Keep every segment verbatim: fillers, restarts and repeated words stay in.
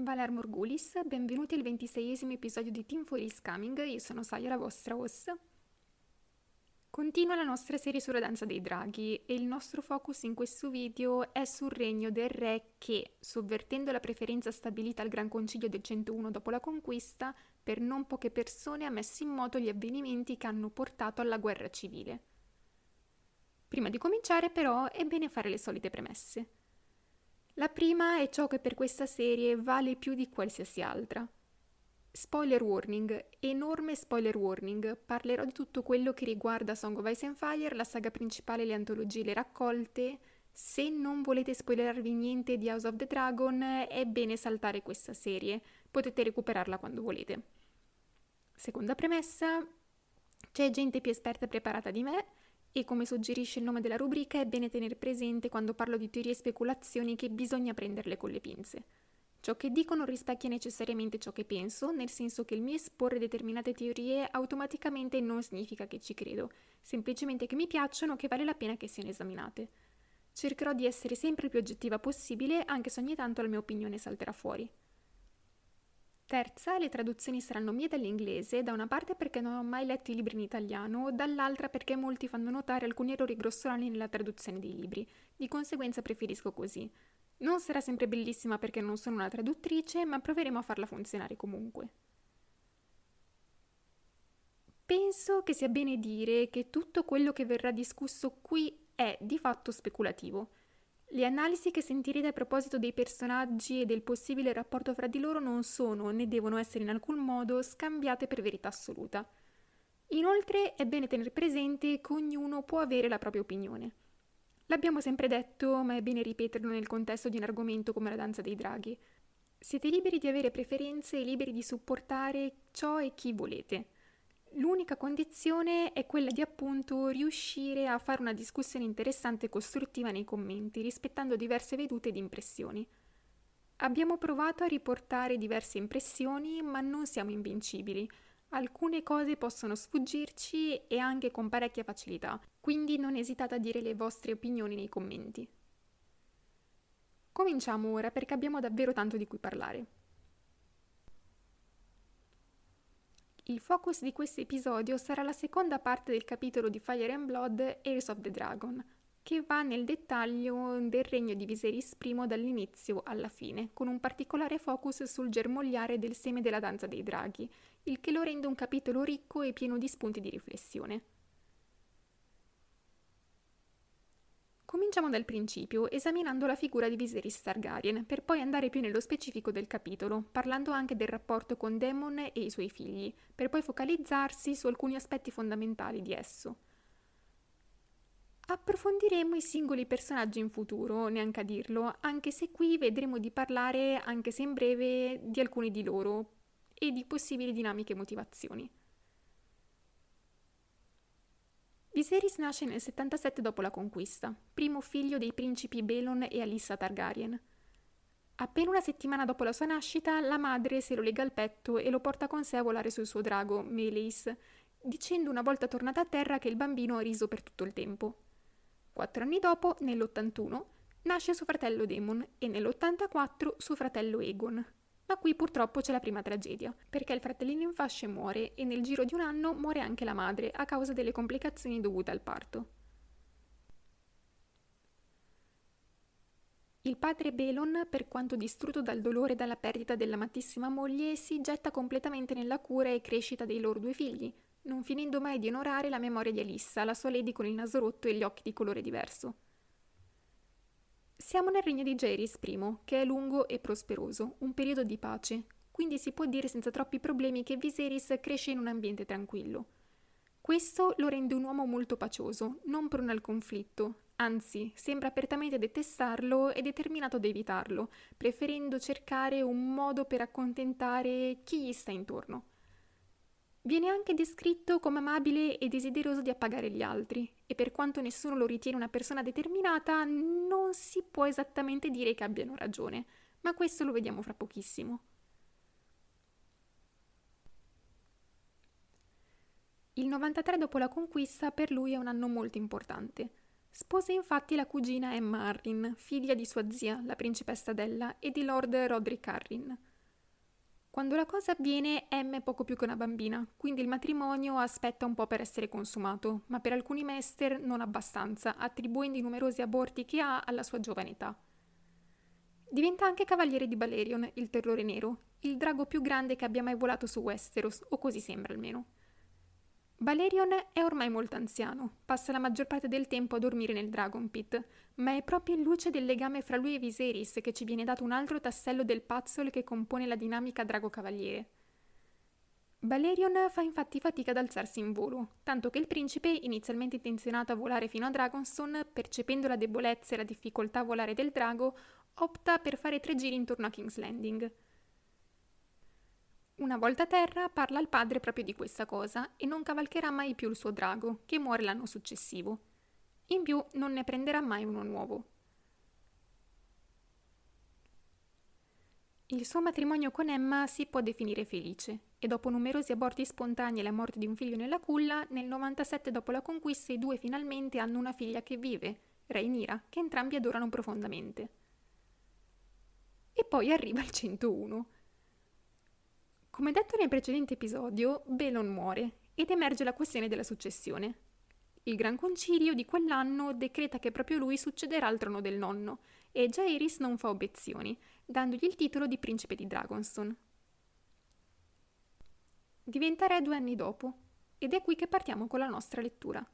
Valar Morghulis, benvenuti al ventiseiesimo episodio di Team For Is Coming, io sono Saya, la vostra host. Continua la nostra serie sulla danza dei draghi e il nostro focus in questo video è sul regno del re che, sovvertendo la preferenza stabilita al Gran Concilio del centouno dopo la conquista, per non poche persone ha messo in moto gli avvenimenti che hanno portato alla guerra civile. Prima di cominciare però è bene fare le solite premesse. La prima è ciò che per questa serie vale più di qualsiasi altra. Spoiler warning, enorme spoiler warning, parlerò di tutto quello che riguarda Song of Ice and Fire, la saga principale, le antologie e le raccolte. Se non volete spoilerarvi niente di House of the Dragon, è bene saltare questa serie, potete recuperarla quando volete. Seconda premessa, c'è gente più esperta e preparata di me, e come suggerisce il nome della rubrica è bene tenere presente quando parlo di teorie e speculazioni che bisogna prenderle con le pinze. Ciò che dico non rispecchia necessariamente ciò che penso, nel senso che il mio esporre determinate teorie automaticamente non significa che ci credo, semplicemente che mi piacciono o che vale la pena che siano esaminate. Cercherò di essere sempre il più oggettiva possibile, anche se ogni tanto la mia opinione salterà fuori. Terza, le traduzioni saranno mie dall'inglese, da una parte perché non ho mai letto i libri in italiano, dall'altra perché molti fanno notare alcuni errori grossolani nella traduzione dei libri, di conseguenza preferisco così. Non sarà sempre bellissima perché non sono una traduttrice, ma proveremo a farla funzionare comunque. Penso che sia bene dire che tutto quello che verrà discusso qui è di fatto speculativo. Le analisi che sentirete a proposito dei personaggi e del possibile rapporto fra di loro non sono, né devono essere in alcun modo, scambiate per verità assoluta. Inoltre è bene tenere presente che ognuno può avere la propria opinione. L'abbiamo sempre detto, ma è bene ripeterlo nel contesto di un argomento come la danza dei draghi. Siete liberi di avere preferenze e liberi di supportare ciò e chi volete. L'unica condizione è quella di appunto riuscire a fare una discussione interessante e costruttiva nei commenti, rispettando diverse vedute ed impressioni. Abbiamo provato a riportare diverse impressioni, ma non siamo invincibili. Alcune cose possono sfuggirci e anche con parecchia facilità, quindi non esitate a dire le vostre opinioni nei commenti. Cominciamo ora perché abbiamo davvero tanto di cui parlare. Il focus di questo episodio sarà la seconda parte del capitolo di Fire and Blood Heirs of the Dragon, che va nel dettaglio del regno di Viserys I dall'inizio alla fine, con un particolare focus sul germogliare del seme della danza dei draghi, il che lo rende un capitolo ricco e pieno di spunti di riflessione. Cominciamo dal principio, esaminando la figura di Viserys Targaryen, per poi andare più nello specifico del capitolo, parlando anche del rapporto con Daemon e i suoi figli, per poi focalizzarsi su alcuni aspetti fondamentali di esso. Approfondiremo i singoli personaggi in futuro, neanche a dirlo, anche se qui vedremo di parlare, anche se in breve, di alcuni di loro e di possibili dinamiche e motivazioni. Viserys nasce nel settantasette dopo la conquista, primo figlio dei principi Balon e Alyssa Targaryen. Appena una settimana dopo la sua nascita, la madre se lo lega al petto e lo porta con sé a volare sul suo drago, Meleys, dicendo una volta tornata a terra che il bambino ha riso per tutto il tempo. Quattro anni dopo, nell'ottantuno, nasce suo fratello Daemon e nell'ottantaquattro suo fratello Aegon. Ma qui purtroppo c'è la prima tragedia, perché il fratellino in fasce muore e nel giro di un anno muore anche la madre a causa delle complicazioni dovute al parto. Il padre Balon, per quanto distrutto dal dolore e dalla perdita dell'amatissima moglie, si getta completamente nella cura e crescita dei loro due figli, non finendo mai di onorare la memoria di Alyssa, la sua lady con il naso rotto e gli occhi di colore diverso. Siamo nel regno di Jaehaerys I, che è lungo e prosperoso, un periodo di pace, quindi si può dire senza troppi problemi che Viserys cresce in un ambiente tranquillo. Questo lo rende un uomo molto pacioso, non prone al conflitto, anzi, sembra apertamente detestarlo e determinato ad evitarlo, preferendo cercare un modo per accontentare chi gli sta intorno. Viene anche descritto come amabile e desideroso di appagare gli altri, e per quanto nessuno lo ritiene una persona determinata, non si può esattamente dire che abbiano ragione, ma questo lo vediamo fra pochissimo. Il novantatré dopo la conquista per lui è un anno molto importante. Sposa infatti la cugina Aemma Arryn, figlia di sua zia, la principessa Della, e di Lord Rodrik Arryn. Quando la cosa avviene, Emma è poco più che una bambina, quindi il matrimonio aspetta un po' per essere consumato, ma per alcuni maester non abbastanza, attribuendo i numerosi aborti che ha alla sua giovane età. Diventa anche cavaliere di Balerion, il terrore nero, il drago più grande che abbia mai volato su Westeros, o così sembra almeno. Balerion è ormai molto anziano, passa la maggior parte del tempo a dormire nel Dragon Pit, ma è proprio in luce del legame fra lui e Viserys che ci viene dato un altro tassello del puzzle che compone la dinamica drago-cavaliere. Balerion fa infatti fatica ad alzarsi in volo, tanto che il principe, inizialmente intenzionato a volare fino a Dragonstone, percependo la debolezza e la difficoltà a volare del drago, opta per fare tre giri intorno a King's Landing. Una volta a terra parla al padre proprio di questa cosa e non cavalcherà mai più il suo drago, che muore l'anno successivo. In più non ne prenderà mai uno nuovo. Il suo matrimonio con Emma si può definire felice e dopo numerosi aborti spontanei e la morte di un figlio nella culla, nel novantasette dopo la conquista i due finalmente hanno una figlia che vive, Rhaenyra, che entrambi adorano profondamente. E poi arriva il centouno. Come detto nel precedente episodio, Balon muore ed emerge la questione della successione. Il Gran Concilio di quell'anno decreta che proprio lui succederà al trono del nonno e Jaehaerys non fa obiezioni, dandogli il titolo di principe di Dragonstone. Diventa re due anni dopo ed è qui che partiamo con la nostra lettura.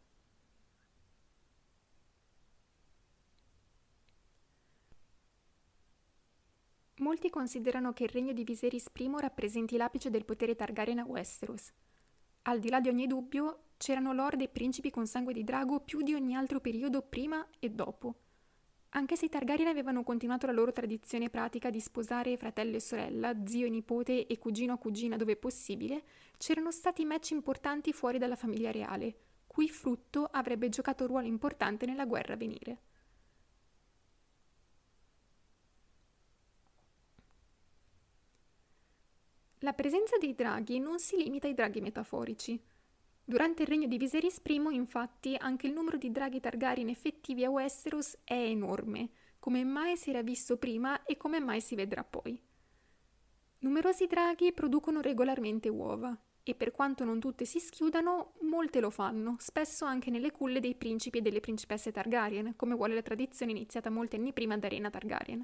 Molti considerano che il regno di Viserys I rappresenti l'apice del potere Targaryen a Westeros. Al di là di ogni dubbio, c'erano lord e principi con sangue di drago più di ogni altro periodo prima e dopo. Anche se i Targaryen avevano continuato la loro tradizione pratica di sposare fratello e sorella, zio e nipote e cugino a cugina dove possibile, c'erano stati match importanti fuori dalla famiglia reale, cui frutto avrebbe giocato un ruolo importante nella guerra a venire. La presenza dei draghi non si limita ai draghi metaforici. Durante il regno di Viserys I, infatti, anche il numero di draghi Targaryen effettivi a Westeros è enorme, come mai si era visto prima e come mai si vedrà poi. Numerosi draghi producono regolarmente uova, e per quanto non tutte si schiudano, molte lo fanno, spesso anche nelle culle dei principi e delle principesse Targaryen, come vuole la tradizione iniziata molti anni prima da Rhaena Targaryen.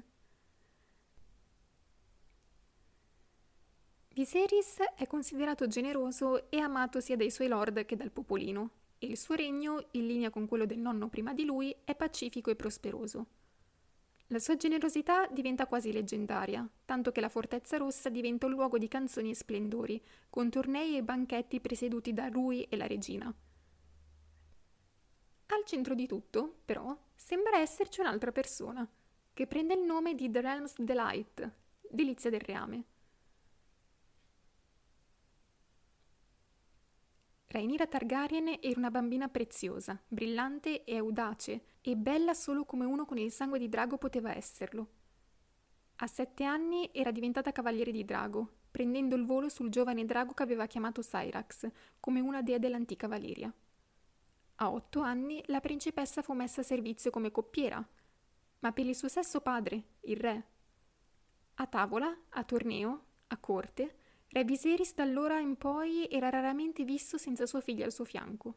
Viserys è considerato generoso e amato sia dai suoi lord che dal popolino, e il suo regno, in linea con quello del nonno prima di lui, è pacifico e prosperoso. La sua generosità diventa quasi leggendaria, tanto che la Fortezza Rossa diventa un luogo di canzoni e splendori, con tornei e banchetti presieduti da lui e la regina. Al centro di tutto, però, sembra esserci un'altra persona, che prende il nome di The Realm's Delight, delizia del reame. Rhaenyra Targaryen era una bambina preziosa, brillante e audace, e bella solo come uno con il sangue di drago poteva esserlo. A sette anni era diventata cavaliere di drago, prendendo il volo sul giovane drago che aveva chiamato Syrax, come una dea dell'antica Valeria. A otto anni la principessa fu messa a servizio come coppiera, ma per il suo stesso padre, il re. A tavola, a torneo, a corte, Re Viserys da allora in poi era raramente visto senza sua figlia al suo fianco.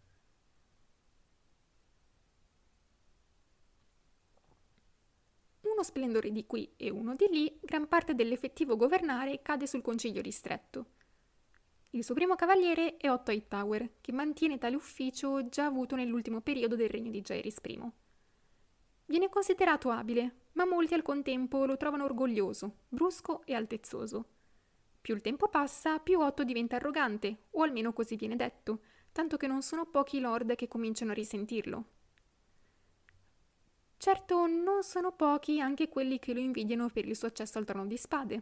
Uno splendore di qui e uno di lì, gran parte dell'effettivo governare cade sul concilio ristretto. Il suo primo cavaliere è Otto Hightower, che mantiene tale ufficio già avuto nell'ultimo periodo del regno di Jaehaerys I. Viene considerato abile, ma molti al contempo lo trovano orgoglioso, brusco e altezzoso. Più il tempo passa, più Otto diventa arrogante, o almeno così viene detto, tanto che non sono pochi i lord che cominciano a risentirlo. Certo, non sono pochi anche quelli che lo invidiano per il suo accesso al trono di spade.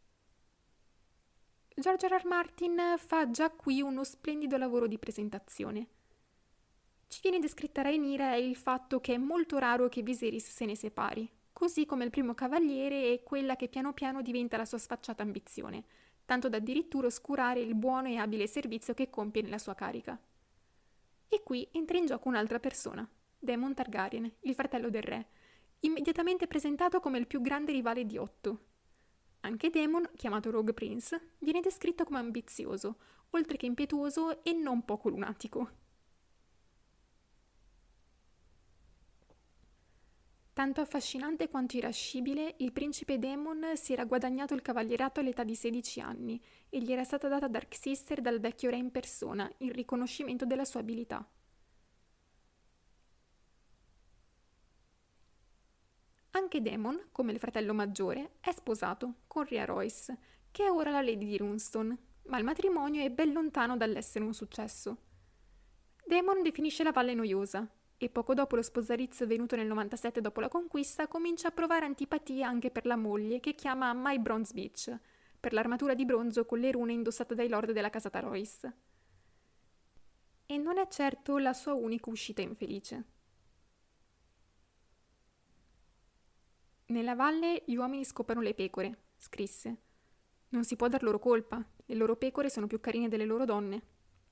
George R. R. Martin fa già qui uno splendido lavoro di presentazione. Ci viene descritta Rhaenyra e il fatto che è molto raro che Viserys se ne separi, così come il primo cavaliere è quella che piano piano diventa la sua sfacciata ambizione, tanto da addirittura oscurare il buono e abile servizio che compie nella sua carica. E qui entra in gioco un'altra persona, Daemon Targaryen, il fratello del re, immediatamente presentato come il più grande rivale di Otto. Anche Daemon, chiamato Rogue Prince, viene descritto come ambizioso, oltre che impetuoso e non poco lunatico. Tanto affascinante quanto irascibile, il principe Daemon si era guadagnato il cavalierato all'età di sedici anni e gli era stata data Dark Sister dal vecchio re in persona, in riconoscimento della sua abilità. Anche Daemon, come il fratello maggiore, è sposato con Rhea Royce, che è ora la Lady di Runestone, ma il matrimonio è ben lontano dall'essere un successo. Daemon definisce la valle noiosa, e poco dopo lo sposalizio venuto nel novantasette dopo la conquista comincia a provare antipatia anche per la moglie che chiama My Bronze Beach, per l'armatura di bronzo con le rune indossata dai lord della casata Royce. E non è certo la sua unica uscita infelice. Nella valle gli uomini scopano le pecore, scrisse. Non si può dar loro colpa, le loro pecore sono più carine delle loro donne.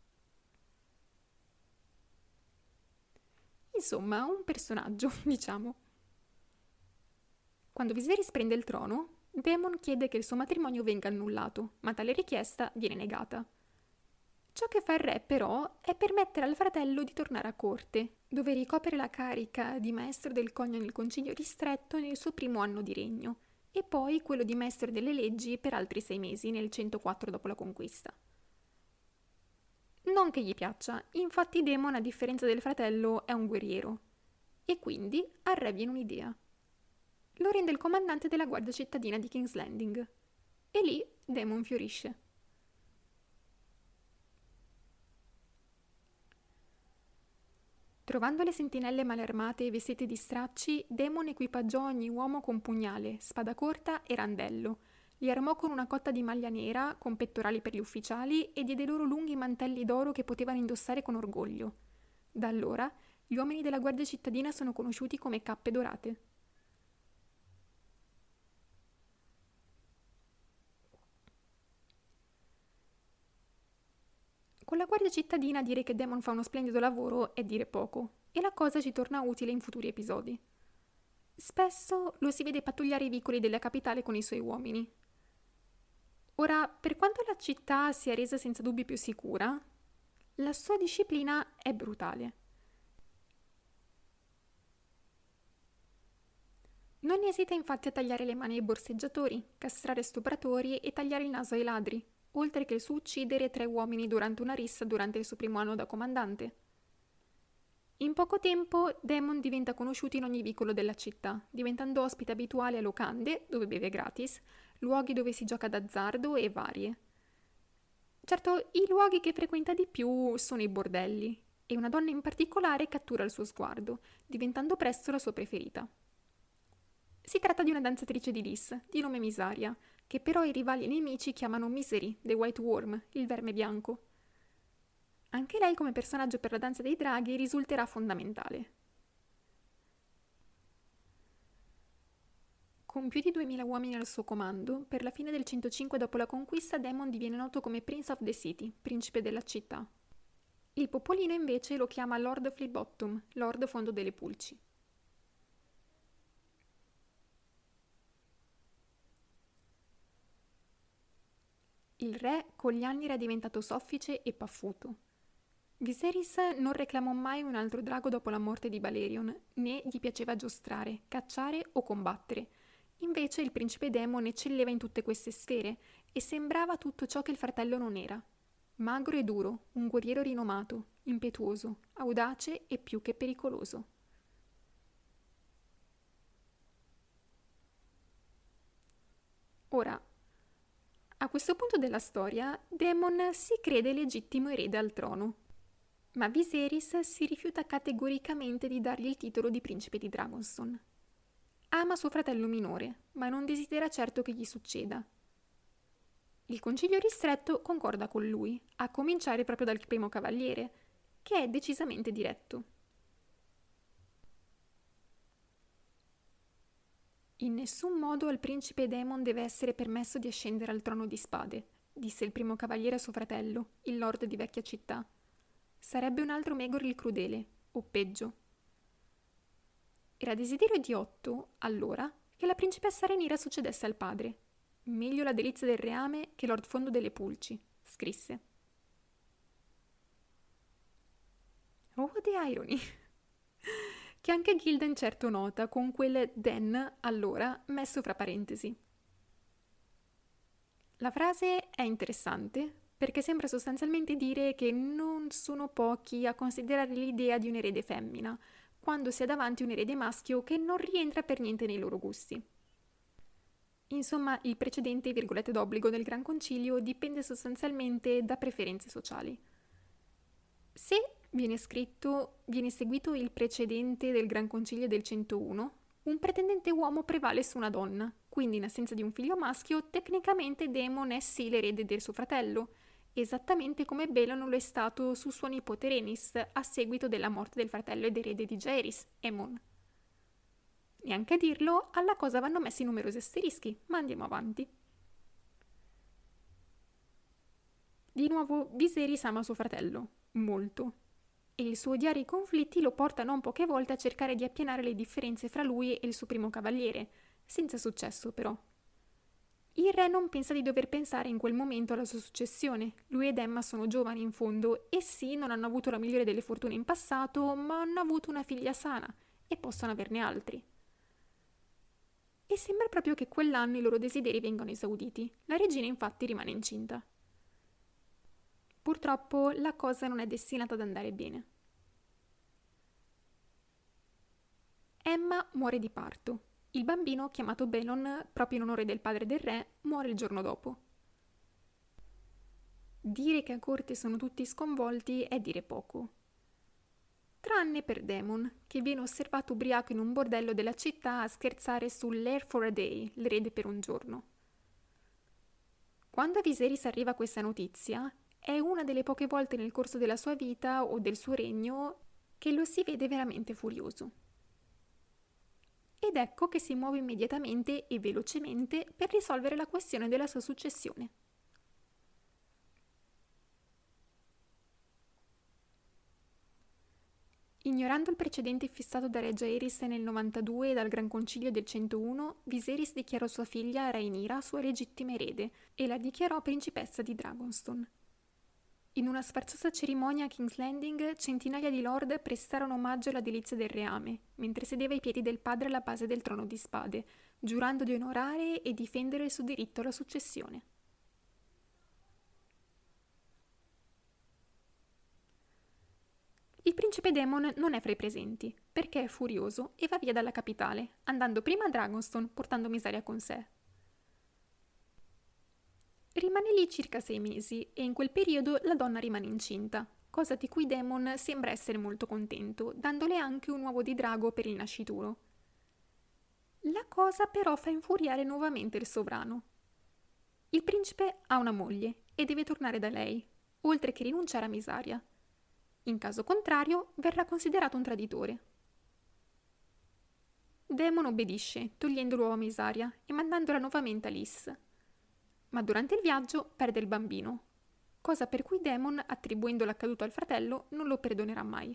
Insomma, un personaggio, diciamo. Quando Viserys prende il trono, Daemon chiede che il suo matrimonio venga annullato, ma tale richiesta viene negata. Ciò che fa il re, però, è permettere al fratello di tornare a corte, dove ricopre la carica di maestro del cogno nel concilio ristretto nel suo primo anno di regno, e poi quello di maestro delle leggi per altri sei mesi, nel centoquattro dopo la conquista. Non che gli piaccia, infatti Daemon, a differenza del fratello, è un guerriero. E quindi al re viene un'idea. Lo rende il comandante della guardia cittadina di King's Landing. E lì Daemon fiorisce. Trovando le sentinelle male armate e vestite di stracci, Daemon equipaggiò ogni uomo con pugnale, spada corta e randello. Li armò con una cotta di maglia nera, con pettorali per gli ufficiali, e diede loro lunghi mantelli d'oro che potevano indossare con orgoglio. Da allora, gli uomini della guardia cittadina sono conosciuti come cappe dorate. Con la guardia cittadina dire che Daemon fa uno splendido lavoro è dire poco, e la cosa ci torna utile in futuri episodi. Spesso lo si vede pattugliare i vicoli della capitale con i suoi uomini. Ora, per quanto la città sia resa senza dubbio più sicura, la sua disciplina è brutale. Non esita infatti a tagliare le mani ai borseggiatori, castrare stupratori e tagliare il naso ai ladri, oltre che su uccidere tre uomini durante una rissa durante il suo primo anno da comandante. In poco tempo Daemon diventa conosciuto in ogni vicolo della città, diventando ospite abituale a locande, dove beve gratis, luoghi dove si gioca d'azzardo e varie. Certo, i luoghi che frequenta di più sono i bordelli, e una donna in particolare cattura il suo sguardo, diventando presto la sua preferita. Si tratta di una danzatrice di Lys, di nome Misaria, che però i rivali e nemici chiamano Misery, the White Worm, il verme bianco. Anche lei come personaggio per la danza dei draghi risulterà fondamentale. Con più di duemila uomini al suo comando, per la fine del centocinque dopo la conquista Daemon diviene noto come Prince of the City, principe della città. Il popolino invece lo chiama Lord Fleabottom, Lord Fondo delle Pulci. Il re con gli anni era diventato soffice e paffuto. Viserys non reclamò mai un altro drago dopo la morte di Balerion, né gli piaceva giostrare, cacciare o combattere. Invece il principe Daemon eccelleva in tutte queste sfere e sembrava tutto ciò che il fratello non era. Magro e duro, un guerriero rinomato, impetuoso, audace e più che pericoloso. Ora, a questo punto della storia, Daemon si crede legittimo erede al trono, ma Viserys si rifiuta categoricamente di dargli il titolo di principe di Dragonstone. Ama suo fratello minore, ma non desidera certo che gli succeda. Il concilio ristretto concorda con lui, a cominciare proprio dal primo cavaliere, che è decisamente diretto. In nessun modo al principe Daemon deve essere permesso di ascendere al trono di spade, disse il primo cavaliere a suo fratello, il lord di vecchia città. Sarebbe un altro Maegor il crudele, o peggio. Era desiderio di Otto, allora, che la principessa Rhaenyra succedesse al padre, Meglio la delizia del reame che Lord Fondo delle Pulci, scrisse. Oh, the irony! Che anche Gilden certo nota con quel then, allora, messo fra parentesi. La frase è interessante perché sembra sostanzialmente dire che non sono pochi a considerare l'idea di un erede femmina, quando si ha davanti un erede maschio che non rientra per niente nei loro gusti. Insomma, il precedente virgolette d'obbligo del Gran Concilio dipende sostanzialmente da preferenze sociali. Se viene scritto, viene seguito il precedente del Gran Concilio del centouno, un pretendente uomo prevale su una donna, quindi in assenza di un figlio maschio, tecnicamente Daemon è sì l'erede del suo fratello, esattamente come Belon lo è stato su suo nipote Rhaenys a seguito della morte del fratello ed erede di Jaehaerys, Aemon. Neanche a dirlo, alla cosa vanno messi numerosi asterischi, ma andiamo avanti. Di nuovo, Viserys ama suo fratello, molto, e il suo odiare i conflitti lo porta non poche volte a cercare di appianare le differenze fra lui e il suo primo cavaliere, senza successo però. Il re non pensa di dover pensare in quel momento alla sua successione. Lui ed Emma sono giovani in fondo e sì, non hanno avuto la migliore delle fortune in passato, ma hanno avuto una figlia sana e possono averne altri. E sembra proprio che quell'anno i loro desideri vengano esauditi. La regina infatti rimane incinta. Purtroppo la cosa non è destinata ad andare bene. Emma muore di parto. Il bambino, chiamato Belon, proprio in onore del padre del re, muore il giorno dopo. Dire che a corte sono tutti sconvolti è dire poco. Tranne per Daemon, che viene osservato ubriaco in un bordello della città a scherzare sull'Heir for a Day, l'erede per un giorno. Quando a Viserys arriva questa notizia, è una delle poche volte nel corso della sua vita o del suo regno che lo si vede veramente furioso. Ed ecco che si muove immediatamente e velocemente per risolvere la questione della sua successione. Ignorando il precedente fissato da Re Jaehaerys nel novantadue e dal Gran Concilio del centouno, Viserys dichiarò sua figlia Rhaenyra sua legittima erede e la dichiarò principessa di Dragonstone. In una sfarzosa cerimonia a King's Landing, centinaia di lord prestarono omaggio alla delizia del reame, mentre sedeva ai piedi del padre alla base del trono di spade, giurando di onorare e difendere il suo diritto alla successione. Il principe Daemon non è fra i presenti, perché è furioso e va via dalla capitale, andando prima a Dragonstone, portando miseria con sé. Rimane lì circa sei mesi e in quel periodo la donna rimane incinta, cosa di cui Daemon sembra essere molto contento, dandole anche un uovo di drago per il nascituro. La cosa però fa infuriare nuovamente il sovrano. Il principe ha una moglie e deve tornare da lei, oltre che rinunciare a Mysaria. In caso contrario, verrà considerato un traditore. Daemon obbedisce, togliendo l'uovo a Mysaria e mandandola nuovamente a Lys. Ma durante il viaggio perde il bambino, cosa per cui Daemon, attribuendo l'accaduto al fratello, non lo perdonerà mai.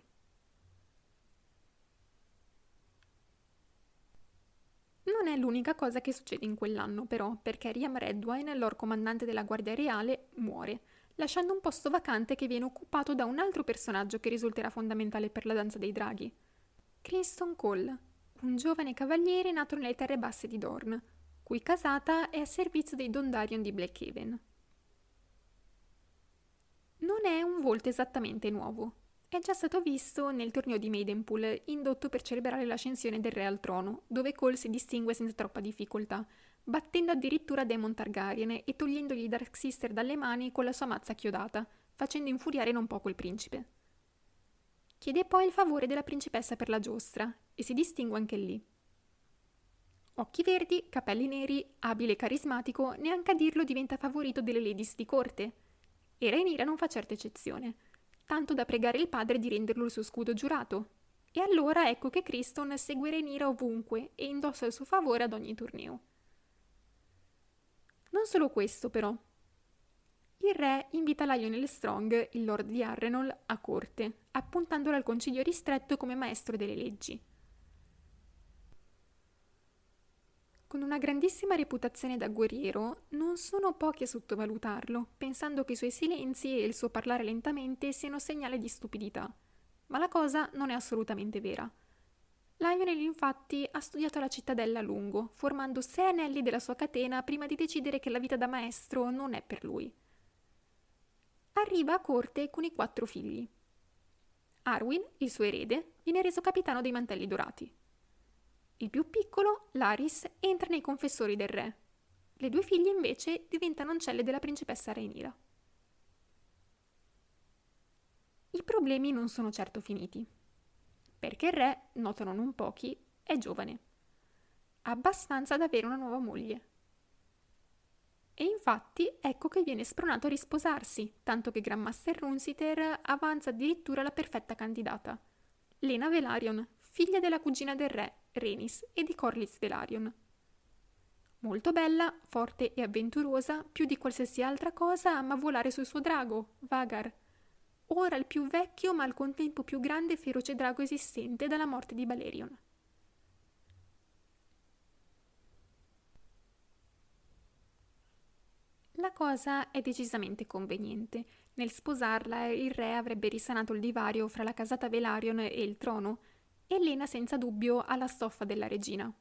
Non è l'unica cosa che succede in quell'anno, però, perché Riam Redwine, lord comandante della Guardia Reale, muore, lasciando un posto vacante che viene occupato da un altro personaggio che risulterà fondamentale per la danza dei draghi. Criston Cole, un giovane cavaliere nato nelle terre basse di Dorne, cui casata è a servizio dei Dondarrion di Blackhaven. Non è un volto esattamente nuovo. È già stato visto nel torneo di Maidenpool, indotto per celebrare l'ascensione del re al trono, dove Cole si distingue senza troppa difficoltà, battendo addirittura Daemon Targaryen e togliendogli i Darksister dalle mani con la sua mazza chiodata, facendo infuriare non poco il principe. Chiede poi il favore della principessa per la giostra, e si distingue anche lì. Occhi verdi, capelli neri, abile e carismatico, neanche a dirlo diventa favorito delle ladies di corte. E Rhaenyra non fa certa eccezione, tanto da pregare il padre di renderlo il suo scudo giurato. E allora ecco che Criston segue Rhaenyra ovunque e indossa il suo favore ad ogni torneo. Non solo questo, però. Il re invita Lionel Strong, il lord di Harrenhal, a corte, appuntandolo al concilio ristretto come maestro delle leggi. Con una grandissima reputazione da guerriero, non sono pochi a sottovalutarlo, pensando che i suoi silenzi e il suo parlare lentamente siano segnale di stupidità. Ma la cosa non è assolutamente vera. Lionel infatti ha studiato la cittadella a lungo, formando sei anelli della sua catena prima di decidere che la vita da maestro non è per lui. Arriva a corte con i quattro figli. Arwen, il suo erede, viene reso capitano dei Mantelli Dorati. Il più piccolo, Larys, entra nei confessori del re. Le due figlie invece diventano ancelle della principessa Rhaenyra. I problemi non sono certo finiti, perché il re, notano non pochi, è giovane. Abbastanza da avere una nuova moglie. E infatti ecco che viene spronato a risposarsi, tanto che Grandmaster Runciter avanza addirittura la perfetta candidata. Lena Velaryon, figlia della cugina del re, Rhaenys, e di Corlys Velaryon. Molto bella, forte e avventurosa, più di qualsiasi altra cosa ama volare sul suo drago, Vhagar. Ora il più vecchio ma al contempo più grande e feroce drago esistente dalla morte di Balerion. La cosa è decisamente conveniente. Nel sposarla il re avrebbe risanato il divario fra la casata Velaryon e il trono, e Lena senza dubbio ha la stoffa della regina.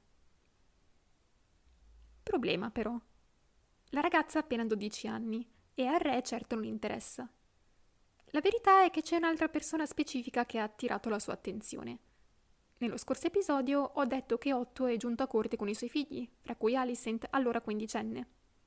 Problema però. La ragazza ha appena dodici anni e al re certo non interessa. La verità è che c'è un'altra persona specifica che ha attirato la sua attenzione. Nello scorso episodio ho detto che Otto è giunto a corte con i suoi figli, fra cui Alicent, allora quindicenne.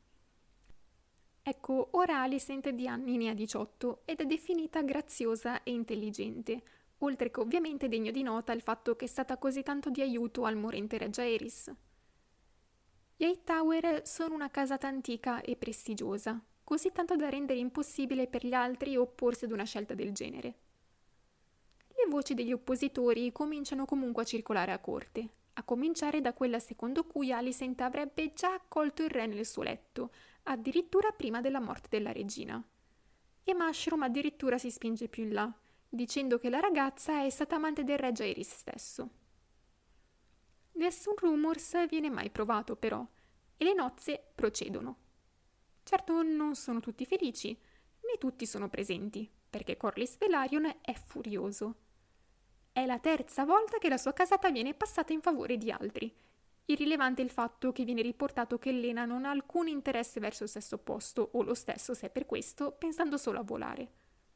Ecco, ora Alicent di anni ne ha diciotto ed è definita graziosa e intelligente, oltre che ovviamente degno di nota il fatto che è stata così tanto di aiuto al morente Re Jaehaerys. Gli Hightower sono una casata antica e prestigiosa, così tanto da rendere impossibile per gli altri opporsi ad una scelta del genere. Le voci degli oppositori cominciano comunque a circolare a corte, a cominciare da quella secondo cui Alicent avrebbe già accolto il re nel suo letto, addirittura prima della morte della regina. E Mushroom addirittura si spinge più in là, dicendo che la ragazza è stata amante del re Jaehaerys stesso. Nessun rumors viene mai provato però, e le nozze procedono. Certo non sono tutti felici, né tutti sono presenti, perché Corlys Velaryon è furioso. È la terza volta che la sua casata viene passata in favore di altri. Irrilevante il fatto che viene riportato che Lena non ha alcun interesse verso il sesso opposto, o lo stesso se è per questo, pensando solo a volare.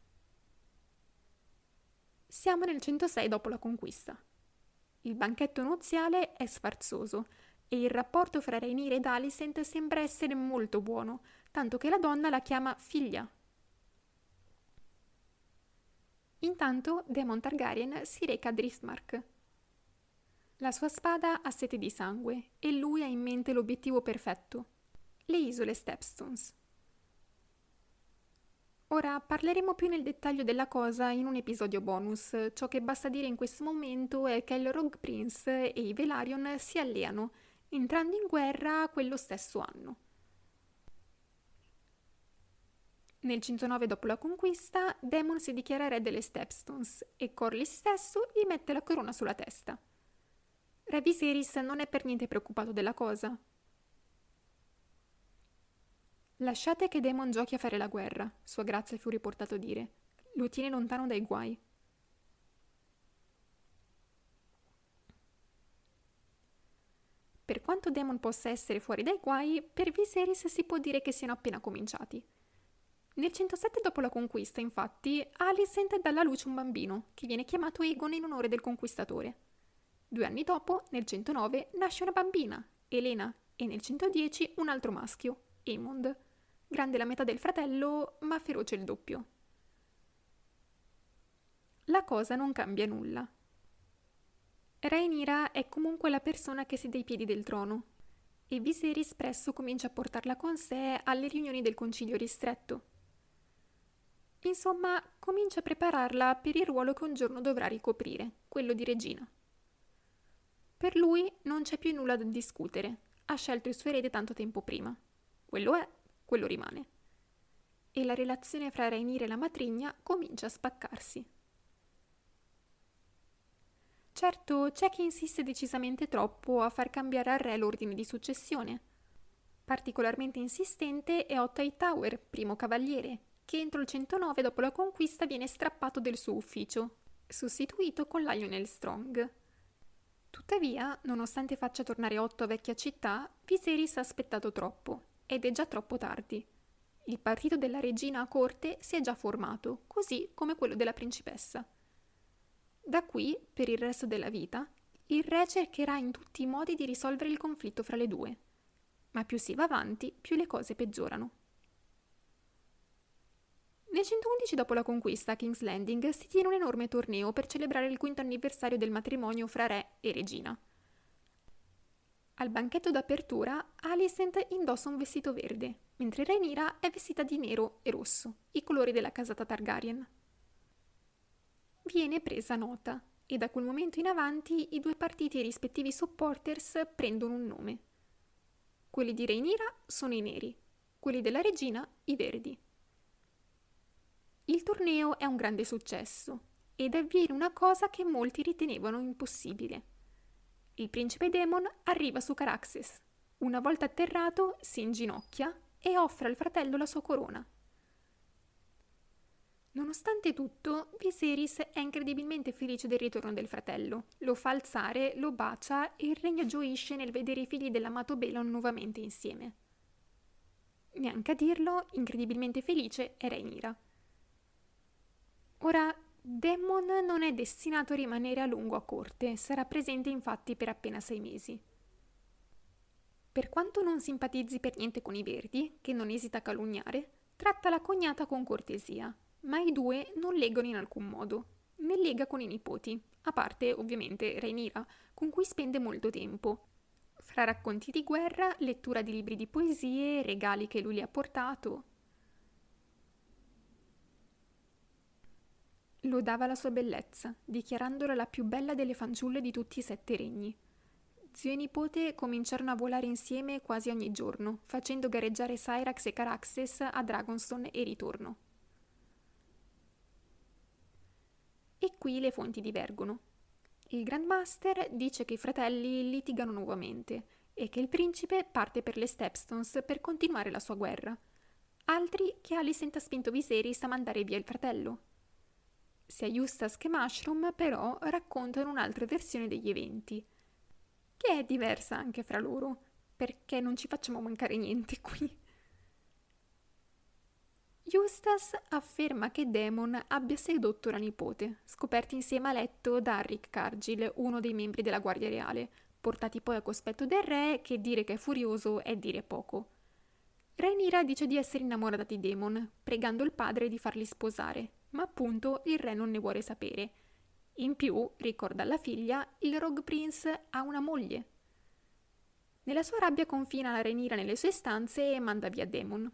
Siamo nel centosei dopo la conquista. Il banchetto nuziale è sfarzoso e il rapporto fra Rhaenyra ed Alicent sembra essere molto buono, tanto che la donna la chiama figlia. Intanto Daemon Targaryen si reca a Driftmark. La sua spada ha sete di sangue e lui ha in mente l'obiettivo perfetto, le isole Stepstones. Ora parleremo più nel dettaglio della cosa in un episodio bonus. Ciò che basta dire in questo momento è che il Rogue Prince e i Velaryon si alleano, entrando in guerra quello stesso anno. Nel centonove dopo la conquista, Daemon si dichiara re delle Stepstones e Corlys stesso gli mette la corona sulla testa. Re Viserys non è per niente preoccupato della cosa. Lasciate che Daemon giochi a fare la guerra, Sua Grazia fu riportato dire. Lo tiene lontano dai guai. Per quanto Daemon possa essere fuori dai guai, per Viserys si può dire che siano appena cominciati. Nel centosette dopo la conquista, infatti, Alicent dà alla luce un bambino, che viene chiamato Aegon in onore del conquistatore. Due anni dopo, nel centonove, nasce una bambina, Elena, e nel centodieci un altro maschio, Aemond. Grande la metà del fratello, ma feroce il doppio. La cosa non cambia nulla. Rhaenyra è comunque la persona che siede ai piedi del trono, e Viserys presto comincia a portarla con sé alle riunioni del concilio ristretto. Insomma, comincia a prepararla per il ruolo che un giorno dovrà ricoprire, quello di regina. Per lui non c'è più nulla da discutere, ha scelto il suo erede tanto tempo prima. Quello è, quello rimane. E la relazione fra Rhaenyra e la matrigna comincia a spaccarsi. Certo, c'è chi insiste decisamente troppo a far cambiare al re l'ordine di successione. Particolarmente insistente è Otto Hightower, primo cavaliere, che entro il centonove dopo la conquista viene strappato del suo ufficio, sostituito con Lionel Strong. Tuttavia, nonostante faccia tornare Otto a vecchia città, Viserys ha aspettato troppo, ed è già troppo tardi. Il partito della regina a corte si è già formato, così come quello della principessa. Da qui, per il resto della vita, il re cercherà in tutti i modi di risolvere il conflitto fra le due. Ma più si va avanti, più le cose peggiorano. Nel centoundici dopo la conquista a King's Landing si tiene un enorme torneo per celebrare il quinto anniversario del matrimonio fra re e regina. Al banchetto d'apertura Alicent indossa un vestito verde, mentre Rhaenyra è vestita di nero e rosso, i colori della casata Targaryen. Viene presa nota e da quel momento in avanti i due partiti e i rispettivi supporters prendono un nome. Quelli di Rhaenyra sono i neri, quelli della regina i verdi. Il torneo è un grande successo ed avviene una cosa che molti ritenevano impossibile. Il principe Daemon arriva su Caraxes. Una volta atterrato, si inginocchia e offre al fratello la sua corona. Nonostante tutto, Viserys è incredibilmente felice del ritorno del fratello. Lo fa alzare, lo bacia e il regno gioisce nel vedere i figli dell'amato Balon nuovamente insieme. Neanche a dirlo, incredibilmente felice è Rhaenyra. Ora, Daemon non è destinato a rimanere a lungo a corte, sarà presente infatti per appena sei mesi. Per quanto non simpatizzi per niente con i Verdi, che non esita a calunniare, tratta la cognata con cortesia, ma i due non legano in alcun modo, né lega con i nipoti, a parte ovviamente Rhaenyra, con cui spende molto tempo. Fra racconti di guerra, lettura di libri di poesie, regali che lui le ha portato. Lodava la sua bellezza, dichiarandola la più bella delle fanciulle di tutti i sette regni. Zio e nipote cominciarono a volare insieme quasi ogni giorno, facendo gareggiare Syrax e Caraxes a Dragonstone e ritorno. E qui le fonti divergono. Il Grandmaster dice che i fratelli litigano nuovamente e che il principe parte per le Stepstones per continuare la sua guerra. Altri che Alicent ha spinto Viserys a mandare via il fratello. Sia Eustace che Mushroom, però, raccontano un'altra versione degli eventi, che è diversa anche fra loro, perché non ci facciamo mancare niente qui. Eustace afferma che Daemon abbia sedotto la nipote, scoperti insieme a letto da Rick Cargill, uno dei membri della Guardia Reale, portati poi a cospetto del re, che dire che è furioso è dire poco. Rhaenyra dice di essere innamorata di Daemon, pregando il padre di farli sposare, ma appunto il re non ne vuole sapere. In più, ricorda alla figlia, il Rogue Prince ha una moglie. Nella sua rabbia confina la Rhaenyra nelle sue stanze e manda via Daemon.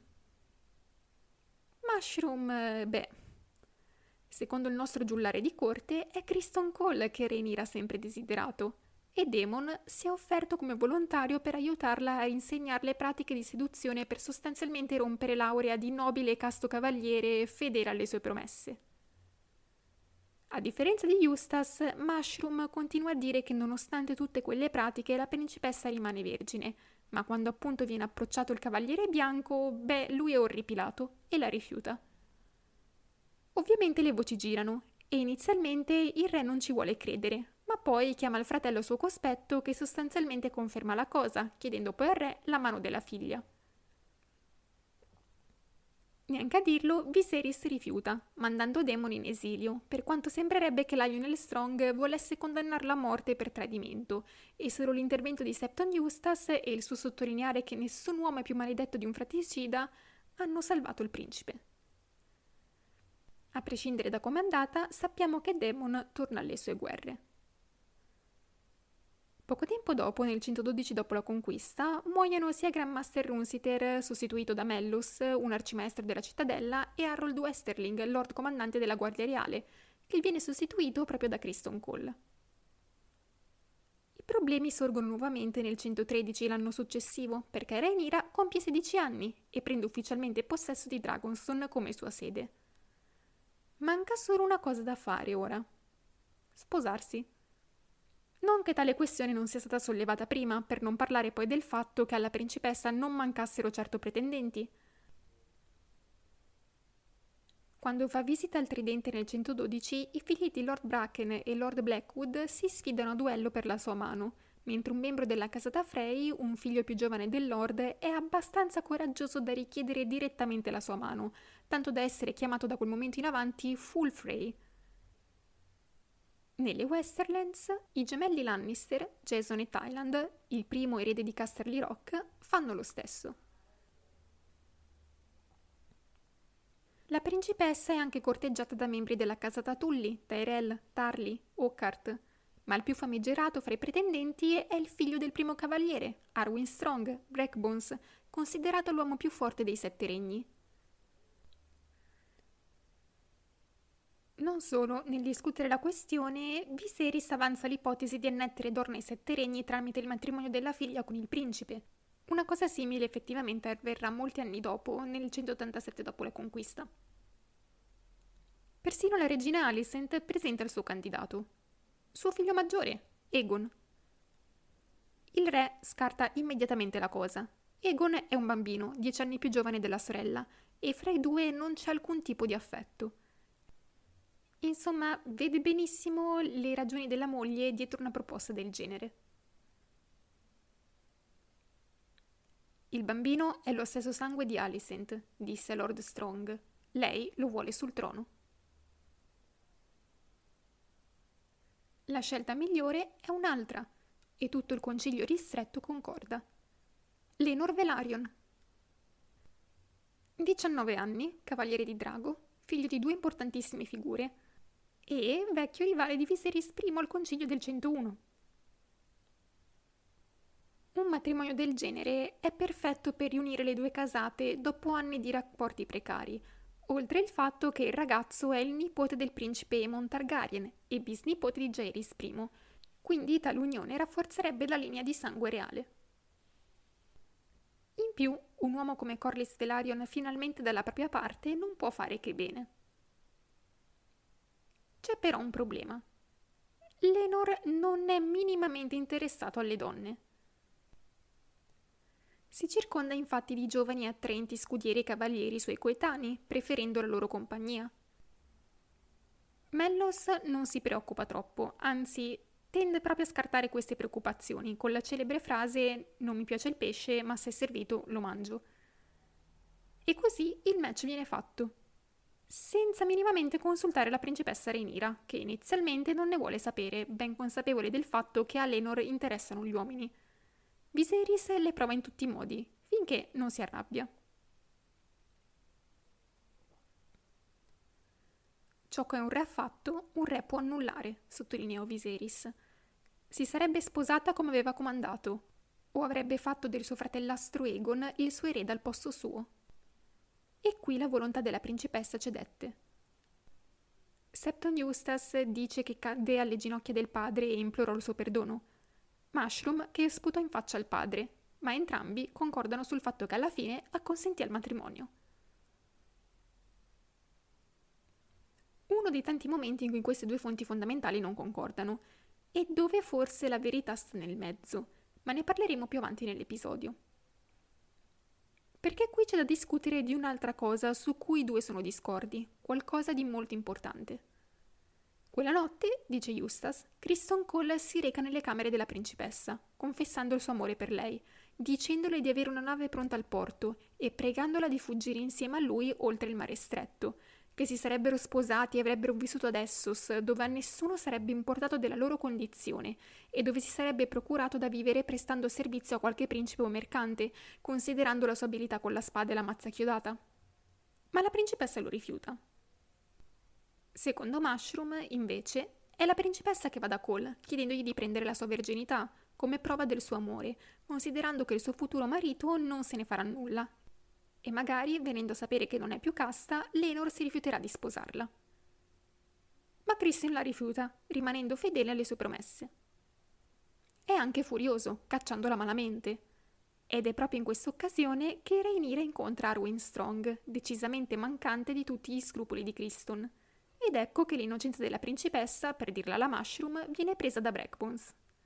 Mushroom, beh, secondo il nostro giullare di corte, è Criston Cole che Rhaenyra ha sempre desiderato, e Daemon si è offerto come volontario per aiutarla a insegnarle pratiche di seduzione per sostanzialmente rompere l'aurea di nobile e casto cavaliere fedele alle sue promesse. A differenza di Eustace, Mushroom continua a dire che nonostante tutte quelle pratiche la principessa rimane vergine, ma quando appunto viene approcciato il cavaliere bianco, beh, lui è orripilato e la rifiuta. Ovviamente le voci girano e inizialmente il re non ci vuole credere, ma poi chiama il fratello al suo cospetto che sostanzialmente conferma la cosa, chiedendo poi al re la mano della figlia. Neanche a dirlo, Viserys rifiuta, mandando Daemon in esilio, per quanto sembrerebbe che Lionel Strong volesse condannarlo a morte per tradimento, e solo l'intervento di Septon Eustace e il suo sottolineare che nessun uomo è più maledetto di un fratricida hanno salvato il principe. A prescindere da come è andata, sappiamo che Daemon torna alle sue guerre. Poco tempo dopo, nel centododici dopo la conquista, muoiono sia Grandmaster Runsiter, sostituito da Mellus, un arcimaestro della cittadella, e Harold Westerling, lord comandante della Guardia Reale, che viene sostituito proprio da Criston Cole. I problemi sorgono nuovamente nel centotredici, l'anno successivo, perché Rhaenyra compie sedici anni e prende ufficialmente possesso di Dragonstone come sua sede. Manca solo una cosa da fare ora: sposarsi. Non che tale questione non sia stata sollevata prima, per non parlare poi del fatto che alla principessa non mancassero certo pretendenti. Quando fa visita al tridente nel centododici, i figli di Lord Bracken e Lord Blackwood si sfidano a duello per la sua mano, mentre un membro della casata Frey, un figlio più giovane del Lord, è abbastanza coraggioso da richiedere direttamente la sua mano, tanto da essere chiamato da quel momento in avanti Full Frey. Nelle Westerlands, i gemelli Lannister, Jason e Tyland, il primo erede di Casterly Rock, fanno lo stesso. La principessa è anche corteggiata da membri della casata Tully, Tyrell, Tarly, Oakheart, ma il più famigerato fra i pretendenti è il figlio del primo cavaliere, Arwen Strong, Breakbones, considerato l'uomo più forte dei Sette Regni. Non solo, nel discutere la questione, Viserys avanza l'ipotesi di annettere Dorne ai Sette Regni tramite il matrimonio della figlia con il principe. Una cosa simile effettivamente avverrà molti anni dopo, nel centottantasette dopo la conquista. Persino la regina Alicent presenta il suo candidato, suo figlio maggiore, Aegon. Il re scarta immediatamente la cosa. Aegon è un bambino, dieci anni più giovane della sorella, e fra i due non c'è alcun tipo di affetto. Insomma, vede benissimo le ragioni della moglie dietro una proposta del genere. Il bambino è lo stesso sangue di Alicent, disse Lord Strong. Lei lo vuole sul trono. La scelta migliore è un'altra, e tutto il concilio ristretto concorda. Laenor Velaryon. diciannove anni, cavaliere di drago, figlio di due importantissime figure, e vecchio rivale di Viserys I al concilio del centouno. Un matrimonio del genere è perfetto per riunire le due casate dopo anni di rapporti precari, oltre il fatto che il ragazzo è il nipote del principe Aemon Targaryen e bisnipote di Jaehaerys I, quindi tale unione rafforzerebbe la linea di sangue reale. In più, un uomo come Corlys Velaryon finalmente dalla propria parte non può fare che bene. C'è però un problema. Laenor non è minimamente interessato alle donne. Si circonda infatti di giovani e attraenti scudieri e cavalieri suoi coetanei, preferendo la loro compagnia. Mellos non si preoccupa troppo, anzi tende proprio a scartare queste preoccupazioni con la celebre frase «Non mi piace il pesce, ma se è servito lo mangio». E così il match viene fatto, senza minimamente consultare la principessa Rhaenyra, che inizialmente non ne vuole sapere, ben consapevole del fatto che a Laenor interessano gli uomini. Viserys le prova in tutti i modi, finché non si arrabbia. Ciò che un re ha fatto, un re può annullare, sottolineò Viserys. Si sarebbe sposata come aveva comandato, o avrebbe fatto del suo fratellastro Aegon il suo erede al posto suo. E qui la volontà della principessa cedette. Septon Eustace dice che cadde alle ginocchia del padre e implorò il suo perdono. Mushroom che sputò in faccia al padre, ma entrambi concordano sul fatto che alla fine acconsentì al matrimonio. Uno dei tanti momenti in cui queste due fonti fondamentali non concordano, e dove forse la verità sta nel mezzo, ma ne parleremo più avanti nell'episodio. Perché qui c'è da discutere di un'altra cosa su cui i due sono discordi, qualcosa di molto importante. Quella notte, dice Eustace, Criston Cole si reca nelle camere della principessa, confessando il suo amore per lei, dicendole di avere una nave pronta al porto e pregandola di fuggire insieme a lui oltre il mare stretto, che si sarebbero sposati e avrebbero vissuto ad Essos, dove a nessuno sarebbe importato della loro condizione e dove si sarebbe procurato da vivere prestando servizio a qualche principe o mercante, considerando la sua abilità con la spada e la mazza chiodata. Ma la principessa lo rifiuta. Secondo Mushroom, invece, è la principessa che va da Cole, chiedendogli di prendere la sua verginità, come prova del suo amore, considerando che il suo futuro marito non se ne farà nulla. E magari, venendo a sapere che non è più casta, Laenor si rifiuterà di sposarla. Ma Criston la rifiuta, rimanendo fedele alle sue promesse. È anche furioso, cacciandola malamente. Ed è proprio in questa occasione che Rhaenyra incontra Arwen Strong, decisamente mancante di tutti gli scrupoli di Criston. Ed ecco che l'innocenza della principessa, per dirla alla Mushroom, viene presa da Breakbones.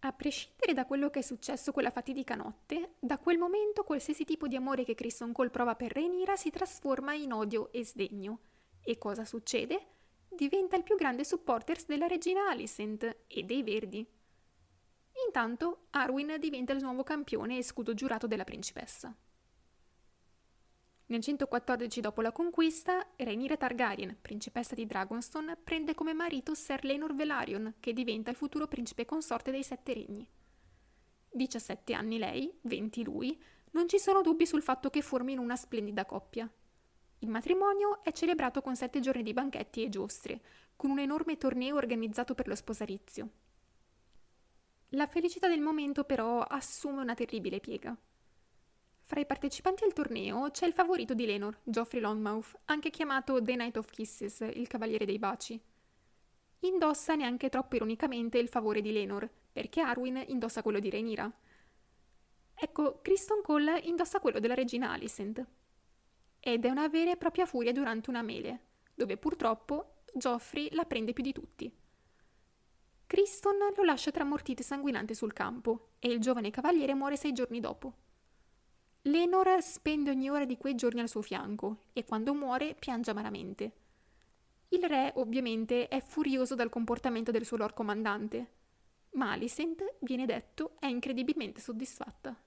A prescindere da quello che è successo quella fatidica notte, da quel momento qualsiasi tipo di amore che Criston Cole prova per Rhaenyra si trasforma in odio e sdegno. E cosa succede? Diventa il più grande supporters della regina Alicent e dei Verdi. Intanto Arwen diventa il nuovo campione e scudo giurato della principessa. Nel centoquattordici dopo la conquista, Rhaenyra Targaryen, principessa di Dragonstone, prende come marito Ser Laenor Velaryon, che diventa il futuro principe consorte dei Sette Regni. diciassette anni lei, venti lui, non ci sono dubbi sul fatto che formino una splendida coppia. Il matrimonio è celebrato con sette giorni di banchetti e giostre, con un enorme torneo organizzato per lo sposalizio. La felicità del momento però assume una terribile piega. Fra i partecipanti al torneo c'è il favorito di Laenor, Joffrey Lonmouth, anche chiamato The Knight of Kisses, il cavaliere dei baci. Indossa neanche troppo ironicamente il favore di Laenor, perché Arwen indossa quello di Rhaenyra. Ecco, Criston Cole indossa quello della regina Alicent. Ed è una vera e propria furia durante una mele, dove purtroppo Joffrey la prende più di tutti. Criston lo lascia tramortito e sanguinante sul campo, e il giovane cavaliere muore sei giorni dopo. Laenor spende ogni ora di quei giorni al suo fianco e quando muore piange amaramente. Il re, ovviamente, è furioso dal comportamento del suo lord comandante, ma Alicent, viene detto, è incredibilmente soddisfatta.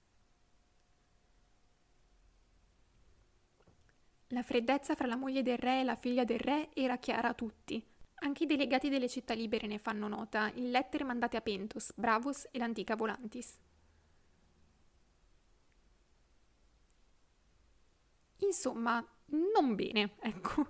La freddezza fra la moglie del re e la figlia del re era chiara a tutti. Anche i delegati delle città libere ne fanno nota in lettere mandate a Pentos, Bravos e l'antica Volantis. Insomma, non bene, ecco.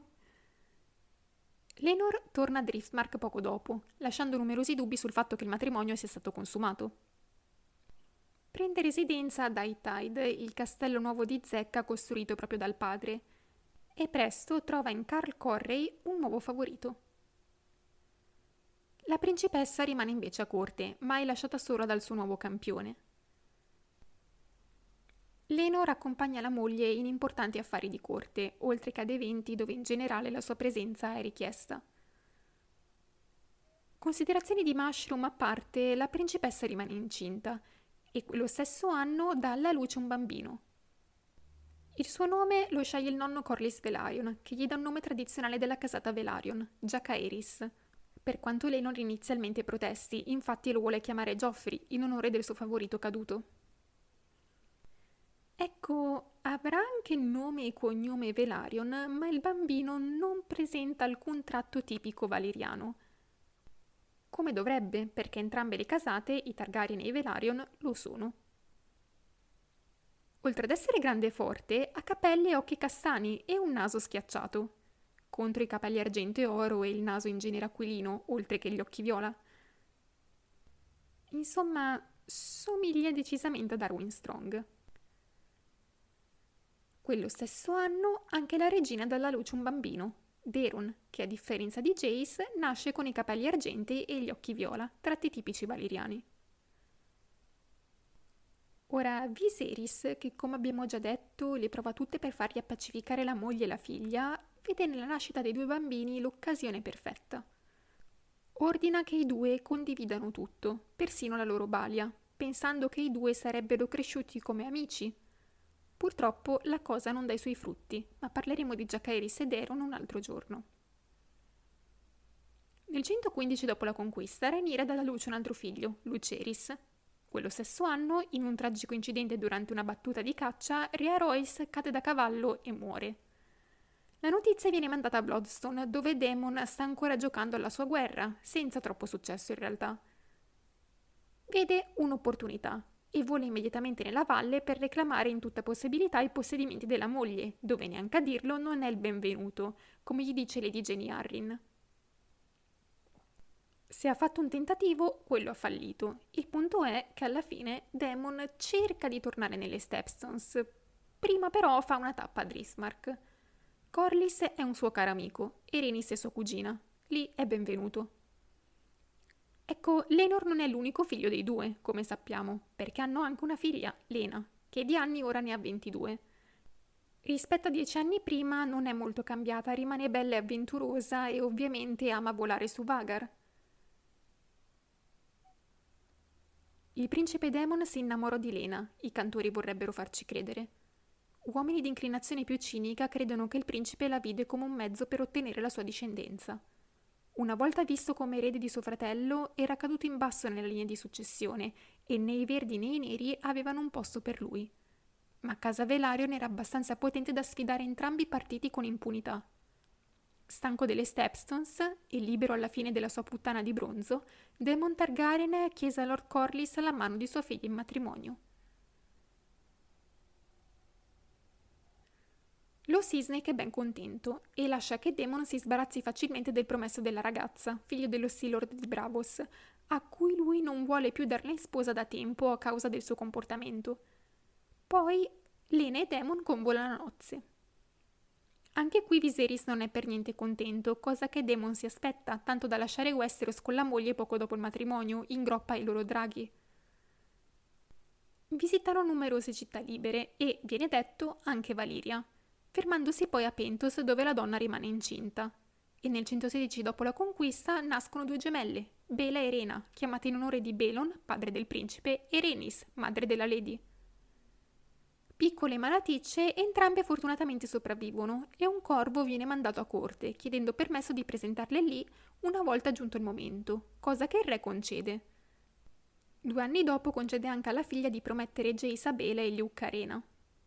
Laenor torna a Driftmark poco dopo, lasciando numerosi dubbi sul fatto che il matrimonio sia stato consumato. Prende residenza ad High Tide, il castello nuovo di zecca costruito proprio dal padre, e presto trova in Carl Correy un nuovo favorito. La principessa rimane invece a corte, mai lasciata sola dal suo nuovo campione. Laenor accompagna la moglie in importanti affari di corte, oltre che ad eventi dove in generale la sua presenza è richiesta. Considerazioni di Mushroom a parte, la principessa rimane incinta e quello stesso anno dà alla luce un bambino. Il suo nome lo sceglie il nonno Corlys Velaryon, che gli dà un nome tradizionale della casata Velaryon, Jacaerys, per quanto Laenor inizialmente protesti, infatti lo vuole chiamare Joffrey in onore del suo favorito caduto. Ecco, avrà anche nome e cognome Velaryon, ma il bambino non presenta alcun tratto tipico valeriano. Come dovrebbe, perché entrambe le casate, i Targaryen e i Velaryon, lo sono. Oltre ad essere grande e forte, ha capelli e occhi castani e un naso schiacciato, contro i capelli argento e oro e il naso in genere aquilino, oltre che gli occhi viola. Insomma, somiglia decisamente ad Arwen Strong. Quello stesso anno anche la regina dà alla luce un bambino, Daeron, che a differenza di Jace nasce con i capelli argentei e gli occhi viola, tratti tipici valeriani. Ora, Viserys, che come abbiamo già detto le prova tutte per far riappacificare la moglie e la figlia, vede nella nascita dei due bambini l'occasione perfetta. Ordina che i due condividano tutto, persino la loro balia, pensando che i due sarebbero cresciuti come amici. Purtroppo la cosa non dà i suoi frutti, ma parleremo di Jacaerys e Daeron un altro giorno. Nel centoquindici dopo la conquista, Rhaenyra dà alla luce un altro figlio, Lucerys. Quello stesso anno, in un tragico incidente durante una battuta di caccia, Rhea Royce cade da cavallo e muore. La notizia viene mandata a Bloodstone, dove Daemon sta ancora giocando alla sua guerra, senza troppo successo in realtà. Vede un'opportunità e vola immediatamente nella valle per reclamare in tutta possibilità i possedimenti della moglie, dove neanche a dirlo non è il benvenuto, come gli dice Lady Jaime Arryn. Se ha fatto un tentativo, quello ha fallito. Il punto è che alla fine Daemon cerca di tornare nelle Stepstones, prima però fa una tappa a Driftmark. Corlys è un suo caro amico, e Rhaenys è sua cugina. Lì è benvenuto. Ecco, Laenor non è l'unico figlio dei due, come sappiamo, perché hanno anche una figlia, Lena, che di anni ora ne ha ventidue. Rispetto a dieci anni prima non è molto cambiata, rimane bella e avventurosa e ovviamente ama volare su Vhagar. Il principe Demon si innamorò di Lena, i cantori vorrebbero farci credere. Uomini di inclinazione più cinica credono che il principe la vide come un mezzo per ottenere la sua discendenza. Una volta visto come erede di suo fratello, era caduto in basso nella linea di successione e né i verdi né i neri avevano un posto per lui. Ma Casa Velaryon era abbastanza potente da sfidare entrambi i partiti con impunità. Stanco delle Stepstones e libero alla fine della sua puttana di bronzo, Daemon Targaryen chiese a Lord Corlys la mano di sua figlia in matrimonio. Lo Seasnake è ben contento e lascia che Daemon si sbarazzi facilmente del promesso della ragazza, figlio dello Sea Lord di Braavos, a cui lui non vuole più darla in sposa da tempo a causa del suo comportamento. Poi Lena e Daemon convolano a nozze. Anche qui Viserys non è per niente contento, cosa che Daemon si aspetta, tanto da lasciare Westeros con la moglie poco dopo il matrimonio, in groppa ai loro draghi. Visitano numerose città libere e, viene detto, anche Valyria, fermandosi poi a Pentos dove la donna rimane incinta. E nel centosedici dopo la conquista nascono due gemelle, Bela e Rena, chiamate in onore di Belon, padre del principe, e Rhaenys, madre della Lady. Piccole malaticce, entrambe fortunatamente sopravvivono e un corvo viene mandato a corte, chiedendo permesso di presentarle lì una volta giunto il momento, cosa che il re concede. Due anni dopo concede anche alla figlia di promettere Jace a Bela e Luke a Rena.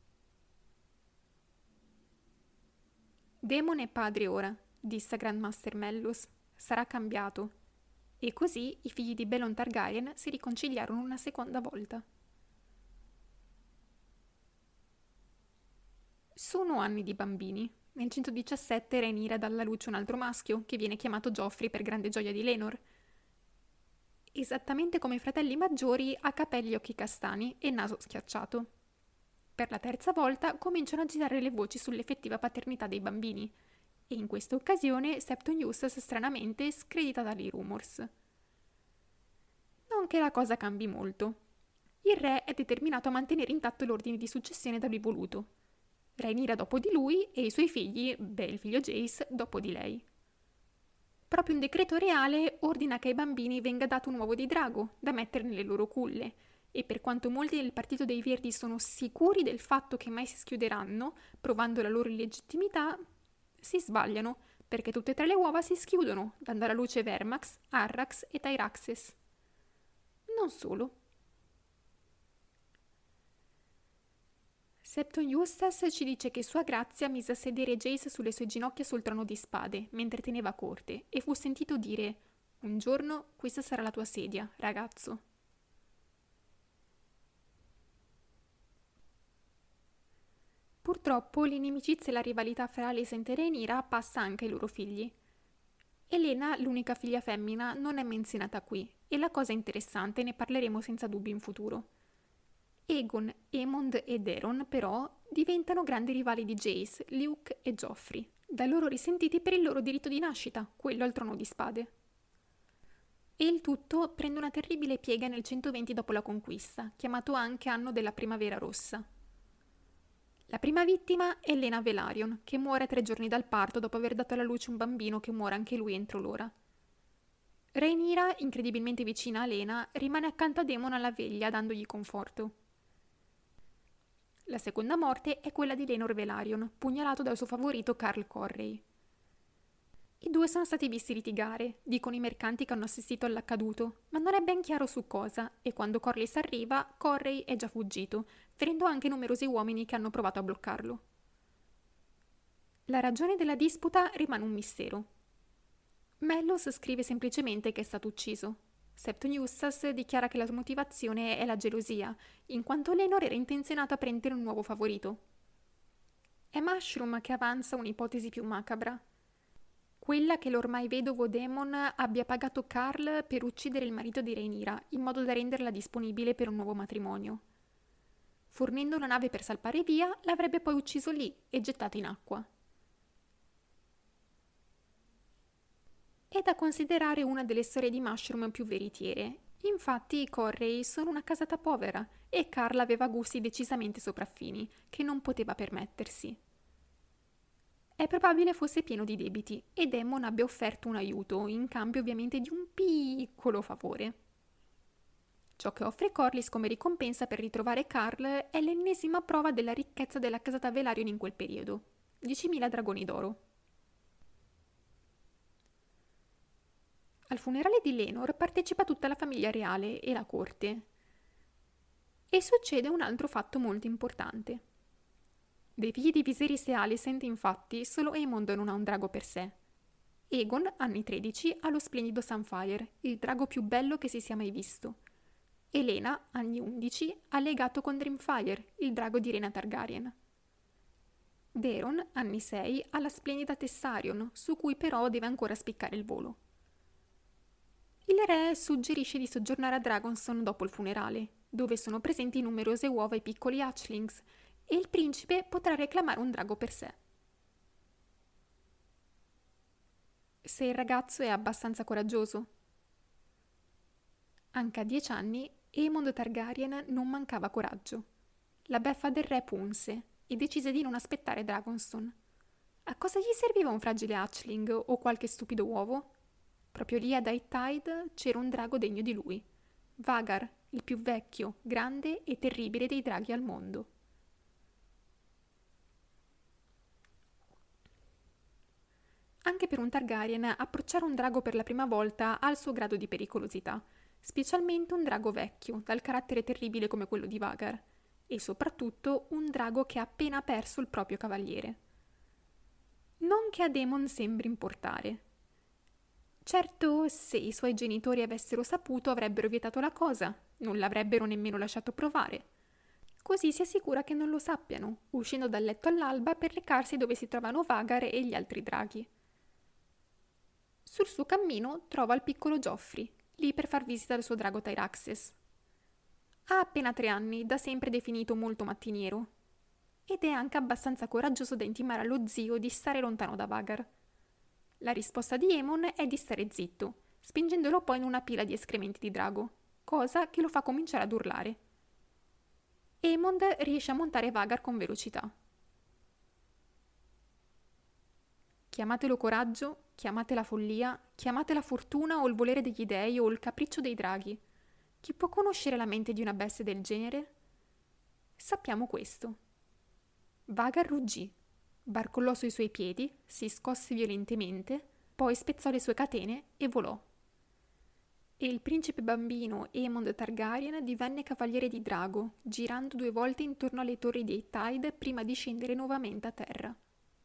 Daemon è padre ora, disse Grandmaster Mellus, sarà cambiato. E così i figli di Belon Targaryen si riconciliarono una seconda volta. Sono anni di bambini. Nel centodiciassette Rhaenyra dà alla luce un altro maschio, che viene chiamato Joffrey per grande gioia di Laenor. Esattamente come i fratelli maggiori, ha capelli e occhi castani e naso schiacciato. Per la terza volta cominciano a girare le voci sull'effettiva paternità dei bambini, e in questa occasione Septon Eustace stranamente scredita dai rumors. Non che la cosa cambi molto. Il re è determinato a mantenere intatto l'ordine di successione da lui voluto. Rhaenyra dopo di lui e i suoi figli, beh, il figlio Jace, dopo di lei. Proprio un decreto reale ordina che ai bambini venga dato un uovo di drago da mettere nelle loro culle, e per quanto molti del partito dei Verdi sono sicuri del fatto che mai si schiuderanno, provando la loro illegittimità, si sbagliano, perché tutte e tre le uova si schiudono, dando alla luce Vermax, Arrax e Tyraxes. Non solo. Septon Eustace ci dice che Sua Grazia mise a sedere Jace sulle sue ginocchia sul trono di spade, mentre teneva corte, e fu sentito dire: «Un giorno questa sarà la tua sedia, ragazzo». Purtroppo l'inimicizia e la rivalità fra Alicent e Rhaenyra passa anche ai loro figli. Elena, l'unica figlia femmina, non è menzionata qui, e la cosa interessante, ne parleremo senza dubbio in futuro. Aegon, Aemond e Daeron, però, diventano grandi rivali di Jace, Luke e Joffrey, da loro risentiti per il loro diritto di nascita, quello al trono di spade. E il tutto prende una terribile piega nel centoventi dopo la conquista, chiamato anche anno della Primavera Rossa. La prima vittima è Lena Velaryon, che muore tre giorni dal parto dopo aver dato alla luce un bambino che muore anche lui entro l'ora. Rhaenyra, incredibilmente vicina a Lena, rimane accanto a Daemon alla veglia, dandogli conforto. La seconda morte è quella di Laenor Velaryon, pugnalato dal suo favorito Carl Correy. I due sono stati visti litigare, dicono i mercanti che hanno assistito all'accaduto, ma non è ben chiaro su cosa, e quando Corlys arriva, Correy è già fuggito, ferendo anche numerosi uomini che hanno provato a bloccarlo. La ragione della disputa rimane un mistero. Mellus scrive semplicemente che è stato ucciso. Septon Eustace dichiara che la motivazione è la gelosia, in quanto Laenor era intenzionata a prendere un nuovo favorito. È Mushroom che avanza un'ipotesi più macabra. Quella che l'ormai vedovo Daemon abbia pagato Carl per uccidere il marito di Rhaenyra, in modo da renderla disponibile per un nuovo matrimonio. Fornendo una nave per salpare via, l'avrebbe poi ucciso lì e gettato in acqua. È da considerare una delle storie di Mushroom più veritiere. Infatti i Correy sono una casata povera e Carl aveva gusti decisamente sopraffini, che non poteva permettersi. È probabile fosse pieno di debiti e Daemon abbia offerto un aiuto, in cambio ovviamente di un piccolo favore. Ciò che offre Corlys come ricompensa per ritrovare Carl è l'ennesima prova della ricchezza della casata Velaryon in quel periodo, diecimila dragoni d'oro. Al funerale di Laenor partecipa tutta la famiglia reale e la corte. E succede un altro fatto molto importante. Dei figli di Viserys e Alicent, infatti, solo Aemond non ha un drago per sé. Aegon, anni tredici, ha lo splendido Sunfire, il drago più bello che si sia mai visto. Elena, anni undici, ha legato con Dreamfire, il drago di Rhaena Targaryen. Daeron, anni sei, ha la splendida Tessarion, su cui però deve ancora spiccare il volo. Il re suggerisce di soggiornare a Dragonstone dopo il funerale, dove sono presenti numerose uova e piccoli hatchlings, e il principe potrà reclamare un drago per sé. Se il ragazzo è abbastanza coraggioso. Anche a dieci anni, Aemond Targaryen non mancava coraggio. La beffa del re punse e decise di non aspettare Dragonstone. A cosa gli serviva un fragile hatchling o qualche stupido uovo? Proprio lì ad High Tide c'era un drago degno di lui. Vhagar, il più vecchio, grande e terribile dei draghi al mondo. Anche per un Targaryen, approcciare un drago per la prima volta ha il suo grado di pericolosità, specialmente un drago vecchio, dal carattere terribile come quello di Vhagar, e soprattutto un drago che ha appena perso il proprio cavaliere. Non che a Daemon sembri importare. Certo, se i suoi genitori avessero saputo avrebbero vietato la cosa, non l'avrebbero nemmeno lasciato provare. Così si assicura che non lo sappiano, uscendo dal letto all'alba per recarsi dove si trovano Vhagar e gli altri draghi. Sul suo cammino trova il piccolo Joffrey, lì per far visita al suo drago Tyraxes. Ha appena tre anni, da sempre definito molto mattiniero, ed è anche abbastanza coraggioso da intimare allo zio di stare lontano da Vhagar. La risposta di Aemon è di stare zitto, spingendolo poi in una pila di escrementi di drago, cosa che lo fa cominciare ad urlare. Aemond riesce a montare Vhagar con velocità. Chiamatelo coraggio, chiamatela follia, chiamatela fortuna o il volere degli dei o il capriccio dei draghi. Chi può conoscere la mente di una bestia del genere? Sappiamo questo. Vhagar ruggì, barcollò sui suoi piedi, si scosse violentemente, poi spezzò le sue catene e volò. E il principe bambino Aemond Targaryen divenne cavaliere di drago, girando due volte intorno alle torri di High Tide prima di scendere nuovamente a terra.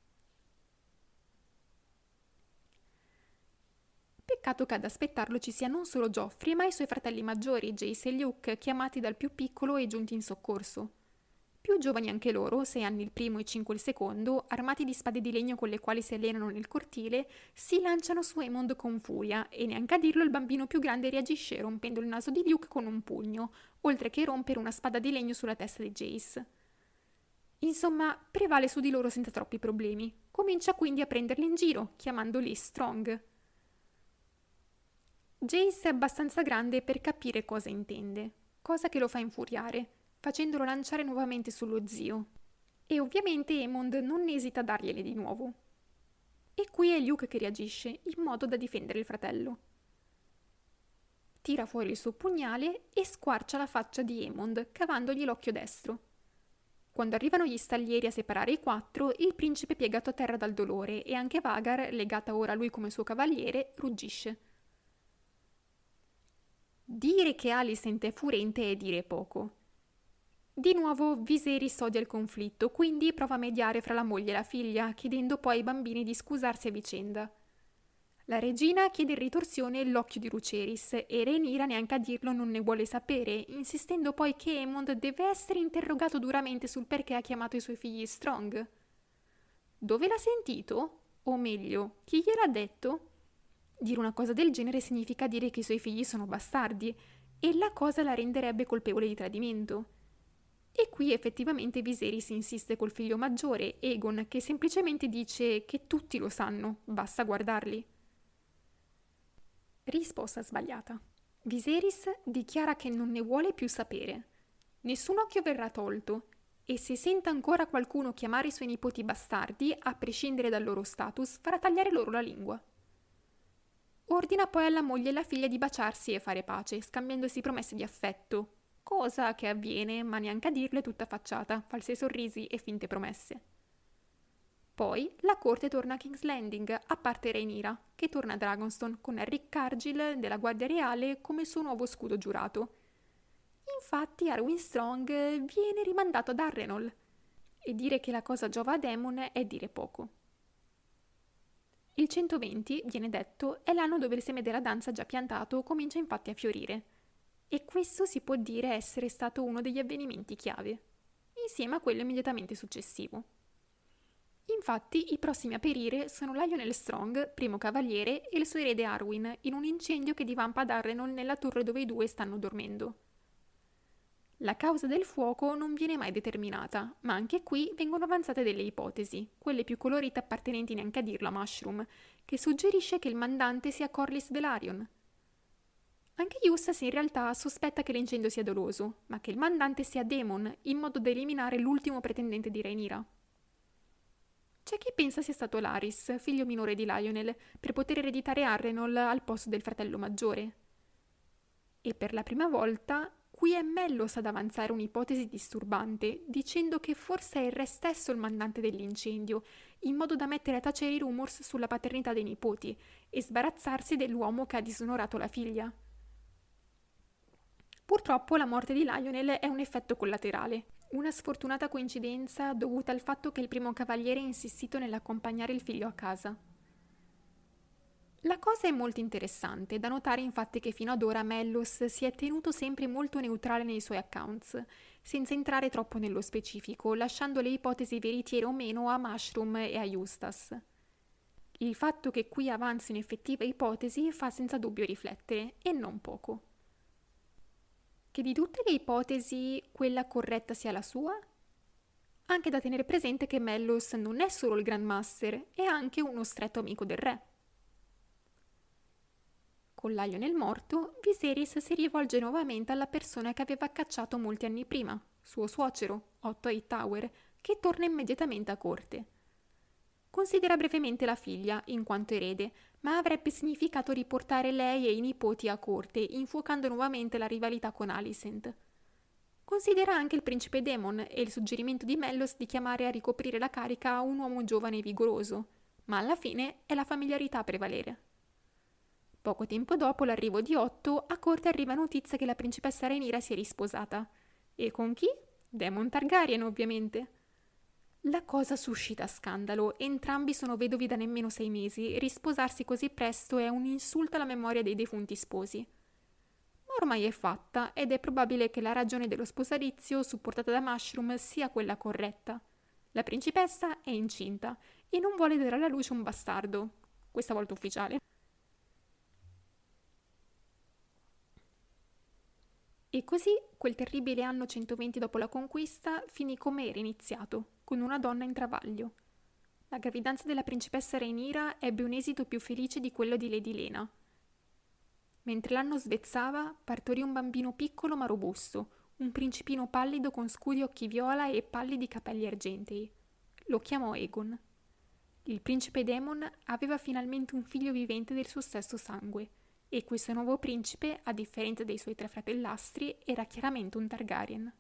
Peccato che ad aspettarlo ci sia non solo Joffrey, ma i suoi fratelli maggiori, Jace e Luke, chiamati dal più piccolo e giunti in soccorso. Più giovani anche loro, sei anni il primo e cinque il secondo, armati di spade di legno con le quali si allenano nel cortile, si lanciano su Aemond con furia, e neanche a dirlo il bambino più grande reagisce rompendo il naso di Luke con un pugno, oltre che rompere una spada di legno sulla testa di Jace. Insomma, prevale su di loro senza troppi problemi. Comincia quindi a prenderli in giro, chiamandoli Strong. Jace è abbastanza grande per capire cosa intende, cosa che lo fa infuriare, facendolo lanciare nuovamente sullo zio. E ovviamente Aemond non esita a dargliele di nuovo. E qui è Luke che reagisce, in modo da difendere il fratello. Tira fuori il suo pugnale e squarcia la faccia di Aemond, cavandogli l'occhio destro. Quando arrivano gli stallieri a separare i quattro, il principe è piegato a terra dal dolore e anche Vhagar, legata ora a lui come suo cavaliere, ruggisce. Dire che Alicent è furente è dire poco. Di nuovo Viserys odia il conflitto, quindi prova a mediare fra la moglie e la figlia, chiedendo poi ai bambini di scusarsi a vicenda. La regina chiede in ritorsione l'occhio di Lucerys e Rhaenyra neanche a dirlo non ne vuole sapere, insistendo poi che Aemond deve essere interrogato duramente sul perché ha chiamato i suoi figli Strong. Dove l'ha sentito? O meglio, chi gliel'ha detto? Dire una cosa del genere significa dire che i suoi figli sono bastardi, e la cosa la renderebbe colpevole di tradimento. E qui effettivamente Viserys insiste col figlio maggiore, Aegon, che semplicemente dice che tutti lo sanno, basta guardarli. Risposta sbagliata. Viserys dichiara che non ne vuole più sapere. Nessun occhio verrà tolto, e se sente ancora qualcuno chiamare i suoi nipoti bastardi, a prescindere dal loro status, farà tagliare loro la lingua. Ordina poi alla moglie e alla figlia di baciarsi e fare pace, scambiandosi promesse di affetto, cosa che avviene, ma neanche a dirlo è tutta facciata, falsi sorrisi e finte promesse. Poi la corte torna a King's Landing, a parte Rhaenyra, che torna a Dragonstone con Eric Cargill della Guardia Reale come suo nuovo scudo giurato. Infatti Arwen Strong viene rimandato ad Harrenhal, e dire che la cosa giova a Daemon è dire poco. Il centoventi, viene detto, è l'anno dove il seme della danza già piantato comincia infatti a fiorire, e questo si può dire essere stato uno degli avvenimenti chiave, insieme a quello immediatamente successivo. Infatti, i prossimi a perire sono Lionel Strong, primo cavaliere, e il suo erede Arwen, in un incendio che divampa ad Harrenhal nella torre dove i due stanno dormendo. La causa del fuoco non viene mai determinata, ma anche qui vengono avanzate delle ipotesi, quelle più colorite appartenenti neanche a dirlo a Mushroom, che suggerisce che il mandante sia Corlys Velaryon. Anche Eustace in realtà sospetta che l'incendio sia doloso, ma che il mandante sia Daemon, in modo da eliminare l'ultimo pretendente di Rhaenyra. C'è chi pensa sia stato Larys, figlio minore di Lionel, per poter ereditare Harrenhal al posto del fratello maggiore. E per la prima volta, qui è Mellos ad avanzare un'ipotesi disturbante, dicendo che forse è il re stesso il mandante dell'incendio, in modo da mettere a tacere i rumors sulla paternità dei nipoti e sbarazzarsi dell'uomo che ha disonorato la figlia. Purtroppo la morte di Lionel è un effetto collaterale. Una sfortunata coincidenza dovuta al fatto che il primo cavaliere ha insistito nell'accompagnare il figlio a casa. La cosa è molto interessante, da notare infatti che fino ad ora Mellos si è tenuto sempre molto neutrale nei suoi accounts, senza entrare troppo nello specifico, lasciando le ipotesi veritiere o meno a Mushroom e a Eustace. Il fatto che qui avanzino effettive ipotesi fa senza dubbio riflettere, e non poco. Che di tutte le ipotesi quella corretta sia la sua? Anche da tenere presente che Mellos non è solo il Grandmaster, è anche uno stretto amico del re. Con Lionel morto, Viserys si rivolge nuovamente alla persona che aveva cacciato molti anni prima, suo suocero, Otto Hightower, che torna immediatamente a corte. Considera brevemente la figlia, in quanto erede, ma avrebbe significato riportare lei e i nipoti a corte, infuocando nuovamente la rivalità con Alicent. Considera anche il principe Daemon e il suggerimento di Mellos di chiamare a ricoprire la carica un uomo giovane e vigoroso, ma alla fine è la familiarità a prevalere. Poco tempo dopo l'arrivo di Otto, a corte arriva notizia che la principessa Rhaenyra si è risposata. E con chi? Daemon Targaryen, ovviamente. La cosa suscita scandalo, entrambi sono vedovi da nemmeno sei mesi, risposarsi così presto è un insulto alla memoria dei defunti sposi. Ma ormai è fatta, ed è probabile che la ragione dello sposalizio, supportata da Mushroom, sia quella corretta. La principessa è incinta e non vuole dare alla luce un bastardo, questa volta ufficiale. E così quel terribile anno centoventi dopo la conquista finì come era iniziato, con una donna in travaglio. La gravidanza della principessa Rhaenyra ebbe un esito più felice di quello di Lady Lena. Mentre l'anno svezzava, partorì un bambino piccolo ma robusto, un principino pallido con scuri occhi viola e pallidi capelli argentei. Lo chiamò Aegon. Il principe Daemon aveva finalmente un figlio vivente del suo stesso sangue, e questo nuovo principe, a differenza dei suoi tre fratellastri, era chiaramente un Targaryen.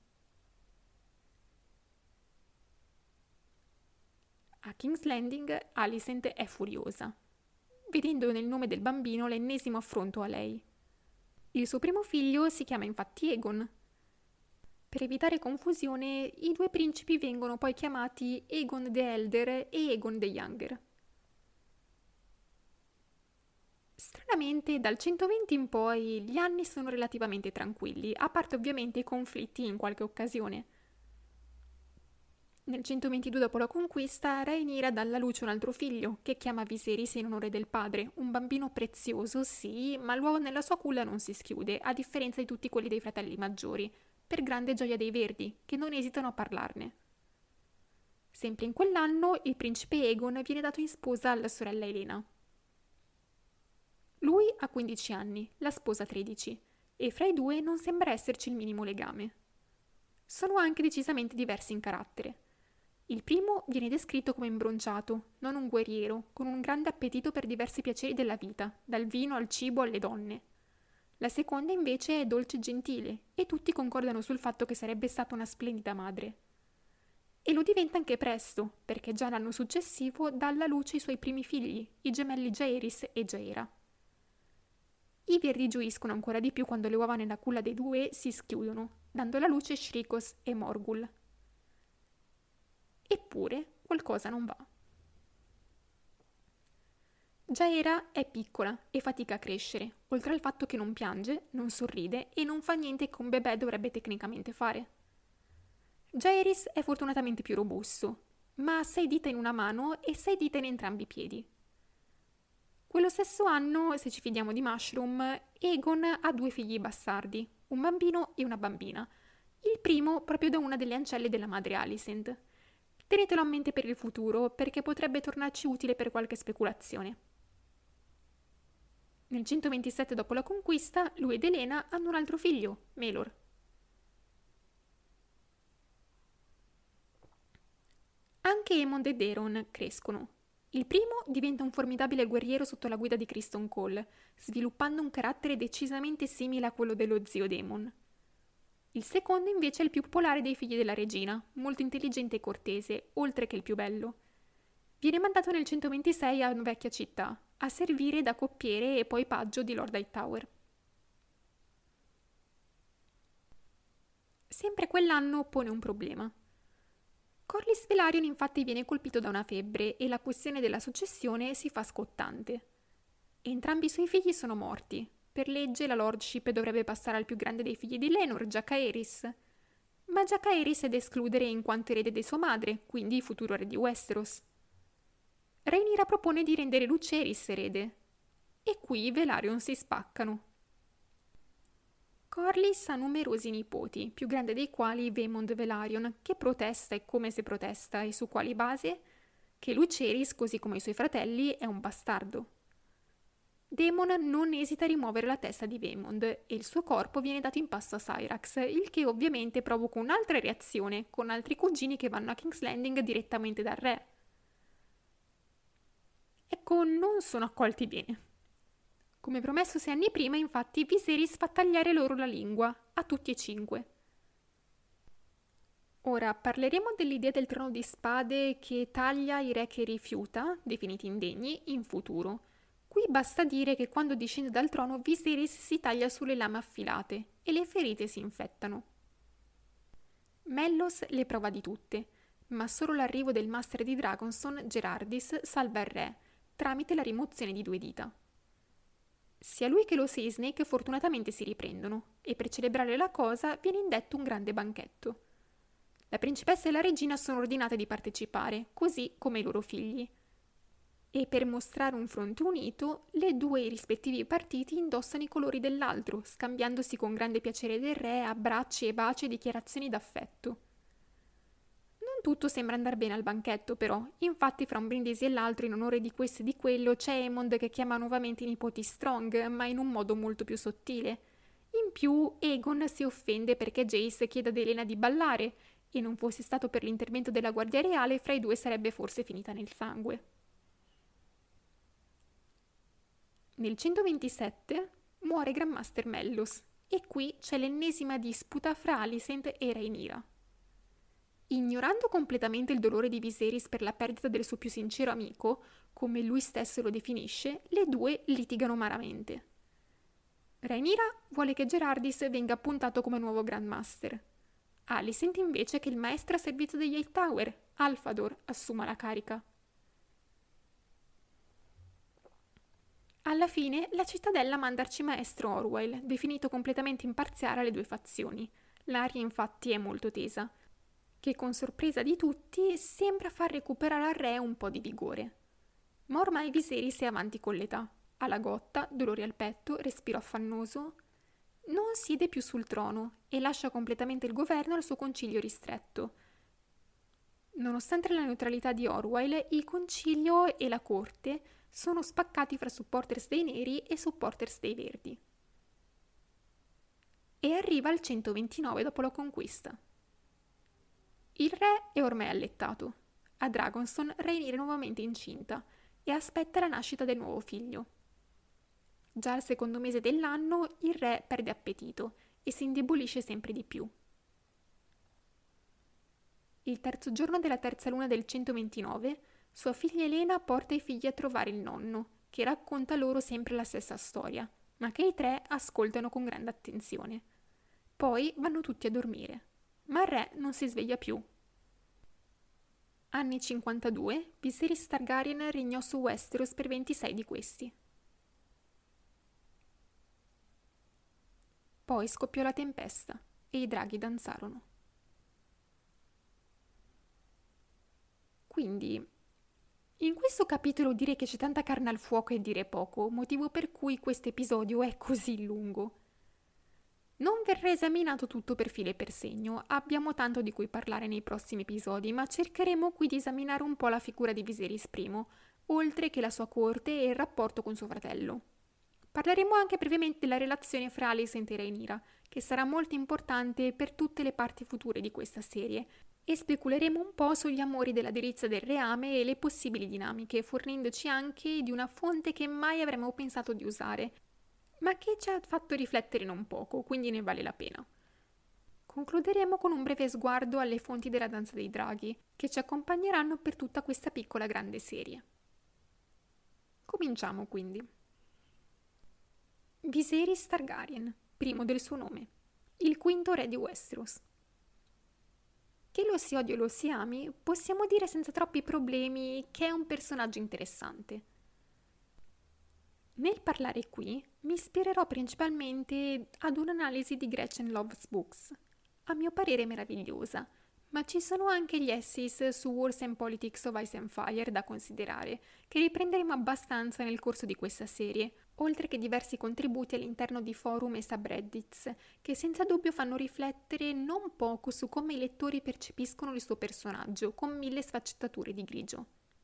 A King's Landing, Alicent è furiosa, vedendo nel nome del bambino l'ennesimo affronto a lei. Il suo primo figlio si chiama infatti Aegon. Per evitare confusione, i due principi vengono poi chiamati Aegon the Elder e Aegon the Younger. Stranamente, dal centoventi in poi gli anni sono relativamente tranquilli, a parte ovviamente i conflitti in qualche occasione. Nel centoventidue dopo la conquista, Rhaenyra dà alla luce un altro figlio, che chiama Viserys in onore del padre, un bambino prezioso, sì, ma l'uovo nella sua culla non si schiude, a differenza di tutti quelli dei fratelli maggiori, per grande gioia dei Verdi, che non esitano a parlarne. Sempre in quell'anno, il principe Aegon viene dato in sposa alla sorella Elena. Lui ha quindici anni, la sposa tredici, e fra i due non sembra esserci il minimo legame. Sono anche decisamente diversi in carattere. Il primo viene descritto come imbronciato, non un guerriero, con un grande appetito per diversi piaceri della vita, dal vino al cibo alle donne. La seconda invece è dolce e gentile, e tutti concordano sul fatto che sarebbe stata una splendida madre. E lo diventa anche presto, perché già l'anno successivo dà alla luce i suoi primi figli, i gemelli Jaehaerys e Jaehaera. I verdi gioiscono ancora di più quando le uova nella culla dei due si schiudono, dando alla luce Shrikos e Morgul. Eppure qualcosa non va. Jaehaera è piccola e fatica a crescere, oltre al fatto che non piange, non sorride e non fa niente che un bebè dovrebbe tecnicamente fare. Jaehaerys è fortunatamente più robusto, ma ha sei dita in una mano e sei dita in entrambi i piedi. Quello stesso anno, se ci fidiamo di Mushroom, Aegon ha due figli bastardi, un bambino e una bambina, il primo proprio da una delle ancelle della madre Alicent. Tenetelo a mente per il futuro, perché potrebbe tornarci utile per qualche speculazione. Nel centoventisette dopo la conquista, lui ed Elena hanno un altro figlio, Melor. Anche Aemond e Daeron crescono. Il primo diventa un formidabile guerriero sotto la guida di Criston Cole, sviluppando un carattere decisamente simile a quello dello zio Daemon. Il secondo invece è il più popolare dei figli della regina, molto intelligente e cortese, oltre che il più bello. Viene mandato nel centoventisei a Vecchia Città, a servire da coppiere e poi paggio di Lord Hightower. Sempre quell'anno pone un problema. Corlys Velaryon infatti viene colpito da una febbre e la questione della successione si fa scottante. Entrambi i suoi figli sono morti. Per legge la lordship dovrebbe passare al più grande dei figli di Laenor, Jacaerys. Ma Jacaerys è da escludere in quanto erede di sua madre, quindi futuro re di Westeros. Rhaenyra propone di rendere Lucerys erede. E qui Velaryon si spaccano. Corlys ha numerosi nipoti, più grande dei quali Vaemond Velaryon, che protesta e come se protesta e su quali base? Che Lucerys, così come i suoi fratelli, è un bastardo. Daemon non esita a rimuovere la testa di Vaemond e il suo corpo viene dato in pasto a Syrax, il che ovviamente provoca un'altra reazione, con altri cugini che vanno a King's Landing direttamente dal re. Ecco, non sono accolti bene. Come promesso sei anni prima, infatti, Viserys fa tagliare loro la lingua, a tutti e cinque. Ora, parleremo dell'idea del trono di spade che taglia i re che rifiuta, definiti indegni, in futuro. Qui basta dire che quando discende dal trono Viserys si taglia sulle lame affilate e le ferite si infettano. Mellos le prova di tutte, ma solo l'arrivo del master di Dragonstone, Gerardis, salva il re, tramite la rimozione di due dita. Sia lui che lo Sea Snake fortunatamente si riprendono, e per celebrare la cosa viene indetto un grande banchetto. La principessa e la regina sono ordinate di partecipare, così come i loro figli. E per mostrare un fronte unito, le due rispettivi partiti indossano i colori dell'altro, scambiandosi con grande piacere del re abbracci e baci e dichiarazioni d'affetto. Non tutto sembra andare bene al banchetto, però. Infatti, fra un brindisi e l'altro, in onore di questo e di quello, c'è Aemond che chiama nuovamente i nipoti Strong, ma in un modo molto più sottile. In più, Aegon si offende perché Jace chiede ad Elena di ballare, e non fosse stato per l'intervento della Guardia Reale, fra i due sarebbe forse finita nel sangue. Nel centoventisette muore Grandmaster Mellos, e qui c'è l'ennesima disputa fra Alicent e Rhaenyra. Ignorando completamente il dolore di Viserys per la perdita del suo più sincero amico, come lui stesso lo definisce, le due litigano amaramente. Rhaenyra vuole che Gerardis venga appuntato come nuovo Grandmaster. Alicent invece che il maestro a servizio degli Hightower, Alfador, assuma la carica. Alla fine, la cittadella manda arcimaestro Orwell, definito completamente imparziale alle due fazioni. L'aria infatti è molto tesa, che con sorpresa di tutti sembra far recuperare al re un po' di vigore. Ma ormai Viserys è avanti con l'età. Ha la gotta, dolori al petto, respiro affannoso. Non siede più sul trono e lascia completamente il governo al suo concilio ristretto. Nonostante la neutralità di Orwell, il concilio e la corte sono spaccati fra supporters dei neri e supporters dei verdi. E arriva al centoventinove dopo la conquista. Il re è ormai allettato. A Dragonstone Rhaenyra è nuovamente incinta e aspetta la nascita del nuovo figlio. Già al secondo mese dell'anno il re perde appetito e si indebolisce sempre di più. Il terzo giorno della terza luna del centoventinove, sua figlia Elena porta i figli a trovare il nonno, che racconta loro sempre la stessa storia, ma che i tre ascoltano con grande attenzione. Poi vanno tutti a dormire, ma il re non si sveglia più. Anni cinquantadue, Viserys Targaryen regnò su Westeros per ventisei di questi. Poi scoppiò la tempesta e i draghi danzarono. Quindi, in questo capitolo dire che c'è tanta carne al fuoco è dire poco, motivo per cui questo episodio è così lungo. Non verrà esaminato tutto per filo e per segno, abbiamo tanto di cui parlare nei prossimi episodi, ma cercheremo qui di esaminare un po' la figura di Viserys I, oltre che la sua corte e il rapporto con suo fratello. Parleremo anche brevemente della relazione fra Alicent e Rhaenyra, che sarà molto importante per tutte le parti future di questa serie, e speculeremo un po' sugli amori della delizia del reame e le possibili dinamiche, fornendoci anche di una fonte che mai avremmo pensato di usare, ma che ci ha fatto riflettere non poco, quindi ne vale la pena. Concluderemo con un breve sguardo alle fonti della danza dei draghi, che ci accompagneranno per tutta questa piccola grande serie. Cominciamo quindi. Viserys Targaryen, primo del suo nome, il quinto re di Westeros. Che lo si odi o lo si ami, possiamo dire senza troppi problemi che è un personaggio interessante. Nel parlare qui mi ispirerò principalmente ad un'analisi di Gretchen Love's Books, a mio parere meravigliosa, ma ci sono anche gli essays su Wars and Politics of Ice and Fire da considerare, che riprenderemo abbastanza nel corso di questa serie, oltre che diversi contributi all'interno di forum e subreddits, che senza dubbio fanno riflettere non poco su come i lettori percepiscono il suo personaggio, con mille sfaccettature di grigio.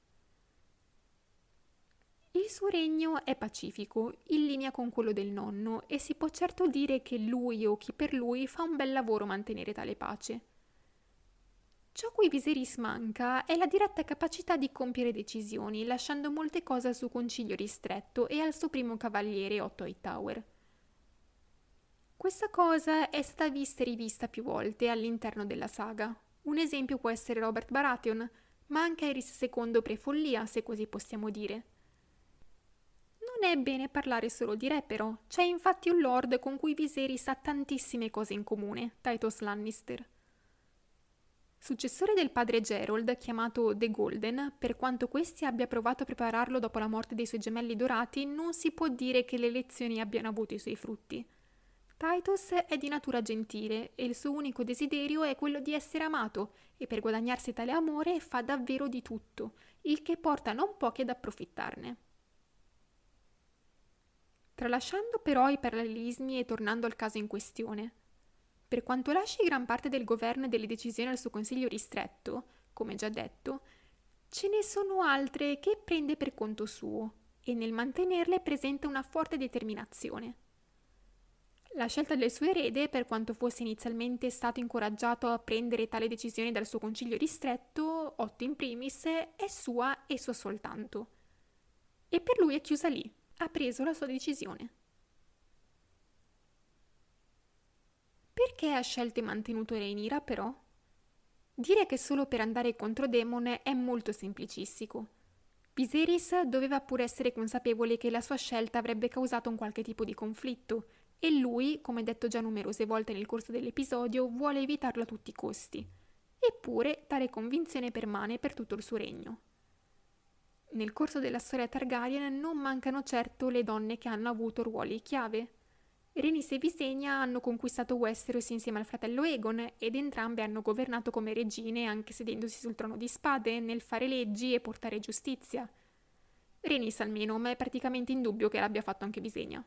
Il suo regno è pacifico, in linea con quello del nonno, e si può certo dire che lui o chi per lui fa un bel lavoro mantenere tale pace. Ciò cui Viserys manca è la diretta capacità di compiere decisioni, lasciando molte cose al suo concilio ristretto e al suo primo cavaliere Otto Hightower. Questa cosa è stata vista e rivista più volte all'interno della saga. Un esempio può essere Robert Baratheon, ma anche Aerys secondo pre-follia, se così possiamo dire. Non è bene parlare solo di re, però. C'è infatti un lord con cui Viserys ha tantissime cose in comune, Tytos Lannister. Successore del padre Gerald, chiamato The Golden, per quanto questi abbia provato a prepararlo dopo la morte dei suoi gemelli dorati, non si può dire che le elezioni abbiano avuto i suoi frutti. Tytos è di natura gentile e il suo unico desiderio è quello di essere amato, e per guadagnarsi tale amore fa davvero di tutto, il che porta non pochi ad approfittarne. Tralasciando però i parallelismi e tornando al caso in questione, per quanto lasci gran parte del governo e delle decisioni al suo consiglio ristretto, come già detto, ce ne sono altre che prende per conto suo e nel mantenerle presenta una forte determinazione. La scelta del suo erede, per quanto fosse inizialmente stato incoraggiato a prendere tale decisione dal suo concilio ristretto, Otto in primis, è sua e sua soltanto. E per lui è chiusa lì, ha preso la sua decisione. Perché ha scelto e mantenuto Rhaenyra, però? Dire che solo per andare contro Daemon è molto semplicistico. Viserys doveva pure essere consapevole che la sua scelta avrebbe causato un qualche tipo di conflitto, e lui, come detto già numerose volte nel corso dell'episodio, vuole evitarlo a tutti i costi. Eppure, tale convinzione permane per tutto il suo regno. Nel corso della storia Targaryen non mancano certo le donne che hanno avuto ruoli chiave. Rhaenys e Visenya hanno conquistato Westeros insieme al fratello Aegon ed entrambe hanno governato come regine anche sedendosi sul trono di spade nel fare leggi e portare giustizia. Rhaenys almeno, ma è praticamente indubbio che l'abbia fatto anche Visenya.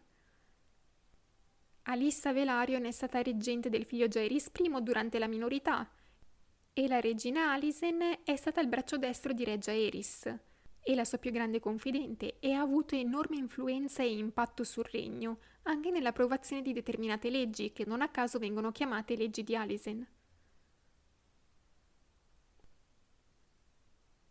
Alissa Velaryon è stata reggente del figlio Jaehaerys I durante la minorità e la regina Alicent è stata il braccio destro di re Jaehaerys e la sua più grande confidente e ha avuto enorme influenza e impatto sul regno, anche nell'approvazione di determinate leggi che non a caso vengono chiamate leggi di Alicent.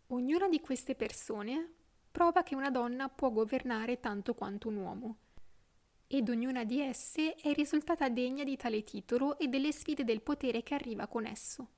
Ognuna di queste persone prova che una donna può governare tanto quanto un uomo, ed ognuna di esse è risultata degna di tale titolo e delle sfide del potere che arriva con esso.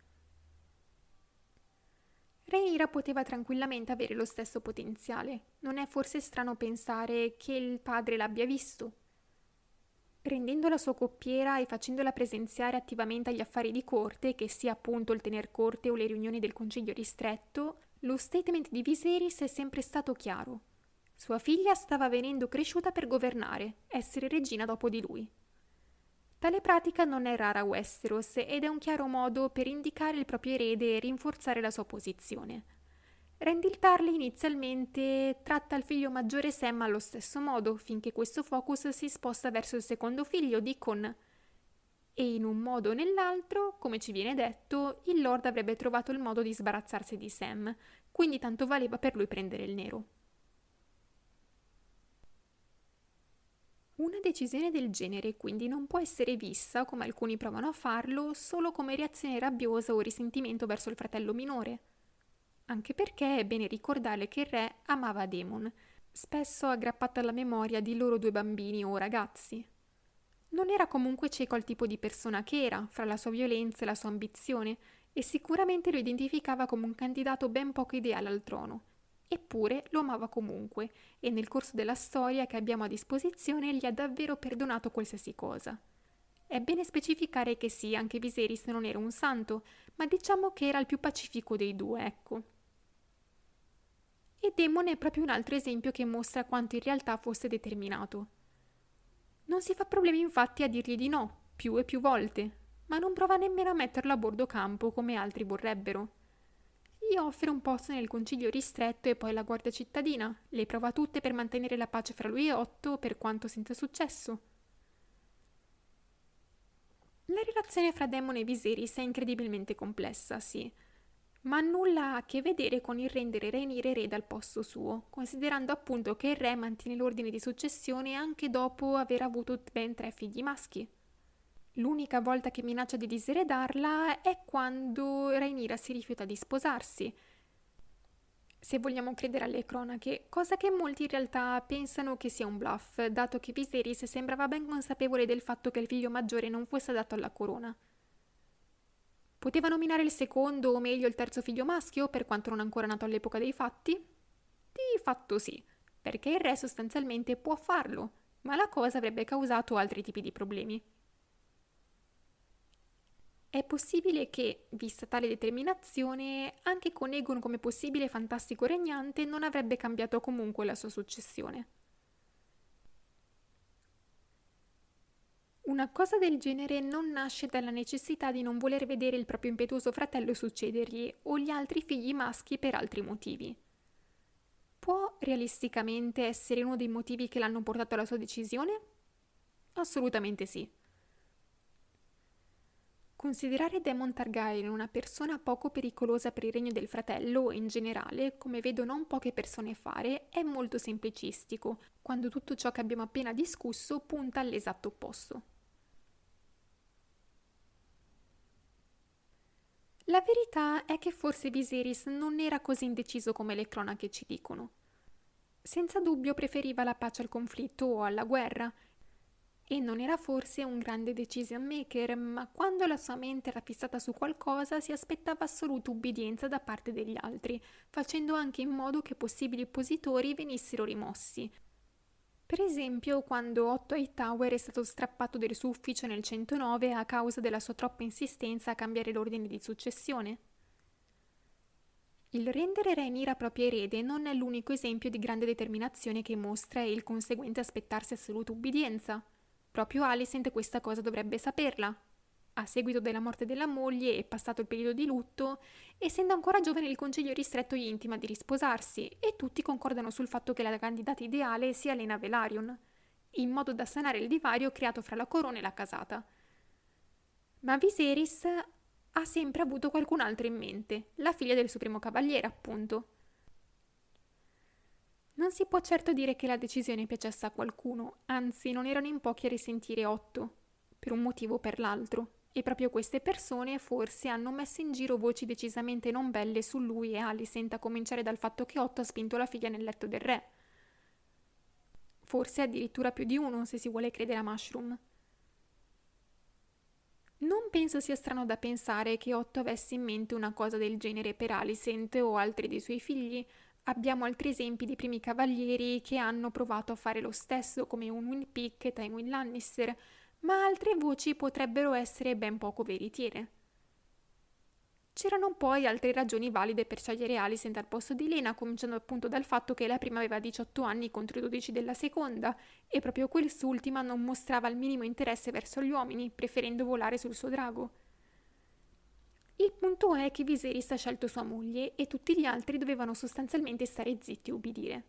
Rhaenyra poteva tranquillamente avere lo stesso potenziale. Non è forse strano pensare che il padre l'abbia visto? Rendendo la sua coppiera e facendola presenziare attivamente agli affari di corte, che sia appunto il tener corte o le riunioni del consiglio ristretto, lo statement di Viserys è sempre stato chiaro. Sua figlia stava venendo cresciuta per governare, essere regina dopo di lui. Tale pratica non è rara a Westeros ed è un chiaro modo per indicare il proprio erede e rinforzare la sua posizione. Randyll Tarly inizialmente tratta il figlio maggiore Sam allo stesso modo, finché questo focus si sposta verso il secondo figlio, Deacon. E in un modo o nell'altro, come ci viene detto, il Lord avrebbe trovato il modo di sbarazzarsi di Sam, quindi tanto valeva per lui prendere il nero. Una decisione del genere quindi non può essere vista, come alcuni provano a farlo, solo come reazione rabbiosa o risentimento verso il fratello minore. Anche perché è bene ricordare che il re amava Daemon, spesso aggrappato alla memoria di loro due bambini o ragazzi. Non era comunque cieco al tipo di persona che era, fra la sua violenza e la sua ambizione, e sicuramente lo identificava come un candidato ben poco ideale al trono. Eppure lo amava comunque, e nel corso della storia che abbiamo a disposizione gli ha davvero perdonato qualsiasi cosa. È bene specificare che sì, anche Viserys non era un santo, ma diciamo che era il più pacifico dei due, ecco. E Daemon è proprio un altro esempio che mostra quanto in realtà fosse determinato. Non si fa problemi infatti a dirgli di no, più e più volte, ma non prova nemmeno a metterlo a bordo campo come altri vorrebbero. Gli offre un posto nel concilio ristretto e poi la guardia cittadina, le prova tutte per mantenere la pace fra lui e Otto, per quanto senza successo. La relazione fra Daemon e Viserys è incredibilmente complessa, sì, ma nulla ha a che vedere con il rendere Rhaenyra erede al posto suo, considerando appunto che il re mantiene l'ordine di successione anche dopo aver avuto ben tre figli maschi. L'unica volta che minaccia di diseredarla è quando Rhaenyra si rifiuta di sposarsi, se vogliamo credere alle cronache, cosa che molti in realtà pensano che sia un bluff, dato che Viserys sembrava ben consapevole del fatto che il figlio maggiore non fosse adatto alla corona. Poteva nominare il secondo o meglio il terzo figlio maschio, per quanto non ancora nato all'epoca dei fatti? Di fatto sì, perché il re sostanzialmente può farlo, ma la cosa avrebbe causato altri tipi di problemi. È possibile che, vista tale determinazione, anche con Aegon come possibile fantastico regnante non avrebbe cambiato comunque la sua successione. Una cosa del genere non nasce dalla necessità di non voler vedere il proprio impetuoso fratello succedergli o gli altri figli maschi per altri motivi. Può realisticamente essere uno dei motivi che l'hanno portato alla sua decisione? Assolutamente sì. Considerare Daemon Targaryen una persona poco pericolosa per il regno del fratello, in generale, come vedo non poche persone fare, è molto semplicistico, quando tutto ciò che abbiamo appena discusso punta all'esatto opposto. La verità è che forse Viserys non era così indeciso come le cronache ci dicono. Senza dubbio preferiva la pace al conflitto o alla guerra, e non era forse un grande decision maker, ma quando la sua mente era fissata su qualcosa si aspettava assoluta ubbidienza da parte degli altri, facendo anche in modo che possibili oppositori venissero rimossi. Per esempio, quando Otto Hightower è stato strappato del suo ufficio nel centonove a causa della sua troppa insistenza a cambiare l'ordine di successione. Il rendere Rhaenyra propria erede non è l'unico esempio di grande determinazione che mostra e il conseguente aspettarsi assoluta ubbidienza. Proprio Alicent questa cosa dovrebbe saperla. A seguito della morte della moglie e passato il periodo di lutto, essendo ancora giovane il consiglio ristretto gli intima di risposarsi e tutti concordano sul fatto che la candidata ideale sia Lena Velaryon, in modo da sanare il divario creato fra la corona e la casata. Ma Viserys ha sempre avuto qualcun altro in mente, la figlia del supremo cavaliere, appunto. Non si può certo dire che la decisione piacesse a qualcuno, anzi non erano in pochi a risentire Otto, per un motivo o per l'altro. E proprio queste persone forse hanno messo in giro voci decisamente non belle su lui e Alicent, a cominciare dal fatto che Otto ha spinto la figlia nel letto del re. Forse addirittura più di uno, se si vuole credere a Mushroom. Non penso sia strano da pensare che Otto avesse in mente una cosa del genere per Alicent o altri dei suoi figli. Abbiamo altri esempi di primi cavalieri che hanno provato a fare lo stesso, come Unwin Pick e Tywin Lannister, ma altre voci potrebbero essere ben poco veritiere. C'erano poi altre ragioni valide per scegliere Alicent al posto di Lena, cominciando appunto dal fatto che la prima aveva diciotto anni contro i dodici della seconda, e proprio quest'ultima non mostrava il minimo interesse verso gli uomini, preferendo volare sul suo drago. Il punto è che Viserys ha scelto sua moglie e tutti gli altri dovevano sostanzialmente stare zitti e ubbidire.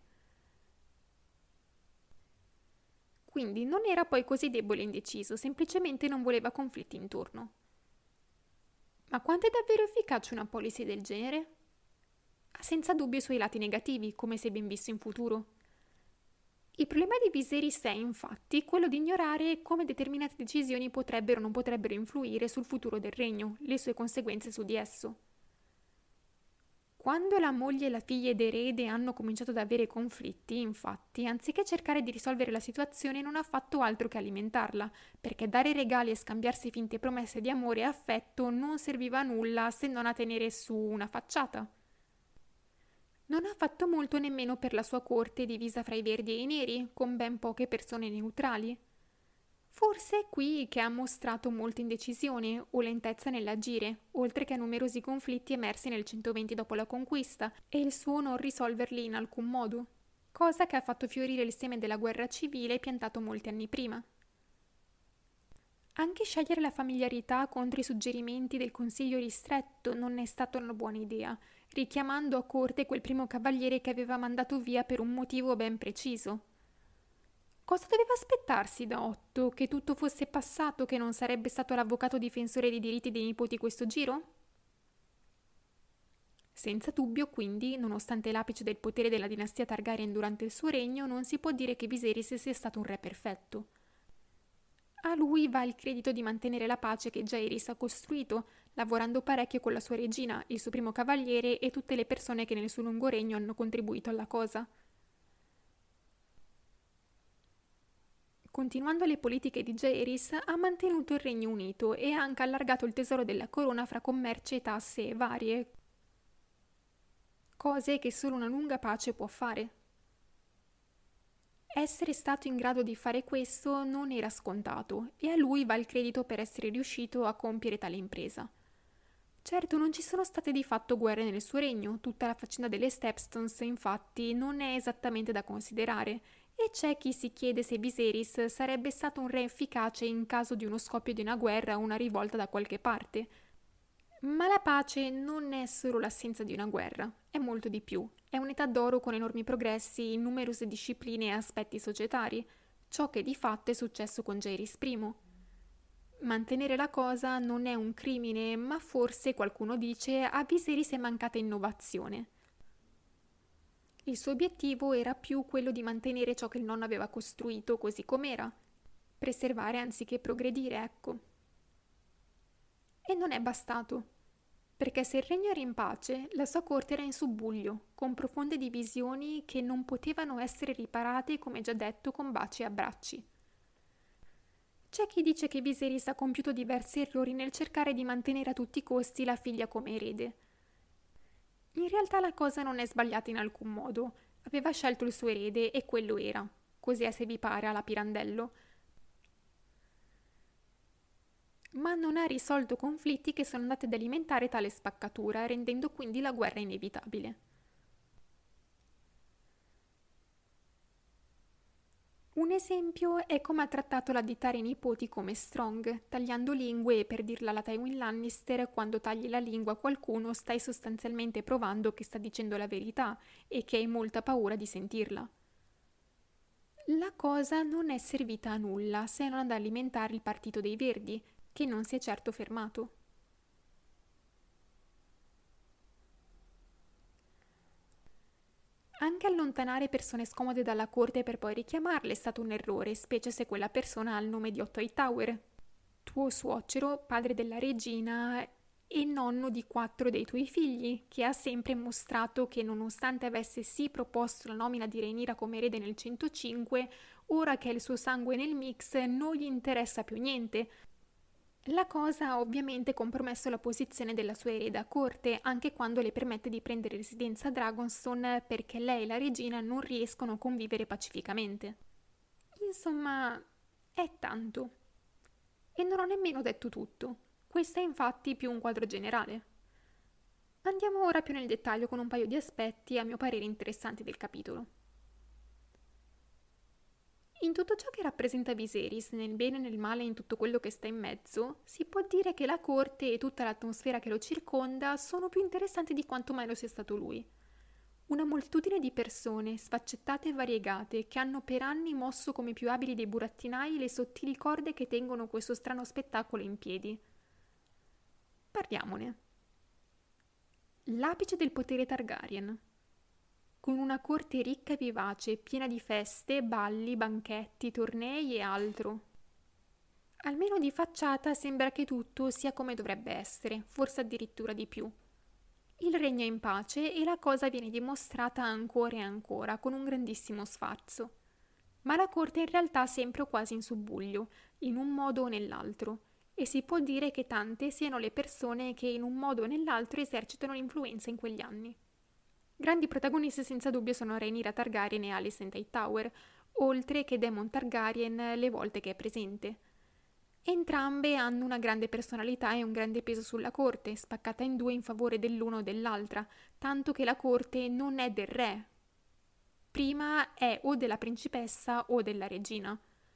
Quindi non era poi così debole e indeciso, semplicemente non voleva conflitti intorno. Ma quanto è davvero efficace una policy del genere? Ha senza dubbio i suoi lati negativi, come si è ben visto in futuro. Il problema di Viserys è, infatti, quello di ignorare come determinate decisioni potrebbero o non potrebbero influire sul futuro del regno, le sue conseguenze su di esso. Quando la moglie, la figlia ed erede hanno cominciato ad avere conflitti, infatti, anziché cercare di risolvere la situazione, non ha fatto altro che alimentarla, perché dare regali e scambiarsi finte promesse di amore e affetto non serviva a nulla se non a tenere su una facciata. Non ha fatto molto nemmeno per la sua corte divisa fra i verdi e i neri, con ben poche persone neutrali. Forse è qui che ha mostrato molta indecisione o lentezza nell'agire, oltre che a numerosi conflitti emersi nel centoventi dopo la conquista e il suo non risolverli in alcun modo, cosa che ha fatto fiorire il seme della guerra civile piantato molti anni prima. Anche scegliere la familiarità contro i suggerimenti del consiglio ristretto non è stata una buona idea, richiamando a corte quel primo cavaliere che aveva mandato via per un motivo ben preciso. Cosa doveva aspettarsi da Otto? Che tutto fosse passato, che non sarebbe stato l'avvocato difensore dei diritti dei nipoti questo giro? Senza dubbio, quindi, nonostante l'apice del potere della dinastia Targaryen durante il suo regno, non si può dire che Viserys sia stato un re perfetto. A lui va il credito di mantenere la pace che Jaehaerys ha costruito, lavorando parecchio con la sua regina, il suo primo cavaliere e tutte le persone che nel suo lungo regno hanno contribuito alla cosa. Continuando le politiche di Jaehaerys, ha mantenuto il Regno Unito e ha anche allargato il tesoro della corona fra commerci e tasse varie, cose che solo una lunga pace può fare. Essere stato in grado di fare questo non era scontato e a lui va il credito per essere riuscito a compiere tale impresa. Certo, non ci sono state di fatto guerre nel suo regno, tutta la faccenda delle Stepstones infatti non è esattamente da considerare, e c'è chi si chiede se Viserys sarebbe stato un re efficace in caso di uno scoppio di una guerra o una rivolta da qualche parte. Ma la pace non è solo l'assenza di una guerra, è molto di più. È un'età d'oro con enormi progressi in numerose discipline e aspetti societari, ciò che di fatto è successo con Jaehaerys I. Mantenere la cosa non è un crimine, ma forse, qualcuno dice, a Viserys è mancata innovazione. Il suo obiettivo era più quello di mantenere ciò che il nonno aveva costruito così com'era, preservare anziché progredire, ecco. E non è bastato, perché se il regno era in pace, la sua corte era in subbuglio, con profonde divisioni che non potevano essere riparate, come già detto, con baci e abbracci. C'è chi dice che Viserys ha compiuto diversi errori nel cercare di mantenere a tutti i costi la figlia come erede. In realtà la cosa non è sbagliata in alcun modo. Aveva scelto il suo erede e quello era. Così è se vi pare alla Pirandello. Ma non ha risolto conflitti che sono andati ad alimentare tale spaccatura, rendendo quindi la guerra inevitabile. Un esempio è come ha trattato l'additare i nipoti come Strong, tagliando lingue e per dirla alla Tywin Lannister, quando tagli la lingua a qualcuno stai sostanzialmente provando che sta dicendo la verità e che hai molta paura di sentirla. La cosa non è servita a nulla se non ad alimentare il partito dei Verdi, che non si è certo fermato. Anche allontanare persone scomode dalla corte per poi richiamarle è stato un errore, specie se quella persona ha il nome di Otto Hightower. tuo suocero, padre della regina e nonno di quattro dei tuoi figli, che ha sempre mostrato che nonostante avesse sì proposto la nomina di Rhaenyra come erede nel centocinque, ora che ha il suo sangue nel mix non gli interessa più niente. La cosa ha ovviamente compromesso la posizione della sua erede a corte, anche quando le permette di prendere residenza a Dragonstone perché lei e la regina non riescono a convivere pacificamente. Insomma, è tanto. E non ho nemmeno detto tutto. Questo è infatti più un quadro generale. Andiamo ora più nel dettaglio con un paio di aspetti a mio parere interessanti del capitolo. In tutto ciò che rappresenta Viserys, nel bene e nel male e in tutto quello che sta in mezzo, si può dire che la corte e tutta l'atmosfera che lo circonda sono più interessanti di quanto mai lo sia stato lui. Una moltitudine di persone, sfaccettate e variegate, che hanno per anni mosso come più abili dei burattinai le sottili corde che tengono questo strano spettacolo in piedi. Parliamone. L'apice del potere Targaryen. Con una corte ricca e vivace, piena di feste, balli, banchetti, tornei e altro. Almeno di facciata sembra che tutto sia come dovrebbe essere, forse addirittura di più. Il regno è in pace e la cosa viene dimostrata ancora e ancora, con un grandissimo sfarzo. Ma la corte è in realtà sempre o quasi in subbuglio, in un modo o nell'altro, e si può dire che tante siano le persone che in un modo o nell'altro esercitano l'influenza in quegli anni. Grandi protagonisti senza dubbio sono Rhaenyra Targaryen e Alicent Hightower, oltre che Daemon Targaryen le volte che è presente. Entrambe hanno una grande personalità e un grande peso sulla corte, spaccata in due in favore dell'uno o dell'altra, tanto che la corte non è del re. Prima è o della principessa o della regina.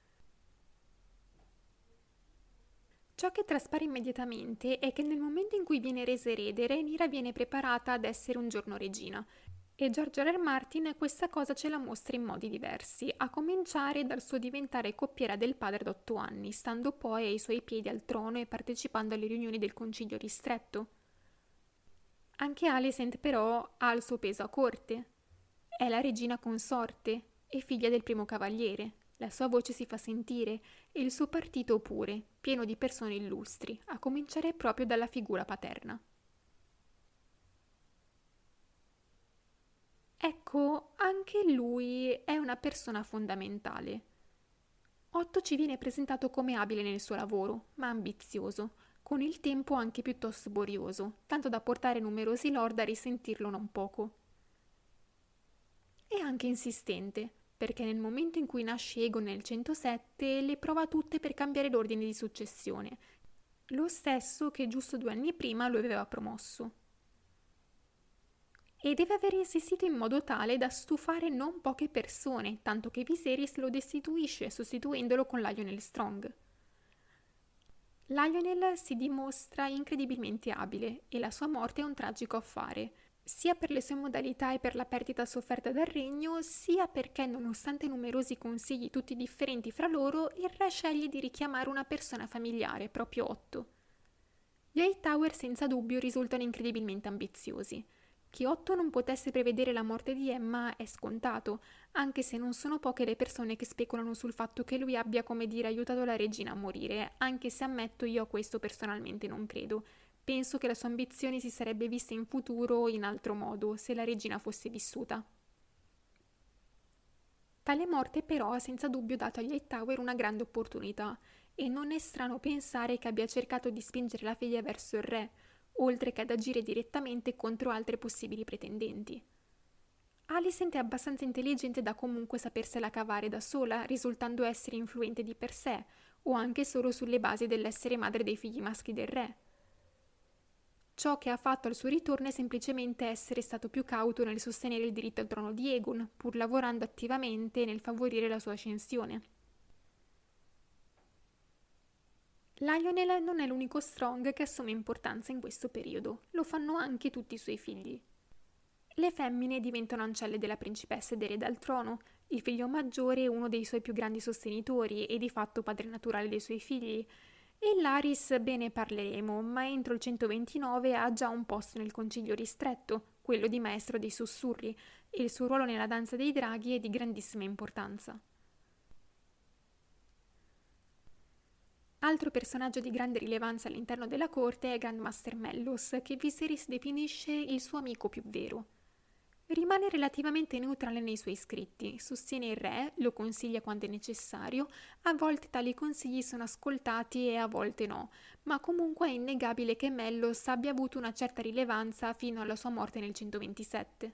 Ciò che traspare immediatamente è che nel momento in cui viene resa erede, Rhaenyra viene preparata ad essere un giorno regina. E George R. R. Martin questa cosa ce la mostra in modi diversi, a cominciare dal suo diventare coppiera del padre ad otto anni, stando poi ai suoi piedi al trono e partecipando alle riunioni del concilio ristretto. Anche Alicent però ha il suo peso a corte. È la regina consorte e figlia del primo cavaliere. La sua voce si fa sentire e il suo partito pure, pieno di persone illustri, a cominciare proprio dalla figura paterna. Ecco, anche lui è una persona fondamentale. Otto ci viene presentato come abile nel suo lavoro, ma ambizioso, con il tempo anche piuttosto borioso, tanto da portare numerosi lord a risentirlo non poco. E anche insistente, perché nel momento in cui nasce Aegon nel centosette le prova tutte per cambiare l'ordine di successione, lo stesso che giusto due anni prima lo aveva promosso. E deve aver insistito in modo tale da stufare non poche persone, tanto che Viserys lo destituisce sostituendolo con Lionel Strong. Lionel si dimostra incredibilmente abile e la sua morte è un tragico affare, sia per le sue modalità e per la perdita sofferta dal regno, sia perché, nonostante numerosi consigli tutti differenti fra loro, il re sceglie di richiamare una persona familiare, proprio Otto. Gli Hightower senza dubbio risultano incredibilmente ambiziosi. Che Otto non potesse prevedere la morte di Emma è scontato, anche se non sono poche le persone che speculano sul fatto che lui abbia, come dire, aiutato la regina a morire, anche se ammetto io a questo personalmente non credo. Penso che la sua ambizione si sarebbe vista in futuro in altro modo, se la regina fosse vissuta. Tale morte però ha senza dubbio dato agli Hightower una grande opportunità, e non è strano pensare che abbia cercato di spingere la figlia verso il re, oltre che ad agire direttamente contro altre possibili pretendenti. Alicent è abbastanza intelligente da comunque sapersela cavare da sola, risultando essere influente di per sé, o anche solo sulle basi dell'essere madre dei figli maschi del re. Ciò che ha fatto al suo ritorno è semplicemente essere stato più cauto nel sostenere il diritto al trono di Aegon, pur lavorando attivamente nel favorire la sua ascensione. Lionel non è l'unico Strong che assume importanza in questo periodo, lo fanno anche tutti i suoi figli. Le femmine diventano ancelle della principessa ed erede al trono, il figlio maggiore è uno dei suoi più grandi sostenitori e di fatto padre naturale dei suoi figli, e Larys bene parleremo, ma entro il centoventinove ha già un posto nel concilio ristretto, quello di maestro dei sussurri, e il suo ruolo nella danza dei draghi è di grandissima importanza. Altro personaggio di grande rilevanza all'interno della corte è Grandmaster Mellos, che Viserys definisce il suo amico più vero. Rimane relativamente neutrale nei suoi scritti, sostiene il re, lo consiglia quando è necessario, a volte tali consigli sono ascoltati e a volte no, ma comunque è innegabile che Mellos abbia avuto una certa rilevanza fino alla sua morte nel centoventisette.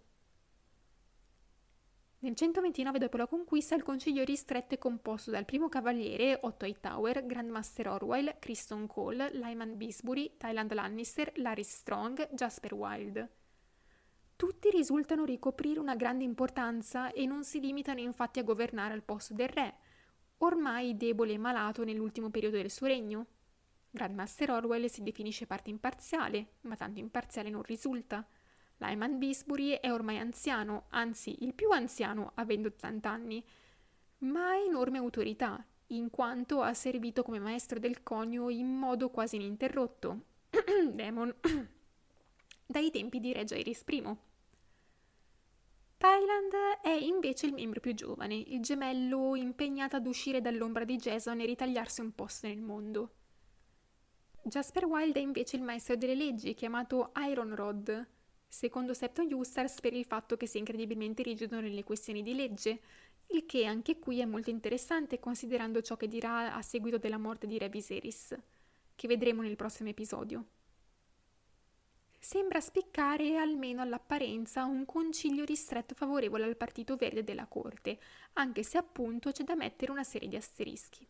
Nel centoventinove dopo la conquista il consiglio ristretto è composto dal primo cavaliere, Otto Hightower, Grandmaster Orwell, Criston Cole, Lyman Bisbury, Tywin Lannister, Larys Strong, Jasper Wilde. Tutti risultano ricoprire una grande importanza e non si limitano infatti a governare al posto del re, ormai debole e malato nell'ultimo periodo del suo regno. Grandmaster Orwell si definisce parte imparziale, ma tanto imparziale non risulta. Lyman Bisbury è ormai anziano, anzi il più anziano, avendo ottanta anni, ma ha enorme autorità, in quanto ha servito come maestro del conio in modo quasi ininterrotto. Daemon. Dai tempi di Re Jaehaerys I. Thailand è invece il membro più giovane, il gemello impegnato ad uscire dall'ombra di Jason e ritagliarsi un posto nel mondo. Jasper Wilde è invece il maestro delle leggi, chiamato Iron Rod, secondo Septon Eustace per il fatto che sia incredibilmente rigido nelle questioni di legge, il che anche qui è molto interessante considerando ciò che dirà a seguito della morte di Re Viserys, che vedremo nel prossimo episodio. Sembra spiccare, almeno all'apparenza, un concilio ristretto favorevole al partito verde della corte, anche se appunto c'è da mettere una serie di asterischi.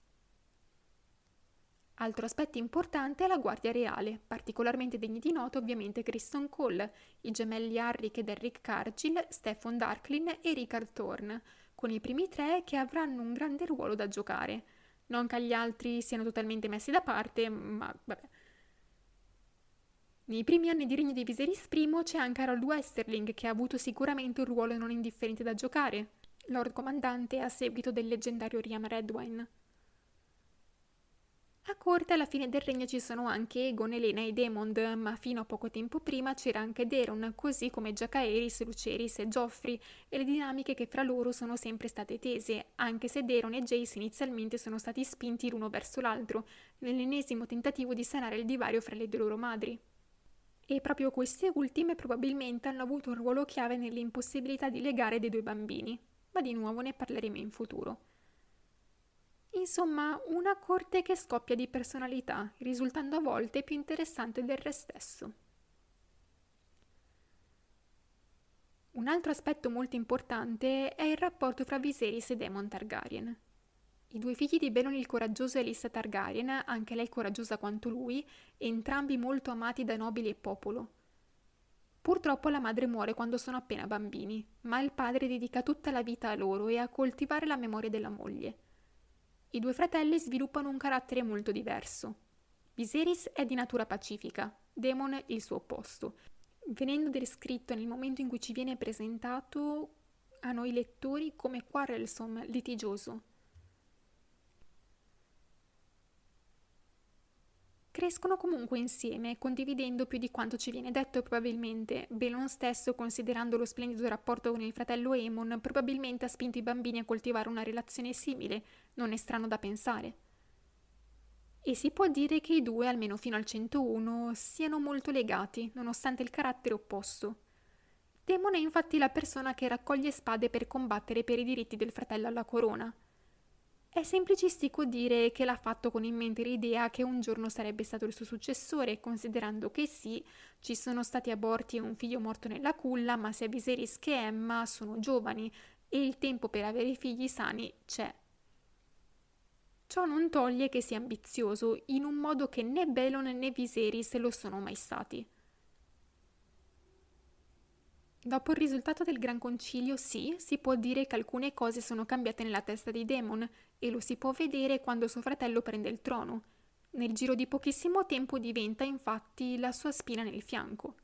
Altro aspetto importante è la Guardia Reale, particolarmente degni di nota ovviamente Criston Cole, i gemelli Harrick ed Eric Cargill, Steffon Darklyn e Rickard Thorne, con i primi tre che avranno un grande ruolo da giocare. Non che gli altri siano totalmente messi da parte, ma vabbè. Nei primi anni di regno di Viserys I c'è anche Harold Westerling, che ha avuto sicuramente un ruolo non indifferente da giocare, Lord Comandante a seguito del leggendario Riam Redwine. A corte alla fine del regno ci sono anche Aegon, Elena e Daemon, ma fino a poco tempo prima c'era anche Daeron, così come Jacaerys, Lucerys e Joffrey, e le dinamiche che fra loro sono sempre state tese, anche se Daeron e Jace inizialmente sono stati spinti l'uno verso l'altro, nell'ennesimo tentativo di sanare il divario fra le due loro madri. E proprio queste ultime probabilmente hanno avuto un ruolo chiave nell'impossibilità di legare dei due bambini, ma di nuovo ne parleremo in futuro. Insomma, una corte che scoppia di personalità, risultando a volte più interessante del re stesso. Un altro aspetto molto importante è il rapporto fra Viserys e Daemon Targaryen. I due figli di Balon il Coraggioso e Alyssa Targaryen, anche lei coraggiosa quanto lui, entrambi molto amati da nobili e popolo. Purtroppo la madre muore quando sono appena bambini, ma il padre dedica tutta la vita a loro e a coltivare la memoria della moglie. I due fratelli sviluppano un carattere molto diverso. Viserys è di natura pacifica, Daemon il suo opposto, venendo descritto nel momento in cui ci viene presentato a noi lettori come quarrelsome, litigioso. Crescono comunque insieme, condividendo più di quanto ci viene detto probabilmente. Balon stesso, considerando lo splendido rapporto con il fratello Aemon, probabilmente ha spinto i bambini a coltivare una relazione simile, non è strano da pensare. E si può dire che i due, almeno fino al centouno, siano molto legati, nonostante il carattere opposto. Daemon è infatti la persona che raccoglie spade per combattere per i diritti del fratello alla corona. È semplicistico dire che l'ha fatto con in mente l'idea che un giorno sarebbe stato il suo successore, considerando che sì, ci sono stati aborti e un figlio morto nella culla, ma sia Viserys che Aemma sono giovani e il tempo per avere figli sani c'è. Ciò non toglie che sia ambizioso, in un modo che né Balon né Viserys lo sono mai stati. Dopo il risultato del Gran Concilio, sì, si può dire che alcune cose sono cambiate nella testa di Daemon e lo si può vedere quando suo fratello prende il trono. Nel giro di pochissimo tempo diventa infatti la sua spina nel fianco.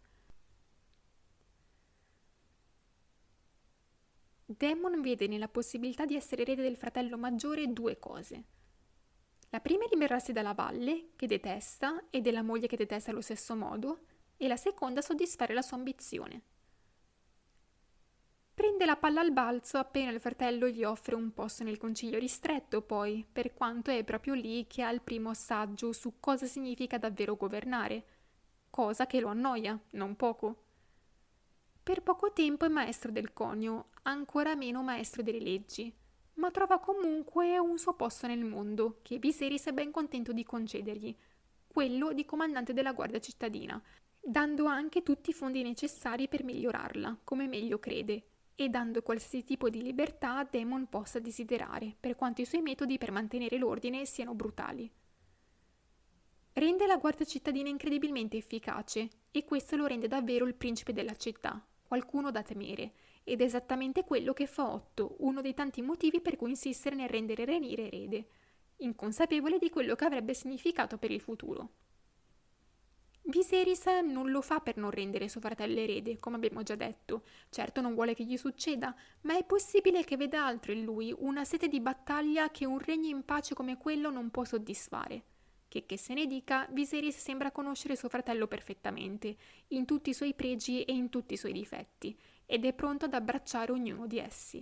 Daemon vede nella possibilità di essere erede del fratello maggiore due cose. La prima è liberarsi dalla valle, che detesta, e della moglie che detesta allo stesso modo, e la seconda soddisfare la sua ambizione. Prende la palla al balzo appena il fratello gli offre un posto nel consiglio ristretto, poi, per quanto è proprio lì che ha il primo assaggio su cosa significa davvero governare, cosa che lo annoia, non poco. Per poco tempo è maestro del conio, ancora meno maestro delle leggi, ma trova comunque un suo posto nel mondo, che Viserys è ben contento di concedergli, quello di comandante della guardia cittadina, dando anche tutti i fondi necessari per migliorarla, come meglio crede, e dando qualsiasi tipo di libertà Daemon possa desiderare, per quanto i suoi metodi per mantenere l'ordine siano brutali. Rende la guardia cittadina incredibilmente efficace, e questo lo rende davvero il principe della città, qualcuno da temere, ed è esattamente quello che fa Otto, uno dei tanti motivi per cui insistere nel rendere Rhaenyra erede, inconsapevole di quello che avrebbe significato per il futuro. Viserys non lo fa per non rendere suo fratello erede, come abbiamo già detto. Certo non vuole che gli succeda, ma è possibile che veda altro in lui, una sete di battaglia che un regno in pace come quello non può soddisfare. Che che se ne dica, Viserys sembra conoscere suo fratello perfettamente, in tutti i suoi pregi e in tutti i suoi difetti, ed è pronto ad abbracciare ognuno di essi.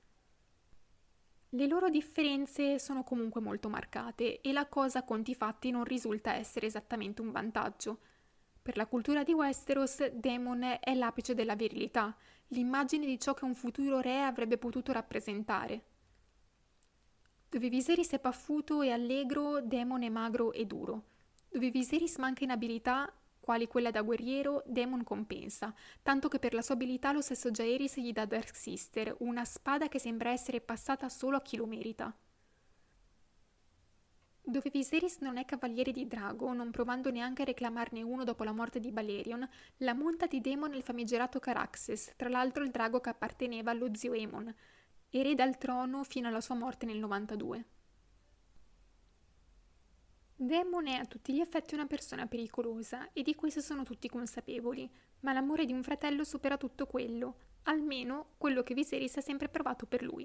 Le loro differenze sono comunque molto marcate e la cosa a conti fatti non risulta essere esattamente un vantaggio. Per la cultura di Westeros, Daemon è l'apice della virilità, l'immagine di ciò che un futuro re avrebbe potuto rappresentare. Dove Viserys è paffuto e allegro, Daemon è magro e duro. Dove Viserys manca in abilità, quali quella da guerriero, Daemon compensa, tanto che per la sua abilità lo stesso Jaehaerys gli dà Dark Sister, una spada che sembra essere passata solo a chi lo merita. Dove Viserys non è cavaliere di drago, non provando neanche a reclamarne uno dopo la morte di Balerion, la monta di Daemon è il famigerato Caraxes, tra l'altro il drago che apparteneva allo zio Aemon, erede al trono fino alla sua morte nel novantadue. Daemon è a tutti gli effetti una persona pericolosa e di questo sono tutti consapevoli, ma l'amore di un fratello supera tutto quello, almeno quello che Viserys ha sempre provato per lui.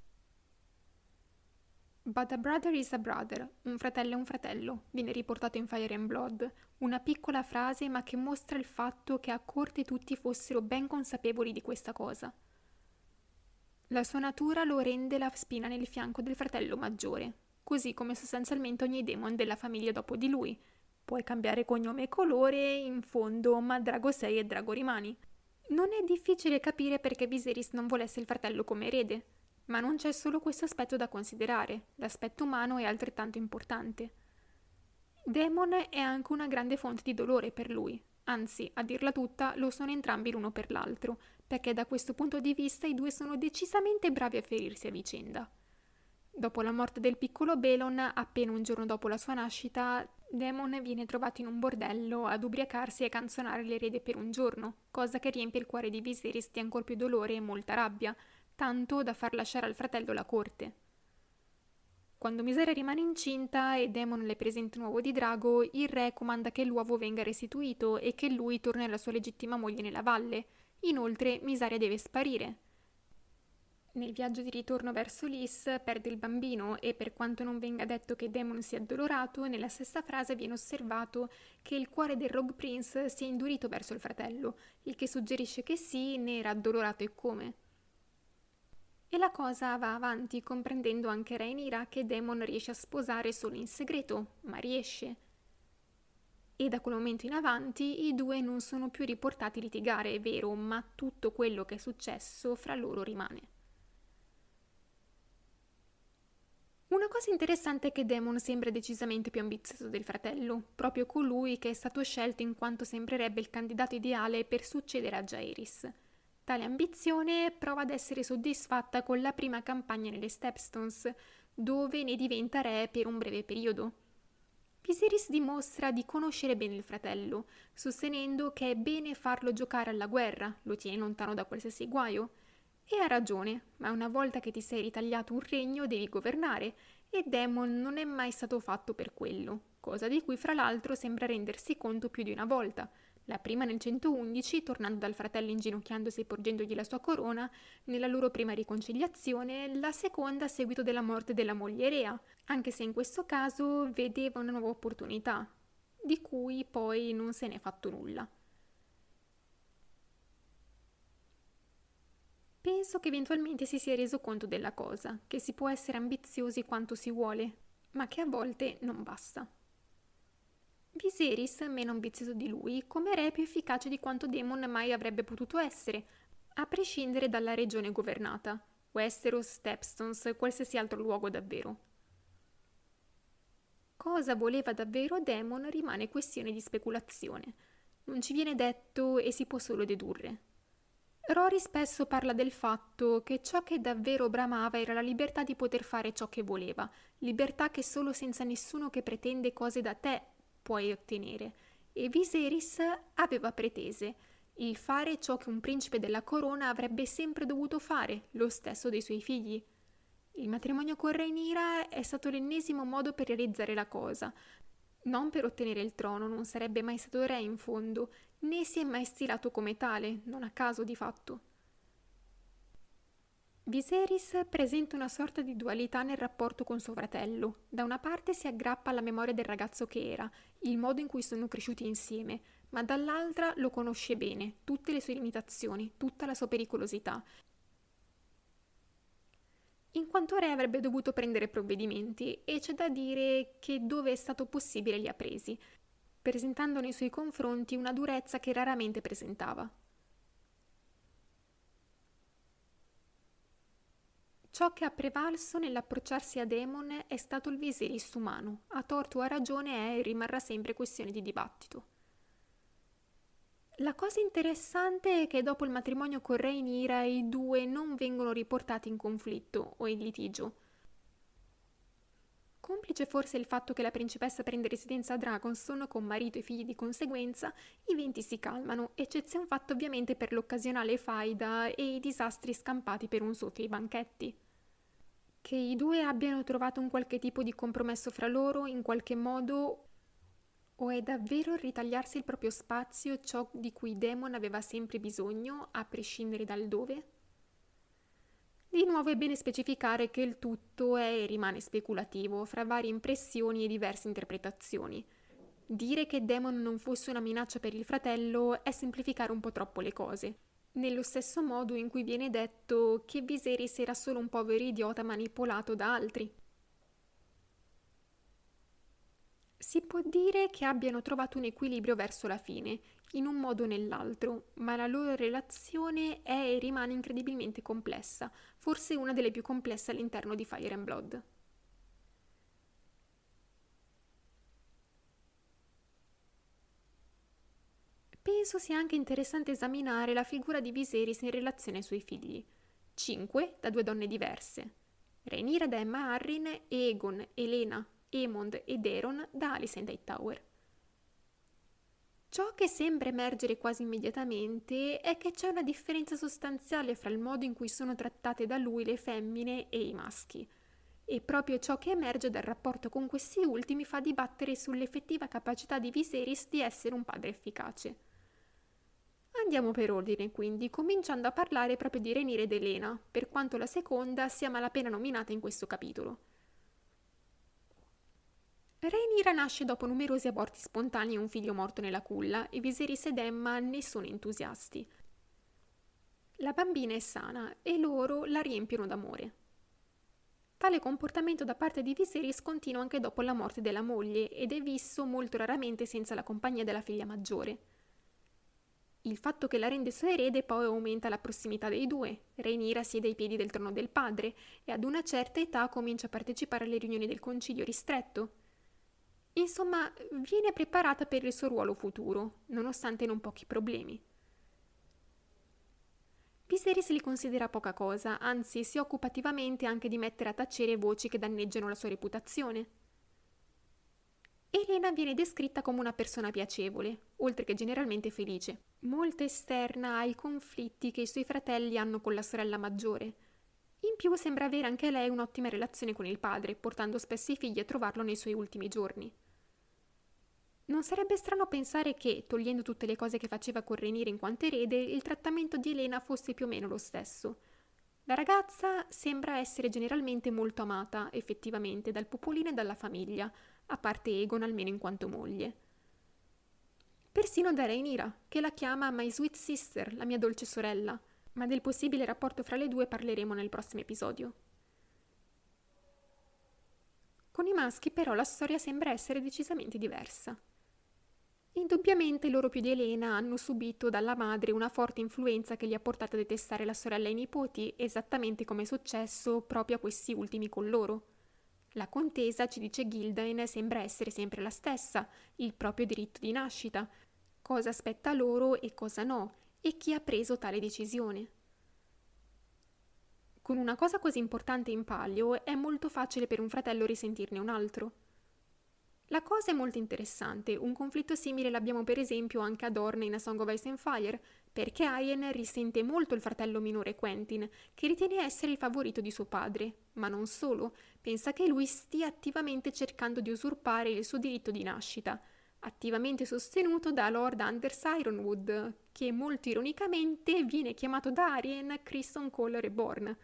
But a brother is a brother, un fratello è un fratello, viene riportato in Fire and Blood, una piccola frase ma che mostra il fatto che a corte tutti fossero ben consapevoli di questa cosa. La sua natura lo rende la spina nel fianco del fratello maggiore, così come sostanzialmente ogni demon della famiglia dopo di lui. Puoi cambiare cognome e colore, in fondo, ma drago sei e drago rimani. Non è difficile capire perché Viserys non volesse il fratello come erede, ma non c'è solo questo aspetto da considerare, l'aspetto umano è altrettanto importante. Daemon è anche una grande fonte di dolore per lui, anzi, a dirla tutta, lo sono entrambi l'uno per l'altro, perché da questo punto di vista i due sono decisamente bravi a ferirsi a vicenda. Dopo la morte del piccolo Balon, appena un giorno dopo la sua nascita, Daemon viene trovato in un bordello ad ubriacarsi e canzonare l'erede per un giorno, cosa che riempie il cuore di Viserys di ancor più dolore e molta rabbia, tanto da far lasciare al fratello la corte. Quando Mysaria rimane incinta e Daemon le presenta un uovo di drago, il re comanda che l'uovo venga restituito e che lui torni alla sua legittima moglie nella valle. Inoltre, Mysaria deve sparire. Nel viaggio di ritorno verso Lys perde il bambino e per quanto non venga detto che Daemon sia addolorato, nella stessa frase viene osservato che il cuore del Rogue Prince si è indurito verso il fratello, il che suggerisce che sì, ne era addolorato e come. E la cosa va avanti comprendendo anche Rhaenyra che Daemon riesce a sposare solo in segreto, ma riesce. E da quel momento in avanti i due non sono più riportati litigare, è vero, ma tutto quello che è successo fra loro rimane. Una cosa interessante è che Daemon sembra decisamente più ambizioso del fratello, proprio colui che è stato scelto in quanto sembrerebbe il candidato ideale per succedere a Jaehaerys. Tale ambizione prova ad essere soddisfatta con la prima campagna nelle Stepstones, dove ne diventa re per un breve periodo. Viserys dimostra di conoscere bene il fratello, sostenendo che è bene farlo giocare alla guerra, lo tiene lontano da qualsiasi guaio. E ha ragione, ma una volta che ti sei ritagliato un regno devi governare, e Daemon non è mai stato fatto per quello, cosa di cui fra l'altro sembra rendersi conto più di una volta. La prima nel centoundici, tornando dal fratello inginocchiandosi e porgendogli la sua corona, nella loro prima riconciliazione, la seconda a seguito della morte della moglie Rhea, anche se in questo caso vedeva una nuova opportunità, di cui poi non se n'è fatto nulla. Penso che eventualmente si sia reso conto della cosa, che si può essere ambiziosi quanto si vuole, ma che a volte non basta. Viserys, meno ambizioso di lui, come re più efficace di quanto Daemon mai avrebbe potuto essere, a prescindere dalla regione governata, Westeros, Stepstones, qualsiasi altro luogo davvero. Cosa voleva davvero Daemon rimane questione di speculazione. Non ci viene detto e si può solo dedurre. Rory spesso parla del fatto che ciò che davvero bramava era la libertà di poter fare ciò che voleva, libertà che solo senza nessuno che pretende cose da te puoi ottenere. E Viserys aveva pretese, il fare ciò che un principe della corona avrebbe sempre dovuto fare, lo stesso dei suoi figli. Il matrimonio con Rhaenyra è stato l'ennesimo modo per realizzare la cosa. Non per ottenere il trono, non sarebbe mai stato re in fondo, né si è mai stilato come tale, non a caso di fatto. Viserys presenta una sorta di dualità nel rapporto con suo fratello. Da una parte si aggrappa alla memoria del ragazzo che era, il modo in cui sono cresciuti insieme, ma dall'altra lo conosce bene, tutte le sue limitazioni, tutta la sua pericolosità. In quanto re avrebbe dovuto prendere provvedimenti e c'è da dire che dove è stato possibile li ha presi, presentando nei suoi confronti una durezza che raramente presentava. Ciò che ha prevalso nell'approcciarsi a Daemon è stato il Viserys umano, a torto o a ragione è e rimarrà sempre questione di dibattito. La cosa interessante è che dopo il matrimonio con Rhaenyra i due non vengono riportati in conflitto o in litigio. Complice forse il fatto che la principessa prende residenza a Dragonstone con marito e figli di conseguenza, i venti si calmano, eccezione fatta ovviamente per l'occasionale faida e i disastri scampati per un sotto ai banchetti. Che i due abbiano trovato un qualche tipo di compromesso fra loro in qualche modo, o è davvero il ritagliarsi il proprio spazio ciò di cui Daemon aveva sempre bisogno, a prescindere dal dove? Di nuovo è bene specificare che il tutto è e rimane speculativo, fra varie impressioni e diverse interpretazioni. Dire che Daemon non fosse una minaccia per il fratello è semplificare un po' troppo le cose, nello stesso modo in cui viene detto che Viserys era solo un povero idiota manipolato da altri. Si può dire che abbiano trovato un equilibrio verso la fine, in un modo o nell'altro, ma la loro relazione è e rimane incredibilmente complessa, forse una delle più complesse all'interno di Fire and Blood. Penso sia anche interessante esaminare la figura di Viserys in relazione ai suoi figli. Cinque da due donne diverse. Rhaenyra da Aemma Arryn, Aegon, Elena, Aemond ed Aeron da Alicent Hightower. Ciò che sembra emergere quasi immediatamente è che c'è una differenza sostanziale fra il modo in cui sono trattate da lui le femmine e i maschi, e proprio ciò che emerge dal rapporto con questi ultimi fa dibattere sull'effettiva capacità di Viserys di essere un padre efficace. Andiamo per ordine, quindi, cominciando a parlare proprio di Rhaenyra ed Elena, per quanto la seconda sia malapena nominata in questo capitolo. Rhaenyra nasce dopo numerosi aborti spontanei e un figlio morto nella culla, e Viserys ed Aemma ne sono entusiasti. La bambina è sana e loro la riempiono d'amore. Tale comportamento da parte di Viserys continua anche dopo la morte della moglie ed è visto molto raramente senza la compagnia della figlia maggiore. Il fatto che la rende sua erede poi aumenta la prossimità dei due. Rhaenyra siede ai piedi del trono del padre e ad una certa età comincia a partecipare alle riunioni del concilio ristretto. Insomma, viene preparata per il suo ruolo futuro, nonostante non pochi problemi. Viserys li considera poca cosa, anzi si occupa attivamente anche di mettere a tacere voci che danneggiano la sua reputazione. Elena viene descritta come una persona piacevole, oltre che generalmente felice, molto esterna ai conflitti che i suoi fratelli hanno con la sorella maggiore. In più sembra avere anche lei un'ottima relazione con il padre, portando spesso i figli a trovarlo nei suoi ultimi giorni. Non sarebbe strano pensare che, togliendo tutte le cose che faceva con Rhaenyra in quanto erede, il trattamento di Elena fosse più o meno lo stesso. La ragazza sembra essere generalmente molto amata, effettivamente, dal popolino e dalla famiglia, a parte Aegon almeno in quanto moglie. Persino da Rhaenyra, che la chiama My Sweet Sister, la mia dolce sorella. ma del possibile rapporto fra le due parleremo nel prossimo episodio. Con i maschi però la storia sembra essere decisamente diversa. Indubbiamente loro più di Elena hanno subito dalla madre una forte influenza che li ha portato a detestare la sorella e i nipoti, esattamente come è successo proprio a questi ultimi con loro. La contesa, ci dice Gildain, sembra essere sempre la stessa, il proprio diritto di nascita, cosa aspetta loro e cosa no, e chi ha preso tale decisione. Con una cosa così importante in palio è molto facile per un fratello risentirne un altro. La cosa è molto interessante, un conflitto simile l'abbiamo per esempio anche a Dorne in A Song of Ice and Fire, perché Aryen risente molto il fratello minore Quentyn, che ritiene essere il favorito di suo padre, ma non solo, pensa che lui stia attivamente cercando di usurpare il suo diritto di nascita, attivamente sostenuto da Lord Anders Ironwood, che molto ironicamente viene chiamato da Aryen Criston Cole Reborn.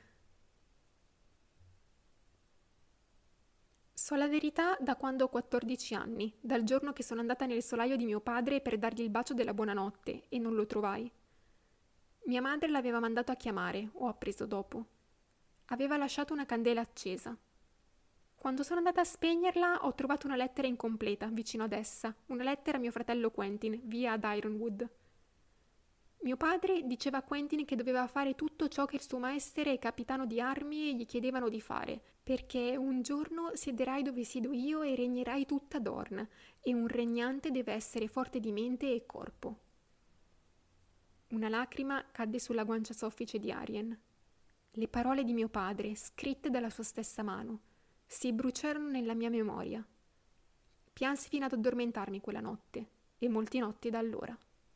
So la verità da quando ho quattordici anni, dal giorno che sono andata nel solaio di mio padre per dargli il bacio della buonanotte e non lo trovai. Mia madre l'aveva mandato a chiamare, ho appreso dopo. Aveva lasciato una candela accesa. Quando sono andata a spegnerla ho trovato una lettera incompleta vicino ad essa, una lettera a mio fratello Quentyn, via ad Ironwood. Mio padre diceva a Quentyn che doveva fare tutto ciò che il suo maestere e capitano di armi gli chiedevano di fare, perché un giorno siederai dove siedo io e regnerai tutta Dorne, e un regnante deve essere forte di mente e corpo. Una lacrima cadde sulla guancia soffice di Aryen. Le parole di mio padre, scritte dalla sua stessa mano, si bruciarono nella mia memoria. Piansi fino ad addormentarmi quella notte, e molte notti da allora.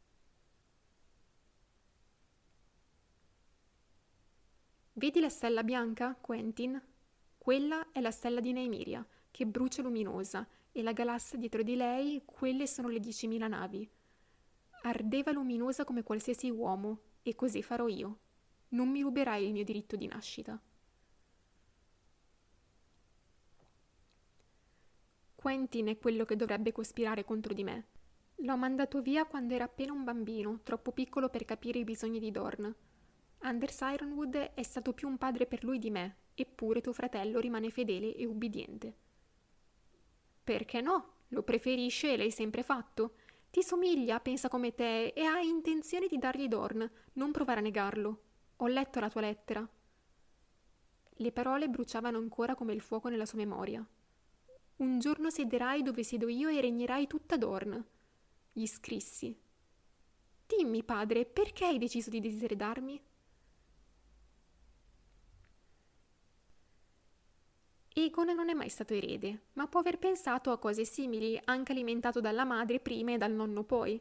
Vedi la stella bianca, Quentyn? Quella è la stella di Nymeria, che brucia luminosa, e la galassia dietro di lei, quelle sono le diecimila navi. Ardeva luminosa come qualsiasi uomo, e così farò io. Non mi ruberai il mio diritto di nascita. Quentyn è quello che dovrebbe cospirare contro di me. L'ho mandato via quando era appena un bambino, troppo piccolo per capire i bisogni di Dorne. Anders Ironwood è stato più un padre per lui di me, eppure tuo fratello rimane fedele e ubbidiente. Perché no? Lo preferisce e l'hai sempre fatto. Ti somiglia, pensa come te e hai intenzione di dargli Dorne, non provare a negarlo. Ho letto la tua lettera. Le parole bruciavano ancora come il fuoco nella sua memoria. Un giorno siederai dove siedo io e regnerai tutta Dorne. Gli scrissi. Dimmi, padre, perché hai deciso di diseredarmi? Aegon non è mai stato erede, ma può aver pensato a cose simili, anche alimentato dalla madre prima e dal nonno poi.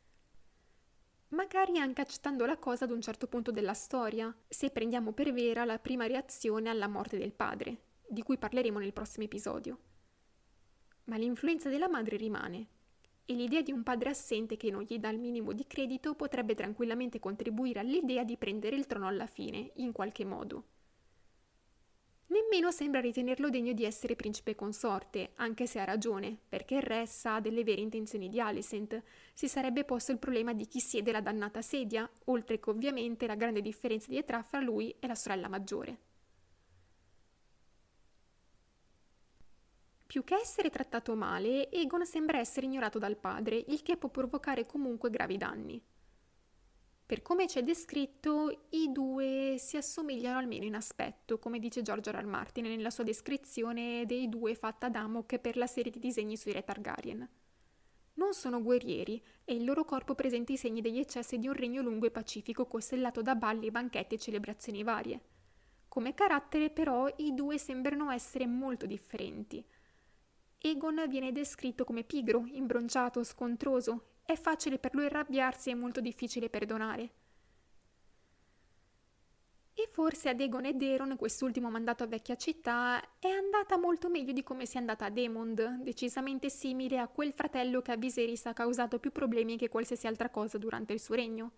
Magari anche accettando la cosa ad un certo punto della storia, se prendiamo per vera la prima reazione alla morte del padre, di cui parleremo nel prossimo episodio. Ma l'influenza della madre rimane, e l'idea di un padre assente che non gli dà il minimo di credito potrebbe tranquillamente contribuire all'idea di prendere il trono alla fine, in qualche modo. Nemmeno sembra ritenerlo degno di essere principe consorte, anche se ha ragione, perché il re sa delle vere intenzioni di Alicent. Si sarebbe posto il problema di chi siede la dannata sedia, oltre che ovviamente la grande differenza di età fra lui e la sorella maggiore. Più che essere trattato male, Aegon sembra essere ignorato dal padre, il che può provocare comunque gravi danni. Per come c'è descritto, i due si assomigliano almeno in aspetto, come dice George R. R. Martin nella sua descrizione dei due fatta da Amok per la serie di disegni sui re Targaryen. Non sono guerrieri e il loro corpo presenta i segni degli eccessi di un regno lungo e pacifico costellato da balli, banchetti e celebrazioni varie. Come carattere, però, i due sembrano essere molto differenti. Aegon viene descritto come pigro, imbronciato, scontroso. È facile per lui arrabbiarsi e molto difficile perdonare. E forse ad Aegon e Daeron, quest'ultimo mandato a Vecchia Città, è andata molto meglio di come sia andata a Daemon, decisamente simile a quel fratello che a Viserys ha causato più problemi che qualsiasi altra cosa durante il suo regno.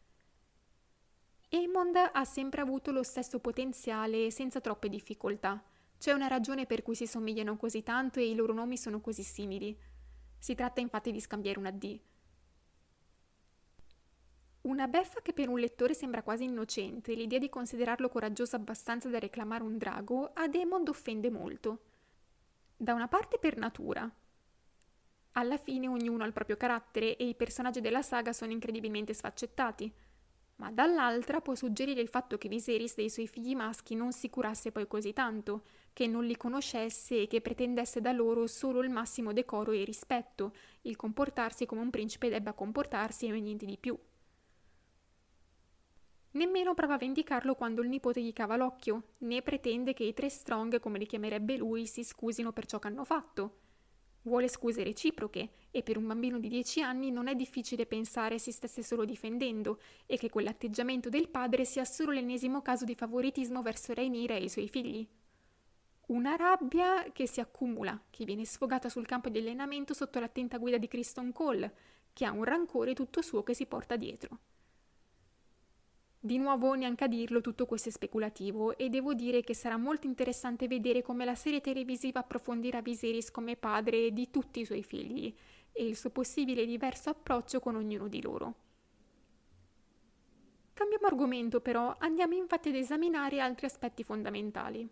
Aemond ha sempre avuto lo stesso potenziale senza troppe difficoltà. C'è una ragione per cui si somigliano così tanto e i loro nomi sono così simili. Si tratta infatti di scambiare una D. Una beffa che per un lettore sembra quasi innocente, l'idea di considerarlo coraggioso abbastanza da reclamare un drago, a Daemon offende molto. Da una parte per natura. Alla fine ognuno ha il proprio carattere e i personaggi della saga sono incredibilmente sfaccettati, ma dall'altra può suggerire il fatto che Viserys dei suoi figli maschi non si curasse poi così tanto, che non li conoscesse e che pretendesse da loro solo il massimo decoro e rispetto, il comportarsi come un principe debba comportarsi e niente di più. Nemmeno prova a vendicarlo quando il nipote gli cava l'occhio, né pretende che i tre Strong, come li chiamerebbe lui, si scusino per ciò che hanno fatto. Vuole scuse reciproche e per un bambino di dieci anni non è difficile pensare si stesse solo difendendo e che quell'atteggiamento del padre sia solo l'ennesimo caso di favoritismo verso Rhaenyra e i suoi figli. Una rabbia che si accumula, che viene sfogata sul campo di allenamento sotto l'attenta guida di Criston Cole, che ha un rancore tutto suo che si porta dietro. Di nuovo, neanche a dirlo, tutto questo è speculativo e devo dire che sarà molto interessante vedere come la serie televisiva approfondirà Viserys come padre di tutti i suoi figli e il suo possibile diverso approccio con ognuno di loro. Cambiamo argomento però, andiamo infatti ad esaminare altri aspetti fondamentali.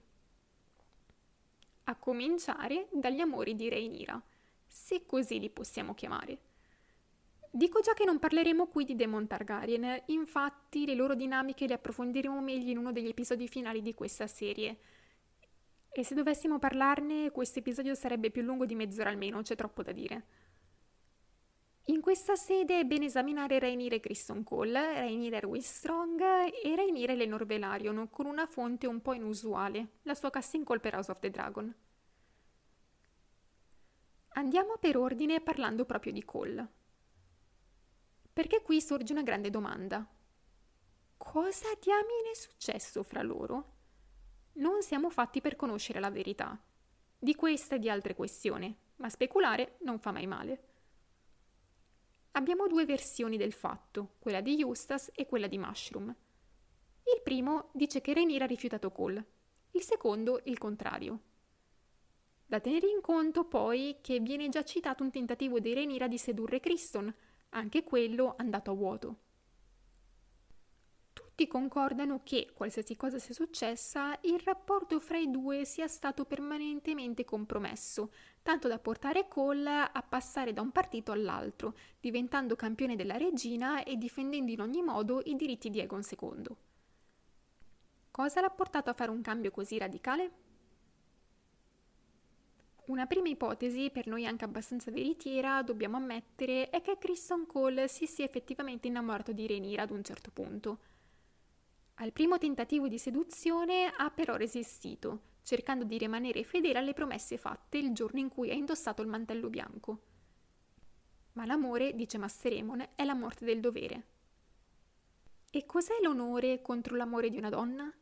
A cominciare dagli amori di Rhaenyra, se così li possiamo chiamare. Dico già che non parleremo qui di Daemon Targaryen, infatti le loro dinamiche le approfondiremo meglio in uno degli episodi finali di questa serie. E se dovessimo parlarne, questo episodio sarebbe più lungo di mezz'ora almeno, c'è troppo da dire. In questa sede è bene esaminare Rhaenyra e Criston Cole, Rhaenyra e Robb Strong e Rhaenyra e Laenor Velaryon, con una fonte un po' inusuale, la sua casting call per House of the Dragon. Andiamo per ordine parlando proprio di Cole. Perché qui sorge una grande domanda. Cosa diamine è successo fra loro? Non siamo fatti per conoscere la verità. Di questa e di altre questioni, ma speculare non fa mai male. Abbiamo due versioni del fatto, quella di Eustace e quella di Mushroom. Il primo dice che Rhaenyra ha rifiutato Cole, il secondo il contrario. Da tenere in conto poi che viene già citato un tentativo di Rhaenyra di sedurre Criston, anche quello andato a vuoto. Tutti concordano che, qualsiasi cosa sia successa, il rapporto fra i due sia stato permanentemente compromesso, tanto da portare Cole a passare da un partito all'altro, diventando campione della regina e difendendo in ogni modo i diritti di Aegon secondo. Cosa l'ha portato a fare un cambio così radicale? Una prima ipotesi, per noi anche abbastanza veritiera, dobbiamo ammettere, è che Criston Cole si sia effettivamente innamorato di Rhaenyra ad un certo punto. Al primo tentativo di seduzione ha però resistito, cercando di rimanere fedele alle promesse fatte il giorno in cui ha indossato il mantello bianco. Ma l'amore, dice Master Aemon, è la morte del dovere. E cos'è l'onore contro l'amore di una donna?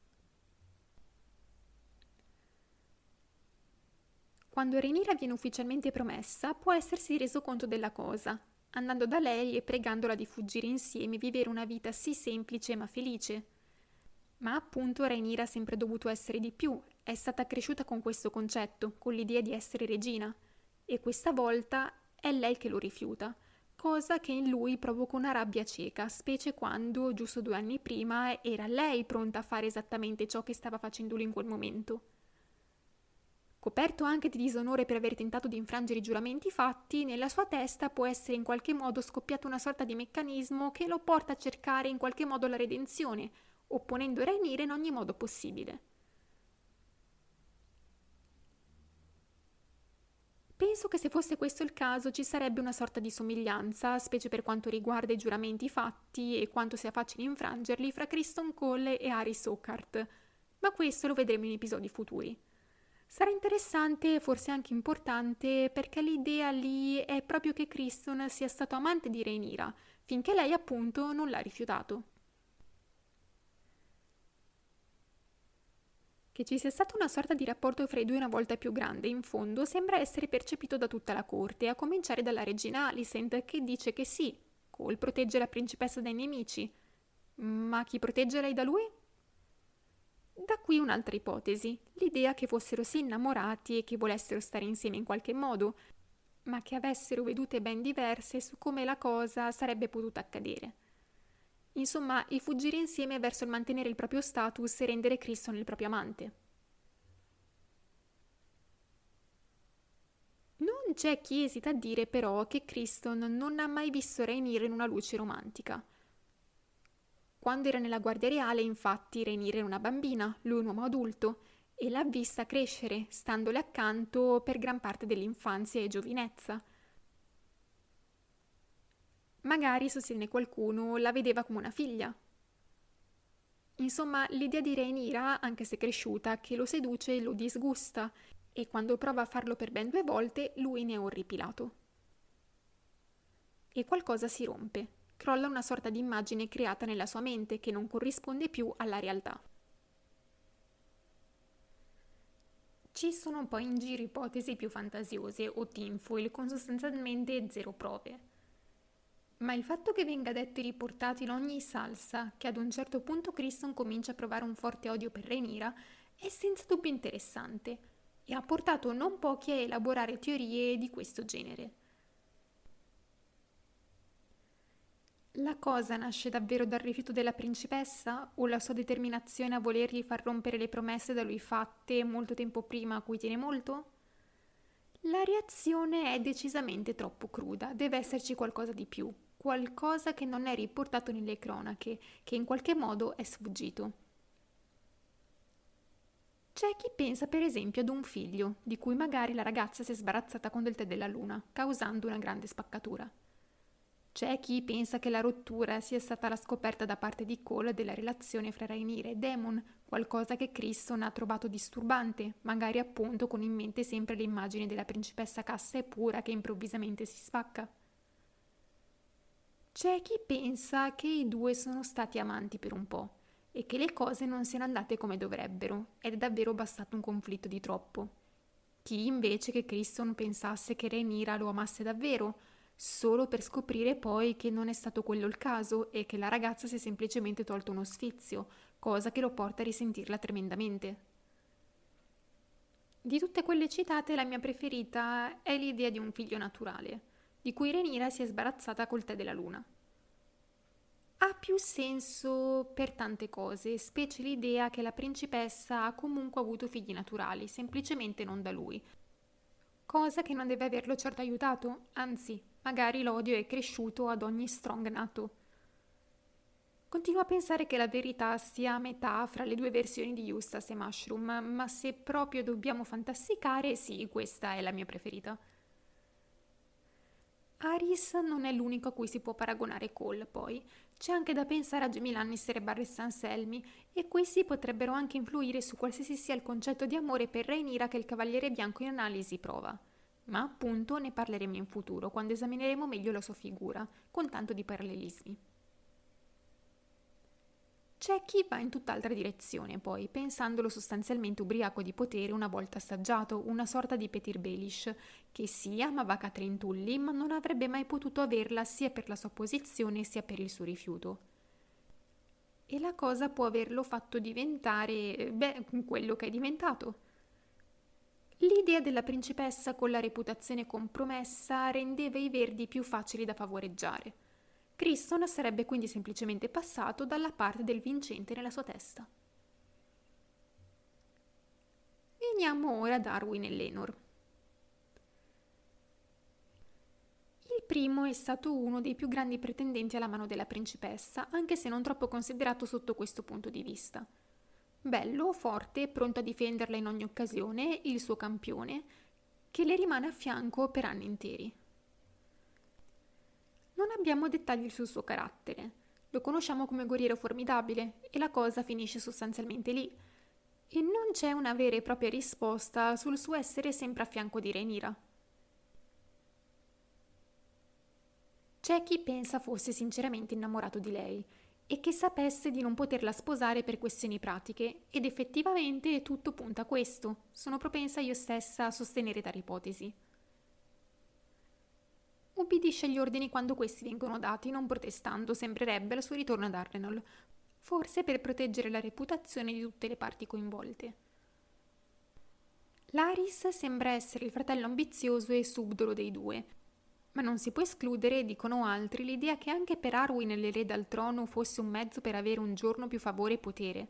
Quando Rhaenyra viene ufficialmente promessa, può essersi reso conto della cosa, andando da lei e pregandola di fuggire insieme e vivere una vita sì semplice ma felice. Ma appunto Rhaenyra ha sempre dovuto essere di più, è stata cresciuta con questo concetto, con l'idea di essere regina, e questa volta è lei che lo rifiuta, cosa che in lui provoca una rabbia cieca, specie quando, giusto due anni prima, era lei pronta a fare esattamente ciò che stava facendo lui in quel momento. Coperto anche di disonore per aver tentato di infrangere i giuramenti fatti, nella sua testa può essere in qualche modo scoppiato una sorta di meccanismo che lo porta a cercare in qualche modo la redenzione, opponendo Rhaenyra in ogni modo possibile. Penso che se fosse questo il caso ci sarebbe una sorta di somiglianza, specie per quanto riguarda i giuramenti fatti e quanto sia facile infrangerli, fra Criston Cole e Arys Oakheart, ma questo lo vedremo in episodi futuri. Sarà interessante e forse anche importante perché l'idea lì è proprio che Criston sia stato amante di Rhaenyra, finché lei appunto non l'ha rifiutato. Che ci sia stata una sorta di rapporto fra i due una volta più grande, in fondo, sembra essere percepito da tutta la corte, a cominciare dalla regina Alicent che dice che sì, Cole protegge la principessa dai nemici, ma chi protegge lei da lui? Da qui un'altra ipotesi, l'idea che fossero sì innamorati e che volessero stare insieme in qualche modo, ma che avessero vedute ben diverse su come la cosa sarebbe potuta accadere. Insomma, il fuggire insieme verso il mantenere il proprio status e rendere Criston il proprio amante. Non c'è chi esita a dire però che Criston non ha mai visto Rhaenyra in una luce romantica. Quando era nella Guardia Reale, infatti, Rhaenyra era una bambina, lui un uomo adulto, e l'ha vista crescere, standole accanto per gran parte dell'infanzia e giovinezza. Magari, sostiene qualcuno, la vedeva come una figlia. Insomma, l'idea di Rhaenyra, anche se cresciuta, che lo seduce lo disgusta, e quando prova a farlo per ben due volte, lui ne è orripilato. E qualcosa si rompe. Crolla una sorta di immagine creata nella sua mente che non corrisponde più alla realtà. Ci sono poi in giro ipotesi più fantasiose o tinfoil con sostanzialmente zero prove. Ma il fatto che venga detto e riportato in ogni salsa che ad un certo punto Criston comincia a provare un forte odio per Rhaenyra è senza dubbio interessante e ha portato non pochi a elaborare teorie di questo genere. La cosa nasce davvero dal rifiuto della principessa o la sua determinazione a volergli far rompere le promesse da lui fatte molto tempo prima a cui tiene molto? La reazione è decisamente troppo cruda, deve esserci qualcosa di più, qualcosa che non è riportato nelle cronache, che in qualche modo è sfuggito. C'è chi pensa per esempio ad un figlio, di cui magari la ragazza si è sbarazzata con del tè della luna, causando una grande spaccatura. C'è chi pensa che la rottura sia stata la scoperta da parte di Cole della relazione fra Rhaenyra e Daemon, qualcosa che Criston ha trovato disturbante, magari appunto con in mente sempre le immagini della principessa cassa e pura che improvvisamente si spacca. C'è chi pensa che i due sono stati amanti per un po' e che le cose non siano andate come dovrebbero ed è davvero bastato un conflitto di troppo. Chi invece che Criston pensasse che Rhaenyra lo amasse davvero, solo per scoprire poi che non è stato quello il caso e che la ragazza si è semplicemente tolto uno sfizio, cosa che lo porta a risentirla tremendamente. Di tutte quelle citate, la mia preferita è l'idea di un figlio naturale, di cui Rhaenyra si è sbarazzata col tè della luna. Ha più senso per tante cose, specie l'idea che la principessa ha comunque avuto figli naturali, semplicemente non da lui, cosa che non deve averlo certo aiutato, anzi, magari l'odio è cresciuto ad ogni strong nato. Continuo a pensare che la verità sia a metà fra le due versioni di Eustace e Mushroom, ma se proprio dobbiamo fantasticare, sì, questa è la mia preferita. Aris non è l'unico a cui si può paragonare Cole, poi. C'è anche da pensare a Jaime Lannister e Barristan Anselmi, e questi potrebbero anche influire su qualsiasi sia il concetto di amore per Rhaenyra che il Cavaliere Bianco in analisi prova. Ma appunto ne parleremo in futuro, quando esamineremo meglio la sua figura, con tanto di parallelismi. C'è chi va in tutt'altra direzione, poi, pensandolo sostanzialmente ubriaco di potere una volta assaggiato, una sorta di Petyr Baelish, che sì, amava Catelyn Tully, ma non avrebbe mai potuto averla sia per la sua posizione sia per il suo rifiuto. E la cosa può averlo fatto diventare, beh, quello che è diventato. L'idea della principessa con la reputazione compromessa rendeva i Verdi più facili da favoreggiare. Criston sarebbe quindi semplicemente passato dalla parte del vincente nella sua testa. Veniamo ora ad Arwyn e Laenor. Il primo è stato uno dei più grandi pretendenti alla mano della principessa, anche se non troppo considerato sotto questo punto di vista. Bello, forte, pronto a difenderla in ogni occasione, il suo campione, che le rimane a fianco per anni interi. Non abbiamo dettagli sul suo carattere. Lo conosciamo come guerriero formidabile e la cosa finisce sostanzialmente lì. E non c'è una vera e propria risposta sul suo essere sempre a fianco di Rhaenyra. C'è chi pensa fosse sinceramente innamorato di lei e che sapesse di non poterla sposare per questioni pratiche, ed effettivamente tutto punta a questo. Sono propensa io stessa a sostenere tale ipotesi. Ubbidisce agli ordini quando questi vengono dati, non protestando, sembrerebbe, al suo ritorno ad Harrenhal, forse per proteggere la reputazione di tutte le parti coinvolte. Larys sembra essere il fratello ambizioso e subdolo dei due, Ma non si può escludere, dicono altri, l'idea che anche per Arwen l'erede al trono fosse un mezzo per avere un giorno più favore e potere.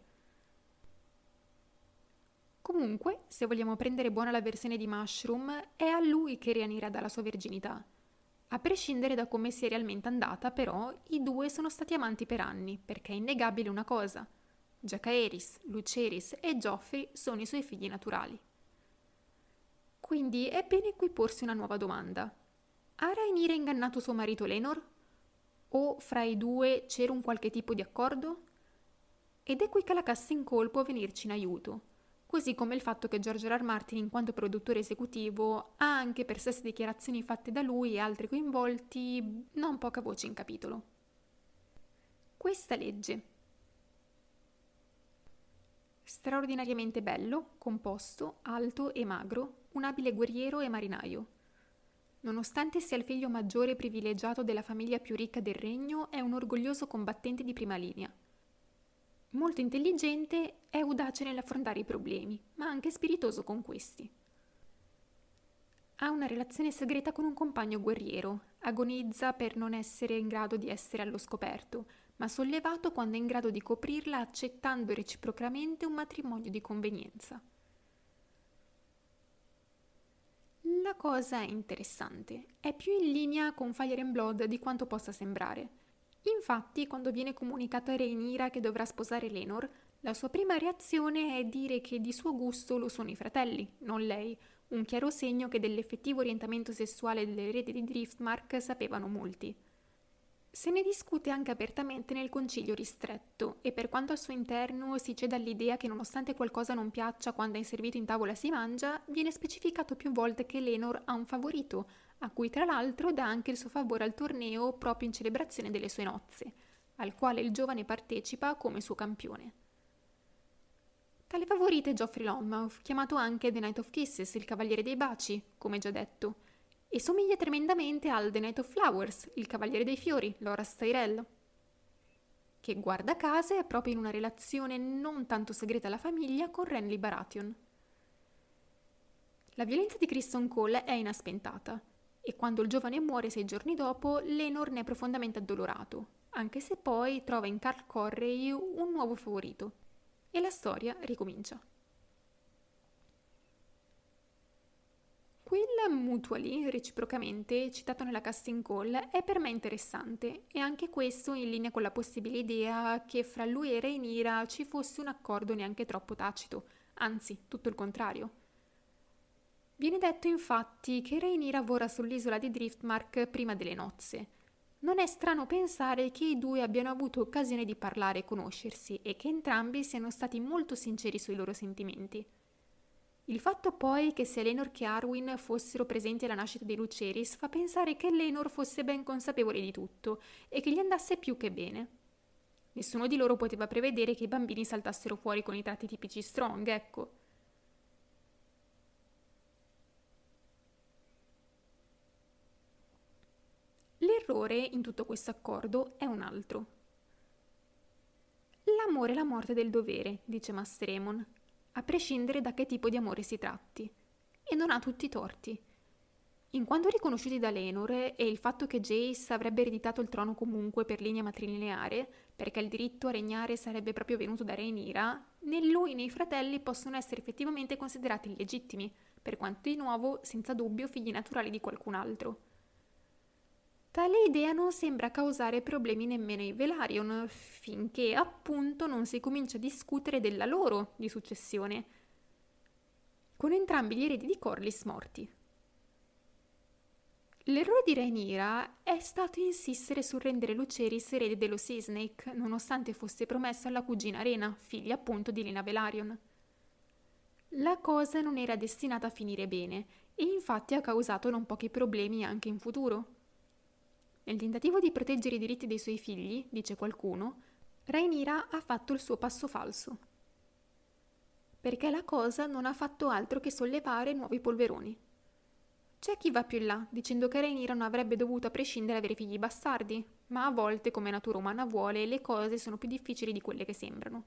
Comunque, se vogliamo prendere buona la versione di Mushroom, è a lui che Rhaenyra dà la sua verginità. A prescindere da come sia realmente andata, però, i due sono stati amanti per anni, perché è innegabile una cosa. Jacaerys, Lucerys e Joffrey sono i suoi figli naturali. Quindi è bene qui porsi una nuova domanda. Ha Rhaenyra ingannato suo marito Laenor? O fra i due c'era un qualche tipo di accordo? Ed è qui che la casting call può venirci in aiuto, così come il fatto che George R. R. Martin, in quanto produttore esecutivo, ha anche per stesse dichiarazioni fatte da lui e altri coinvolti non poca voce in capitolo. Questa legge. Straordinariamente bello, composto, alto e magro, un abile guerriero e marinaio. Nonostante sia il figlio maggiore privilegiato della famiglia più ricca del regno, è un orgoglioso combattente di prima linea. Molto intelligente, è audace nell'affrontare i problemi, ma anche spiritoso con questi. Ha una relazione segreta con un compagno guerriero, agonizza per non essere in grado di essere allo scoperto, ma sollevato quando è in grado di coprirla accettando reciprocamente un matrimonio di convenienza. La cosa è interessante, è più in linea con Fire and Blood di quanto possa sembrare. Infatti, quando viene comunicato a Rhaenyra che dovrà sposare Laenor, la sua prima reazione è dire che di suo gusto lo sono i fratelli, non lei, un chiaro segno che dell'effettivo orientamento sessuale dell'erede di Driftmark sapevano molti. Se ne discute anche apertamente nel concilio ristretto e per quanto al suo interno si ceda all'idea che nonostante qualcosa non piaccia quando è servito in tavola si mangia, viene specificato più volte che Laenor ha un favorito, a cui tra l'altro dà anche il suo favore al torneo proprio in celebrazione delle sue nozze, al quale il giovane partecipa come suo campione. Tale favorito è Joffrey Lonmouth, chiamato anche The Knight of Kisses, il cavaliere dei baci, come già detto, e somiglia tremendamente al The Knight of Flowers, il cavaliere dei fiori, Loras Tyrell, che guarda caso è proprio in una relazione non tanto segreta alla famiglia con Renly Baratheon. La violenza di Criston Cole è inaspettata, e quando il giovane muore sei giorni dopo, Laenor ne è profondamente addolorato, anche se poi trova in Carl Correy un nuovo favorito, e la storia ricomincia. Quel mutually, reciprocamente, citato nella casting call, è per me interessante e anche questo in linea con la possibile idea che fra lui e Rhaenyra ci fosse un accordo neanche troppo tacito, anzi, tutto il contrario. Viene detto infatti che Rhaenyra vorrà sull'isola di Driftmark prima delle nozze. Non è strano pensare che i due abbiano avuto occasione di parlare e conoscersi e che entrambi siano stati molto sinceri sui loro sentimenti. Il fatto poi che sia Laenor che Arwen fossero presenti alla nascita di Lucerys fa pensare che Laenor fosse ben consapevole di tutto e che gli andasse più che bene. Nessuno di loro poteva prevedere che i bambini saltassero fuori con i tratti tipici Strong, ecco. L'errore in tutto questo accordo è un altro. L'amore è la morte del dovere, dice Master Aemon, a prescindere da che tipo di amore si tratti, e non ha tutti i torti. In quanto riconosciuti da Laenor e il fatto che Jace avrebbe ereditato il trono comunque per linea matrilineare, perché il diritto a regnare sarebbe proprio venuto da Rhaenyra, né lui né i fratelli possono essere effettivamente considerati illegittimi, per quanto di nuovo, senza dubbio, figli naturali di qualcun altro. Tale idea non sembra causare problemi nemmeno ai Velaryon, finché appunto non si comincia a discutere della loro di successione, con entrambi gli eredi di Corlys morti. L'errore di Rhaenyra è stato insistere sul rendere Lucerys erede dello Sea Snake, nonostante fosse promesso alla cugina Rhaena, figlia appunto di Lena Velaryon. La cosa non era destinata a finire bene, e infatti ha causato non pochi problemi anche in futuro. Nel tentativo di proteggere i diritti dei suoi figli, dice qualcuno, Rhaenyra ha fatto il suo passo falso. Perché la cosa non ha fatto altro che sollevare nuovi polveroni. C'è chi va più in là, dicendo che Rhaenyra non avrebbe dovuto a prescindere avere figli bastardi, ma a volte, come natura umana vuole, le cose sono più difficili di quelle che sembrano.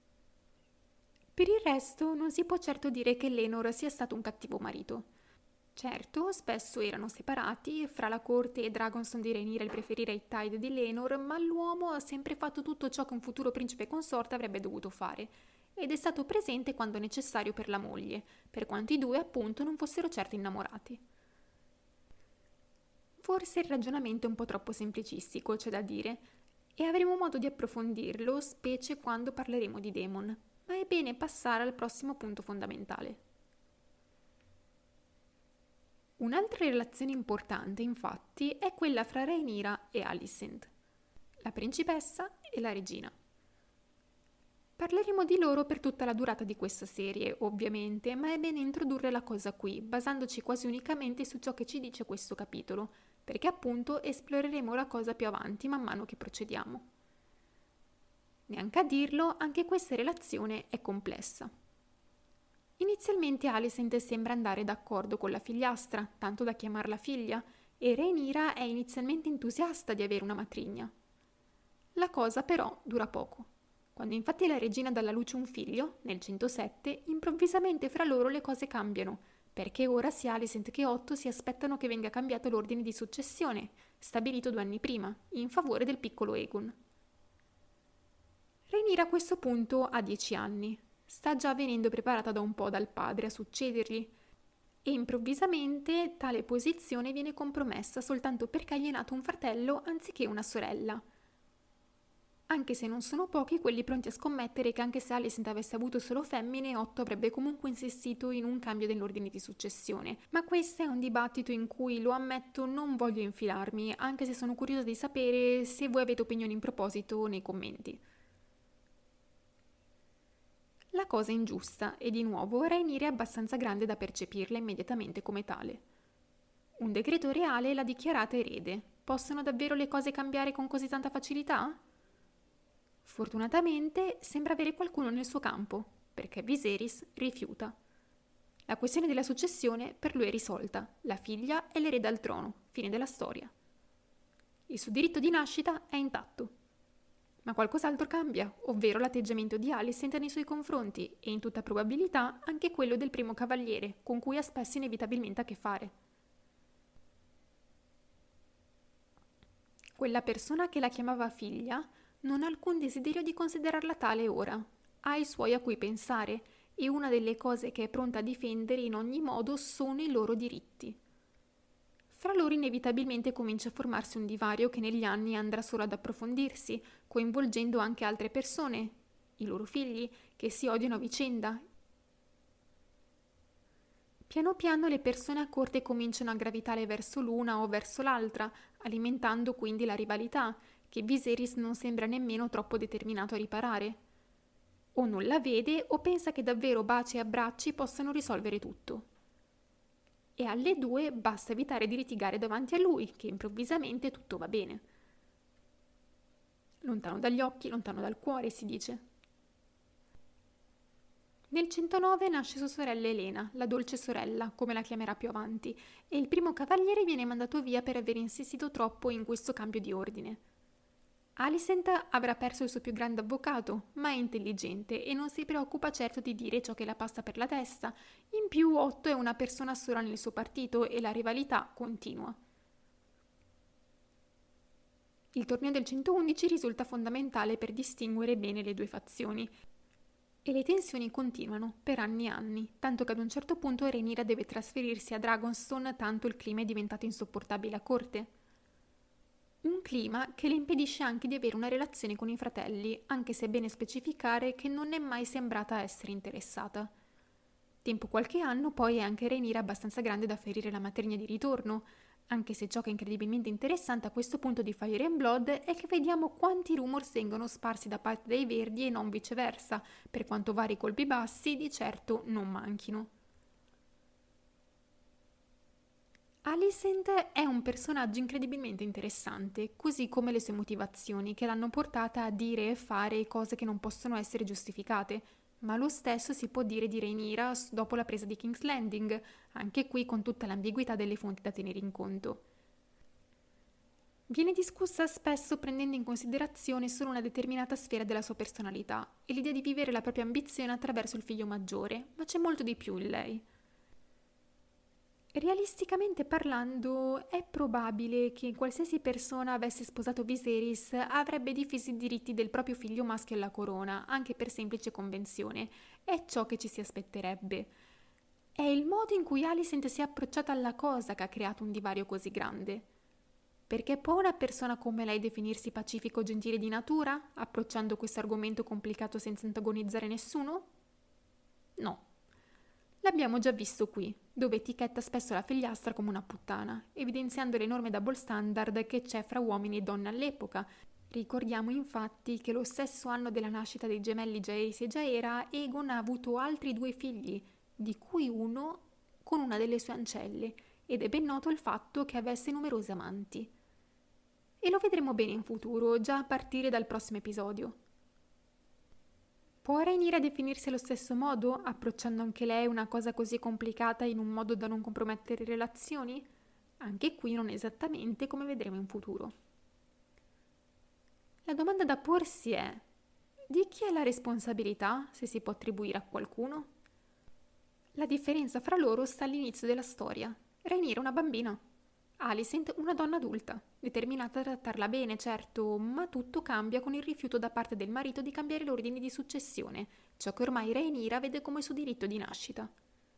Per il resto, non si può certo dire che Laenor sia stato un cattivo marito. Certo, spesso erano separati, fra la corte e Dragonstone di Rhaenyra il preferire i Tide di Laenor, ma l'uomo ha sempre fatto tutto ciò che un futuro principe consorte avrebbe dovuto fare, ed è stato presente quando necessario per la moglie, per quanto i due appunto non fossero certo innamorati. Forse il ragionamento è un po' troppo semplicistico, c'è da dire, e avremo modo di approfondirlo, specie quando parleremo di Daemon, ma è bene passare al prossimo punto fondamentale. Un'altra relazione importante, infatti, è quella fra Rhaenyra e Alicent, la principessa e la regina. Parleremo di loro per tutta la durata di questa serie, ovviamente, ma è bene introdurre la cosa qui, basandoci quasi unicamente su ciò che ci dice questo capitolo, perché appunto esploreremo la cosa più avanti man mano che procediamo. Neanche a dirlo, anche questa relazione è complessa. Inizialmente Alicent sembra andare d'accordo con la figliastra, tanto da chiamarla figlia, e Rhaenyra è inizialmente entusiasta di avere una matrigna. La cosa però dura poco. Quando infatti la regina dà alla luce un figlio, nel centosette, improvvisamente fra loro le cose cambiano, perché ora sia Alicent che Otto si aspettano che venga cambiato l'ordine di successione, stabilito due anni prima, in favore del piccolo Aegon. Rhaenyra a questo punto ha dieci anni. Sta già venendo preparata da un po' dal padre a succedergli e improvvisamente tale posizione viene compromessa soltanto perché gli è nato un fratello anziché una sorella. Anche se non sono pochi quelli pronti a scommettere che anche se Alicent avesse avuto solo femmine, Otto avrebbe comunque insistito in un cambio dell'ordine di successione. Ma questo è un dibattito in cui, lo ammetto, non voglio infilarmi, anche se sono curiosa di sapere se voi avete opinioni in proposito nei commenti. La cosa è ingiusta e di nuovo Rhaenyra è abbastanza grande da percepirla immediatamente come tale. Un decreto reale l'ha dichiarata erede. Possono davvero le cose cambiare con così tanta facilità? Fortunatamente sembra avere qualcuno nel suo campo, perché Viserys rifiuta. La questione della successione per lui è risolta, la figlia è l'erede al trono, fine della storia. Il suo diritto di nascita è intatto. Ma qualcos'altro cambia, ovvero l'atteggiamento di Alicent nei suoi confronti e in tutta probabilità anche quello del primo cavaliere, con cui ha spesso inevitabilmente a che fare. Quella persona che la chiamava figlia non ha alcun desiderio di considerarla tale ora, ha i suoi a cui pensare e una delle cose che è pronta a difendere in ogni modo sono i loro diritti. Fra loro inevitabilmente comincia a formarsi un divario che negli anni andrà solo ad approfondirsi, coinvolgendo anche altre persone, i loro figli, che si odiano a vicenda. Piano piano le persone a corte cominciano a gravitare verso l'una o verso l'altra, alimentando quindi la rivalità, che Viserys non sembra nemmeno troppo determinato a riparare. O non la vede o pensa che davvero baci e abbracci possano risolvere tutto. E alle due basta evitare di litigare davanti a lui, che improvvisamente tutto va bene. Lontano dagli occhi, lontano dal cuore, si dice. Nel centonove nasce sua sorella Elena, la dolce sorella, come la chiamerà più avanti, e il primo cavaliere viene mandato via per aver insistito troppo in questo cambio di ordine. Alicent avrà perso il suo più grande avvocato, ma è intelligente e non si preoccupa certo di dire ciò che la passa per la testa. In più Otto è una persona sola nel suo partito e la rivalità continua. Il torneo del centoundici risulta fondamentale per distinguere bene le due fazioni e le tensioni continuano per anni e anni, tanto che ad un certo punto Rhaenyra deve trasferirsi a Dragonstone tanto il clima è diventato insopportabile a corte. Un clima che le impedisce anche di avere una relazione con i fratelli, anche se è bene specificare che non è mai sembrata essere interessata. Tempo qualche anno poi è anche Rhaenyra abbastanza grande da ferire la matrigna di ritorno, anche se ciò che è incredibilmente interessante a questo punto di Fire and Blood è che vediamo quanti rumors vengono sparsi da parte dei Verdi e non viceversa, per quanto vari colpi bassi di certo non manchino. Alicent è un personaggio incredibilmente interessante, così come le sue motivazioni, che l'hanno portata a dire e fare cose che non possono essere giustificate, ma lo stesso si può dire di Rhaenyra dopo la presa di King's Landing, anche qui con tutta l'ambiguità delle fonti da tenere in conto. Viene discussa spesso prendendo in considerazione solo una determinata sfera della sua personalità e l'idea di vivere la propria ambizione attraverso il figlio maggiore, ma c'è molto di più in lei. Realisticamente parlando, è probabile che qualsiasi persona avesse sposato Viserys avrebbe difeso i diritti del proprio figlio maschio alla corona, anche per semplice convenzione. È ciò che ci si aspetterebbe. È il modo in cui Alicent si è approcciata alla cosa che ha creato un divario così grande. Perché può una persona come lei definirsi pacifico o gentile di natura, approcciando questo argomento complicato senza antagonizzare nessuno? No. L'abbiamo già visto qui, dove etichetta spesso la figliastra come una puttana, evidenziando l'enorme double standard che c'è fra uomini e donne all'epoca. Ricordiamo infatti che lo stesso anno della nascita dei gemelli Jace e Jaera, Aegon ha avuto altri due figli, di cui uno con una delle sue ancelle, ed è ben noto il fatto che avesse numerosi amanti. E lo vedremo bene in futuro, già a partire dal prossimo episodio. Può Rhaenyra definirsi allo stesso modo, approcciando anche lei una cosa così complicata in un modo da non compromettere relazioni? Anche qui non esattamente, come vedremo in futuro. La domanda da porsi è: di chi è la responsabilità, se si può attribuire a qualcuno? La differenza fra loro sta all'inizio della storia. Rhaenyra è una bambina, Alicent una donna adulta, determinata a trattarla bene, certo, ma tutto cambia con il rifiuto da parte del marito di cambiare l'ordine di successione, ciò che ormai Rhaenyra vede come suo diritto di nascita.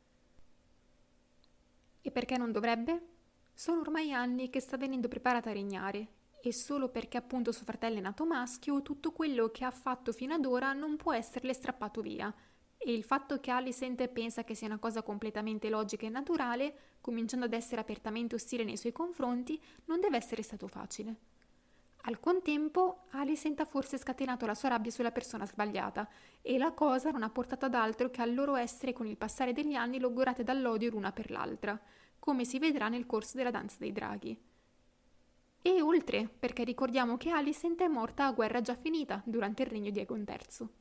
E perché non dovrebbe? Sono ormai anni che sta venendo preparata a regnare, e solo perché appunto suo fratello è nato maschio, tutto quello che ha fatto fino ad ora non può esserle strappato via. E il fatto che Alicent pensa che sia una cosa completamente logica e naturale, cominciando ad essere apertamente ostile nei suoi confronti, non deve essere stato facile. Al contempo, Alicent ha forse scatenato la sua rabbia sulla persona sbagliata, e la cosa non ha portato ad altro che al loro essere con il passare degli anni logorate dall'odio l'una per l'altra, come si vedrà nel corso della danza dei draghi. E oltre, perché ricordiamo che Alicent è morta a guerra già finita durante il regno di Aegon terzo.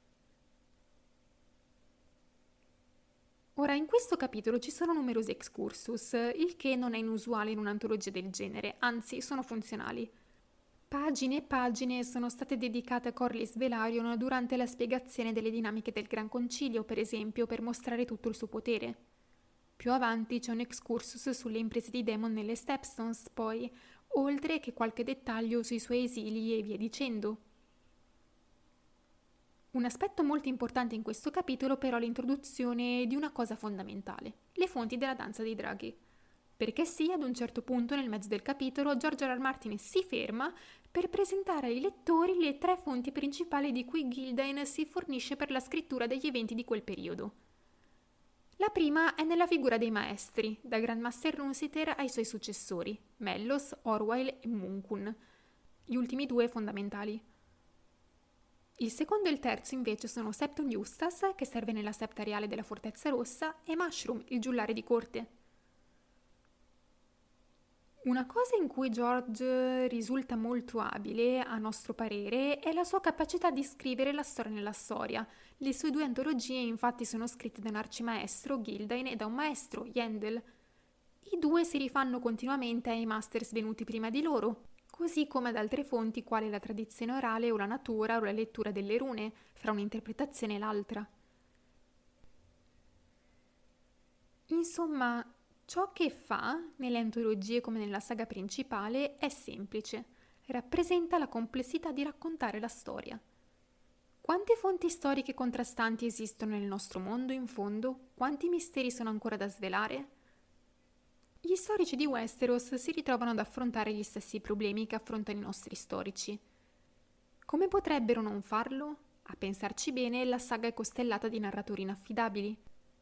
Ora, in questo capitolo ci sono numerosi excursus, il che non è inusuale in un'antologia del genere, anzi sono funzionali. Pagine e pagine sono state dedicate a Corlys Velaryon durante la spiegazione delle dinamiche del Gran Concilio, per esempio, per mostrare tutto il suo potere. Più avanti c'è un excursus sulle imprese di Daemon nelle Stepstones, poi, oltre che qualche dettaglio sui suoi esili e via dicendo. Un aspetto molto importante in questo capitolo però è l'introduzione di una cosa fondamentale, le fonti della danza dei draghi. Perché sì, ad un certo punto nel mezzo del capitolo George R. R. Martin si ferma per presentare ai lettori le tre fonti principali di cui Gildain si fornisce per la scrittura degli eventi di quel periodo. La prima è nella figura dei maestri, da Grandmaster Runeseter ai suoi successori, Mellos, Orwyle e Munkun, gli ultimi due fondamentali. Il secondo e il terzo invece sono Septon Eustace, che serve nella septa reale della Fortezza Rossa, e Mushroom, il giullare di corte. Una cosa in cui George risulta molto abile, a nostro parere, è la sua capacità di scrivere la storia nella storia. Le sue due antologie infatti sono scritte da un arcimaestro, Gildain, e da un maestro, Yendel. I due si rifanno continuamente ai masters venuti prima di loro, così come ad altre fonti quali la tradizione orale o la natura o la lettura delle rune, fra un'interpretazione e l'altra. Insomma, ciò che fa, nelle antologie come nella saga principale, è semplice. Rappresenta la complessità di raccontare la storia. Quante fonti storiche contrastanti esistono nel nostro mondo, in fondo? Quanti misteri sono ancora da svelare? Gli storici di Westeros si ritrovano ad affrontare gli stessi problemi che affrontano i nostri storici. Come potrebbero non farlo? A pensarci bene, la saga è costellata di narratori inaffidabili.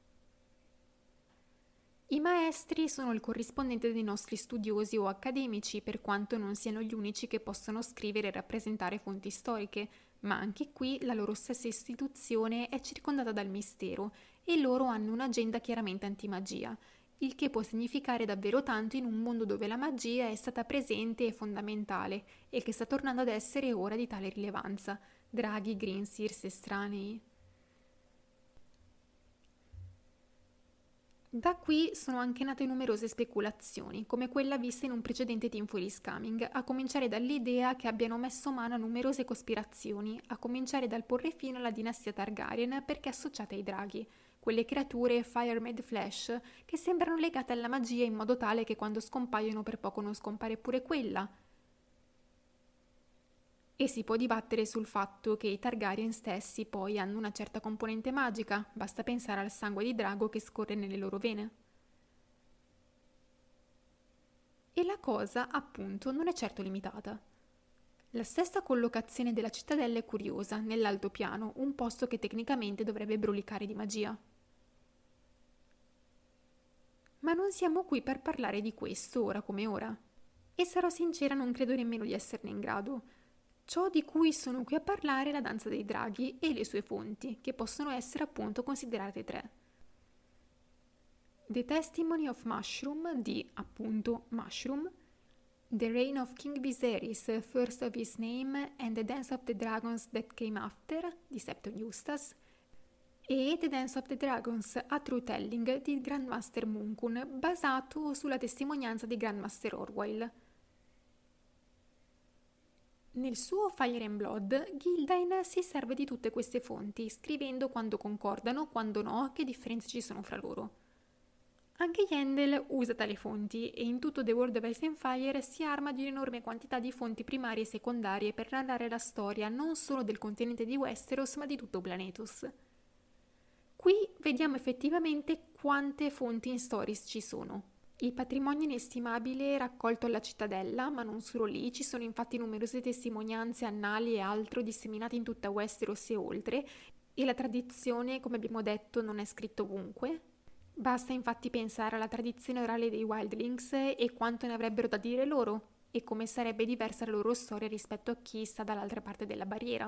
I maestri sono il corrispondente dei nostri studiosi o accademici, per quanto non siano gli unici che possono scrivere e rappresentare fonti storiche, ma anche qui la loro stessa istituzione è circondata dal mistero e loro hanno un'agenda chiaramente antimagia, il che può significare davvero tanto in un mondo dove la magia è stata presente e fondamentale e che sta tornando ad essere ora di tale rilevanza. Draghi, Greenseers, estranei. Da qui sono anche nate numerose speculazioni, come quella vista in un precedente Team for is Coming, a cominciare dall'idea che abbiano messo mano a numerose cospirazioni, a cominciare dal porre fine alla dinastia Targaryen perché associata ai draghi. quelle creature Fire Made Flesh che sembrano legate alla magia in modo tale che quando scompaiono per poco non scompare pure quella. E si può dibattere sul fatto che i Targaryen stessi poi hanno una certa componente magica, basta pensare al sangue di drago che scorre nelle loro vene. E la cosa, appunto, non è certo limitata. La stessa collocazione della cittadella è curiosa, nell'altopiano, un posto che tecnicamente dovrebbe brulicare di magia. Ma non siamo qui per parlare di questo ora come ora. E sarò sincera, non credo nemmeno di esserne in grado. Ciò di cui sono qui a parlare è la danza dei draghi e le sue fonti, che possono essere appunto considerate tre. The Testimony of Mushroom, di appunto Mushroom, The Reign of King Viserys, First of His Name, and The Dance of the Dragons That Came After, di Septon Eustace, e The Dance of the Dragons, A True Telling, di Grandmaster Munkun, basato sulla testimonianza di Grandmaster Orwell. Nel suo Fire and Blood, Gildain si serve di tutte queste fonti, scrivendo quando concordano, quando no, che differenze ci sono fra loro. Anche Yandel usa tali fonti e in tutto The World of Ice and Fire si arma di un'enorme quantità di fonti primarie e secondarie per narrare la storia non solo del continente di Westeros ma di tutto Planetus. Qui vediamo effettivamente quante fonti in Stories ci sono. Il patrimonio inestimabile raccolto alla cittadella, ma non solo lì, ci sono infatti numerose testimonianze, annali e altro disseminati in tutta Westeros e oltre, e la tradizione, come abbiamo detto, non è scritta ovunque. Basta infatti pensare alla tradizione orale dei Wildlings e quanto ne avrebbero da dire loro, e come sarebbe diversa la loro storia rispetto a chi sta dall'altra parte della barriera.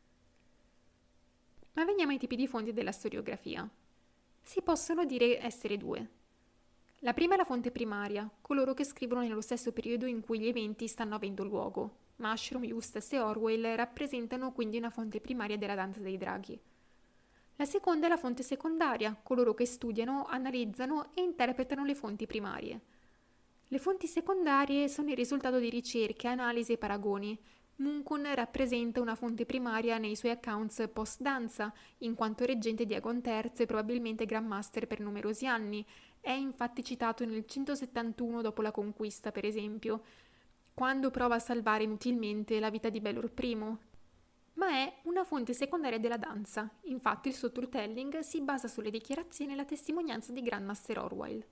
Ma veniamo ai tipi di fonti della storiografia. Si possono dire essere due. La prima è la fonte primaria, coloro che scrivono nello stesso periodo in cui gli eventi stanno avendo luogo. Mushroom, Eustace e Orwell rappresentano quindi una fonte primaria della danza dei draghi. La seconda è la fonte secondaria, coloro che studiano, analizzano e interpretano le fonti primarie. Le fonti secondarie sono il risultato di ricerche, analisi e paragoni. Munkun rappresenta una fonte primaria nei suoi accounts post-danza, in quanto reggente di Aegon terzo e probabilmente Grandmaster per numerosi anni. È infatti citato nel centosettantuno dopo la conquista, per esempio, quando prova a salvare inutilmente la vita di Baelor primo. Ma è una fonte secondaria della danza, infatti il suo truth-telling si basa sulle dichiarazioni e la testimonianza di Grandmaster Orwell.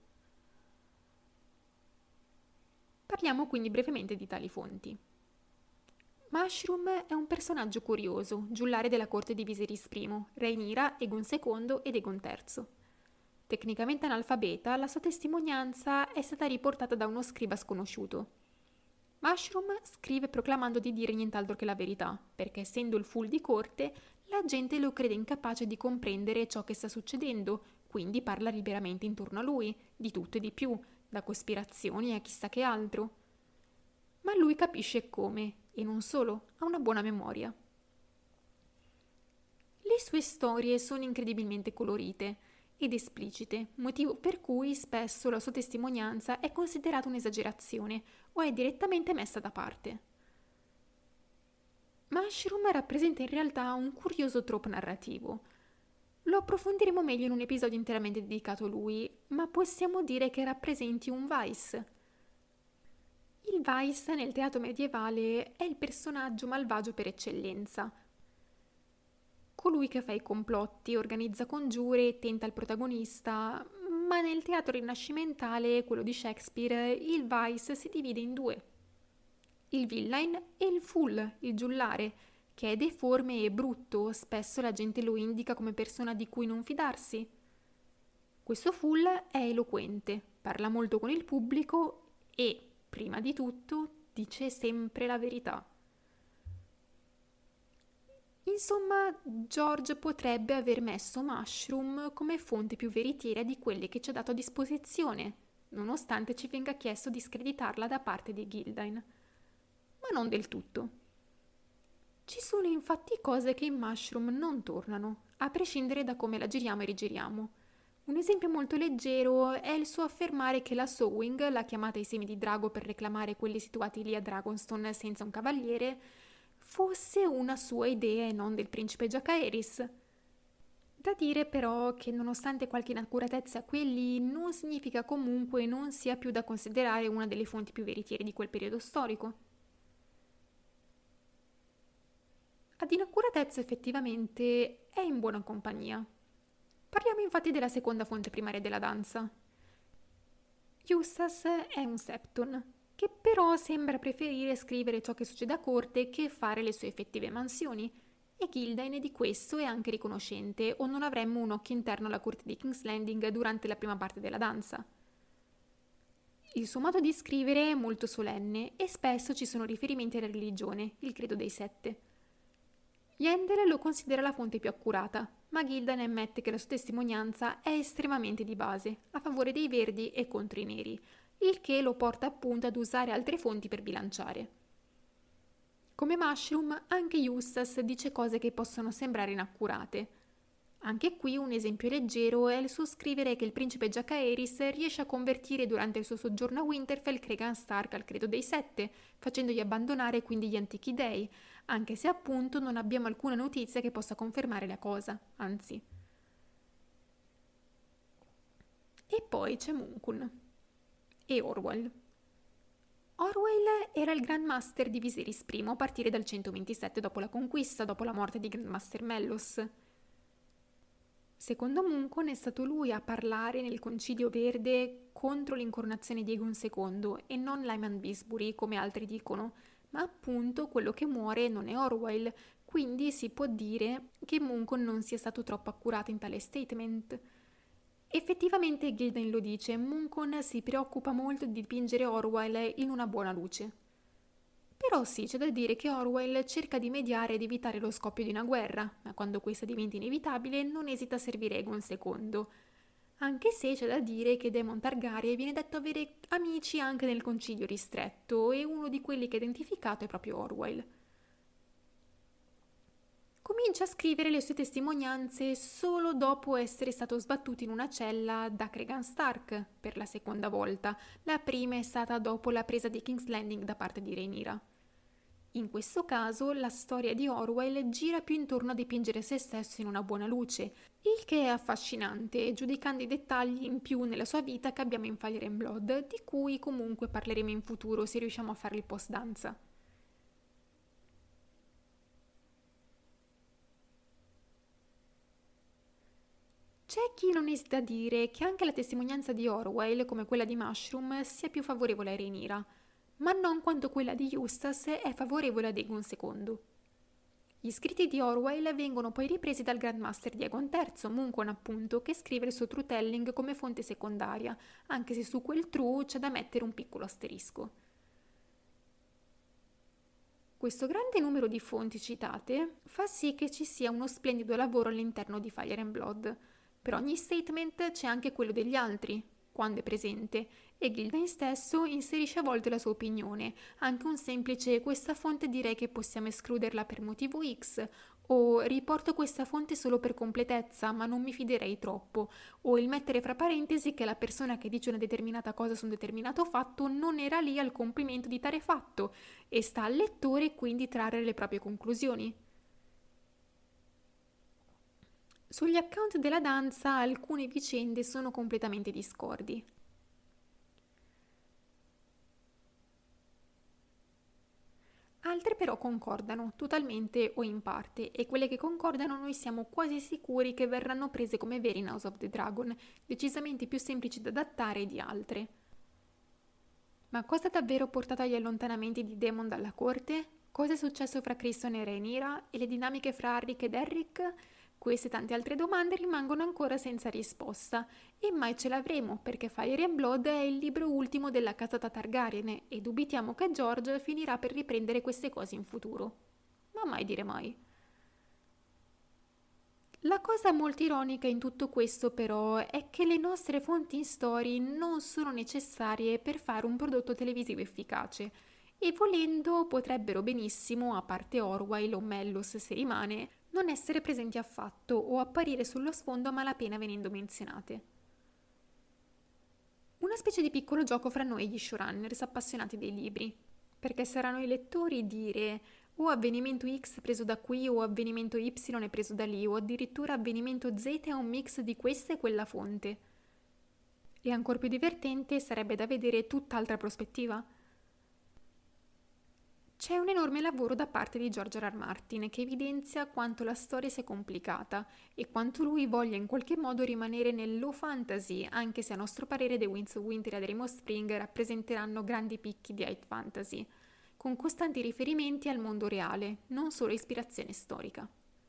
Parliamo quindi brevemente di tali fonti. Mushroom è un personaggio curioso, giullare della corte di Viserys primo, Rhaenyra, Aegon secondo ed Aegon terzo. Tecnicamente analfabeta, la sua testimonianza è stata riportata da uno scriba sconosciuto. Mushroom scrive proclamando di dire nient'altro che la verità, perché essendo il fool di corte, la gente lo crede incapace di comprendere ciò che sta succedendo, quindi parla liberamente intorno a lui, di tutto e di più, da cospirazioni a chissà che altro. Ma lui capisce come, e non solo, ha una buona memoria. Le sue storie sono incredibilmente colorite ed esplicite, motivo per cui spesso la sua testimonianza è considerata un'esagerazione o è direttamente messa da parte. Mushroom rappresenta in realtà un curioso trope narrativo. Lo approfondiremo meglio in un episodio interamente dedicato a lui, ma possiamo dire che rappresenti un vice. Il vice nel teatro medievale è il personaggio malvagio per eccellenza. Colui che fa i complotti, organizza congiure, tenta il protagonista, ma nel teatro rinascimentale, quello di Shakespeare, il vice si divide in due. Il villain e il fool, il giullare, che è deforme e brutto, spesso la gente lo indica come persona di cui non fidarsi. Questo fool è eloquente, parla molto con il pubblico e, prima di tutto, dice sempre la verità. Insomma, George potrebbe aver messo Mushroom come fonte più veritiera di quelle che ci ha dato a disposizione, nonostante ci venga chiesto di screditarla da parte di Gildain. Ma non del tutto. Ci sono infatti cose che in Mushroom non tornano, a prescindere da come la giriamo e rigiriamo. Un esempio molto leggero è il suo affermare che la Sowing, la chiamata ai semi di drago per reclamare quelli situati lì a Dragonstone senza un cavaliere, fosse una sua idea e non del principe Jacaerys. Da dire però che nonostante qualche inaccuratezza quelli non significa comunque non sia più da considerare una delle fonti più veritiere di quel periodo storico. Ad inaccuratezza effettivamente è in buona compagnia. Parliamo infatti della seconda fonte primaria della danza. Eustace è un septon, che però sembra preferire scrivere ciò che succede a corte che fare le sue effettive mansioni, e Gildain di questo è anche riconoscente, o non avremmo un occhio interno alla corte di King's Landing durante la prima parte della danza. Il suo modo di scrivere è molto solenne e spesso ci sono riferimenti alla religione, il credo dei sette. Yandel lo considera la fonte più accurata, ma Gildan ammette che la sua testimonianza è estremamente di base, a favore dei verdi e contro i neri, il che lo porta appunto ad usare altre fonti per bilanciare. Come Mushroom, anche Eustace dice cose che possono sembrare inaccurate. Anche qui un esempio leggero è il suo scrivere che il principe Jacaeris riesce a convertire durante il suo soggiorno a Winterfell Cregan Stark al credo dei sette, facendogli abbandonare quindi gli antichi dei, anche se appunto non abbiamo alcuna notizia che possa confermare la cosa, anzi. E poi c'è Munkun e Orwell. Orwell era il Grand Master di Viserys I a partire dal centoventisette dopo la conquista, dopo la morte di Grandmaster Mellos. Secondo Munkun è stato lui a parlare nel Concilio Verde contro l'incoronazione di Aegon secondo e non Lyman Bisbury, come altri dicono, ma appunto quello che muore non è Orwell, quindi si può dire che Munkun non sia stato troppo accurato in tale statement. Effettivamente Gildan lo dice, Munkun si preoccupa molto di dipingere Orwell in una buona luce. Però sì, c'è da dire che Orwell cerca di mediare ed evitare lo scoppio di una guerra, ma quando questa diventa inevitabile non esita a servire Aegon secondo. Anche se c'è da dire che Daemon Targaryen viene detto avere amici anche nel concilio ristretto e uno di quelli che è identificato è proprio Orwell. Comincia a scrivere le sue testimonianze solo dopo essere stato sbattuto in una cella da Cregan Stark per la seconda volta. La prima è stata dopo la presa di King's Landing da parte di Rhaenyra. In questo caso la storia di Orwell gira più intorno a dipingere se stesso in una buona luce, il che è affascinante, giudicando i dettagli in più nella sua vita che abbiamo in Fire and Blood, di cui comunque parleremo in futuro se riusciamo a fare il post danza. C'è chi non esita a dire che anche la testimonianza di Orwell, come quella di Mushroom, sia più favorevole a Rhaenyra, ma non quanto quella di Eustace è favorevole ad Aegon secondo. Gli scritti di Orwell vengono poi ripresi dal Grandmaster di Aegon terzo, Munkun appunto, che scrive il suo truth-telling come fonte secondaria, anche se su quel true c'è da mettere un piccolo asterisco. Questo grande numero di fonti citate fa sì che ci sia uno splendido lavoro all'interno di Fire and Blood. Per ogni statement c'è anche quello degli altri, quando è presente, e Gildan stesso inserisce a volte la sua opinione, anche un semplice questa fonte direi che possiamo escluderla per motivo X, o riporto questa fonte solo per completezza ma non mi fiderei troppo, o il mettere fra parentesi che la persona che dice una determinata cosa su un determinato fatto non era lì al compimento di tale fatto e sta al lettore quindi trarre le proprie conclusioni. Sugli account della danza alcune vicende sono completamente discordi. Altre però concordano, totalmente o in parte, e quelle che concordano noi siamo quasi sicuri che verranno prese come vere in House of the Dragon, decisamente più semplici da adattare di altre. Ma cosa ha davvero portato agli allontanamenti di Daemon dalla corte? Cosa è successo fra Criston e Rhaenyra? E le dinamiche fra Harrick ed Erric? Queste e tante altre domande rimangono ancora senza risposta, e mai ce l'avremo, perché Fire and Blood è il libro ultimo della casata Targaryen, e dubitiamo che George finirà per riprendere queste cose in futuro. Ma mai dire mai. La cosa molto ironica in tutto questo però è che le nostre fonti in story non sono necessarie per fare un prodotto televisivo efficace, e volendo potrebbero benissimo, a parte Orwell o Mellos se rimane, non essere presenti affatto o apparire sullo sfondo a malapena venendo menzionate. Una specie di piccolo gioco fra noi e gli showrunners appassionati dei libri, perché saranno i lettori dire o avvenimento X preso da qui o avvenimento Y è preso da lì o addirittura avvenimento Z è un mix di questa e quella fonte. E ancora più divertente sarebbe da vedere tutt'altra prospettiva. C'è un enorme lavoro da parte di George R. R. Martin che evidenzia quanto la storia sia complicata e quanto lui voglia in qualche modo rimanere nel low fantasy, anche se a nostro parere The Winds of Winter e The Realm of Spring rappresenteranno grandi picchi di high fantasy, con costanti riferimenti al mondo reale, non solo ispirazione storica.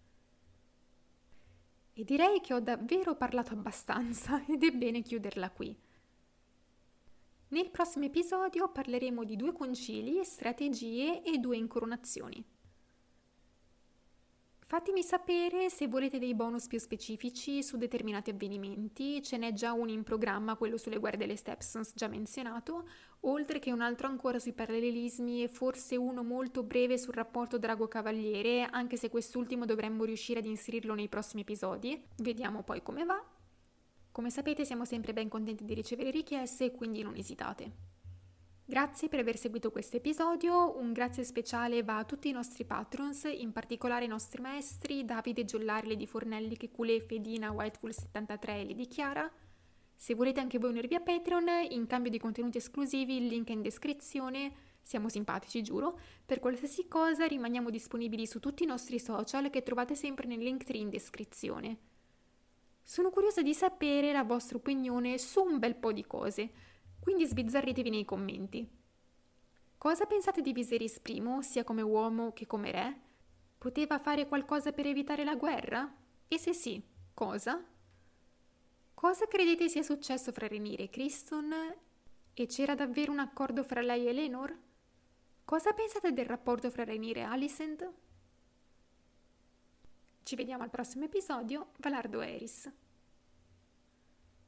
E direi che ho davvero parlato abbastanza ed è bene chiuderla qui. Nel prossimo episodio parleremo di due concili, strategie e due incoronazioni. Fatemi sapere se volete dei bonus più specifici su determinati avvenimenti, ce n'è già uno in programma, quello sulle guerre delle Stepstones già menzionato, oltre che un altro ancora sui parallelismi e forse uno molto breve sul rapporto drago-cavaliere, anche se quest'ultimo dovremmo riuscire ad inserirlo nei prossimi episodi, vediamo poi come va. Come sapete siamo sempre ben contenti di ricevere richieste, quindi non esitate. Grazie per aver seguito questo episodio, un grazie speciale va a tutti i nostri patrons, in particolare i nostri maestri Davide Giullari, Lady Fornelli, Checule, Fedina, Whitefull settantatré e Lady Chiara. Se volete anche voi unirvi a Patreon, in cambio di contenuti esclusivi, il link è in descrizione, siamo simpatici giuro, per qualsiasi cosa rimaniamo disponibili su tutti i nostri social che trovate sempre nel link tree in descrizione. Sono curiosa di sapere la vostra opinione su un bel po' di cose, quindi sbizzarritevi nei commenti. Cosa pensate di Viserys I, sia come uomo che come re? Poteva fare qualcosa per evitare la guerra? E se sì, cosa? Cosa credete sia successo fra Rhaenyra e Criston? E c'era davvero un accordo fra lei e Laenor? Cosa pensate del rapporto fra Rhaenyra e Alicent? Ci vediamo al prossimo episodio, Valardo Eris.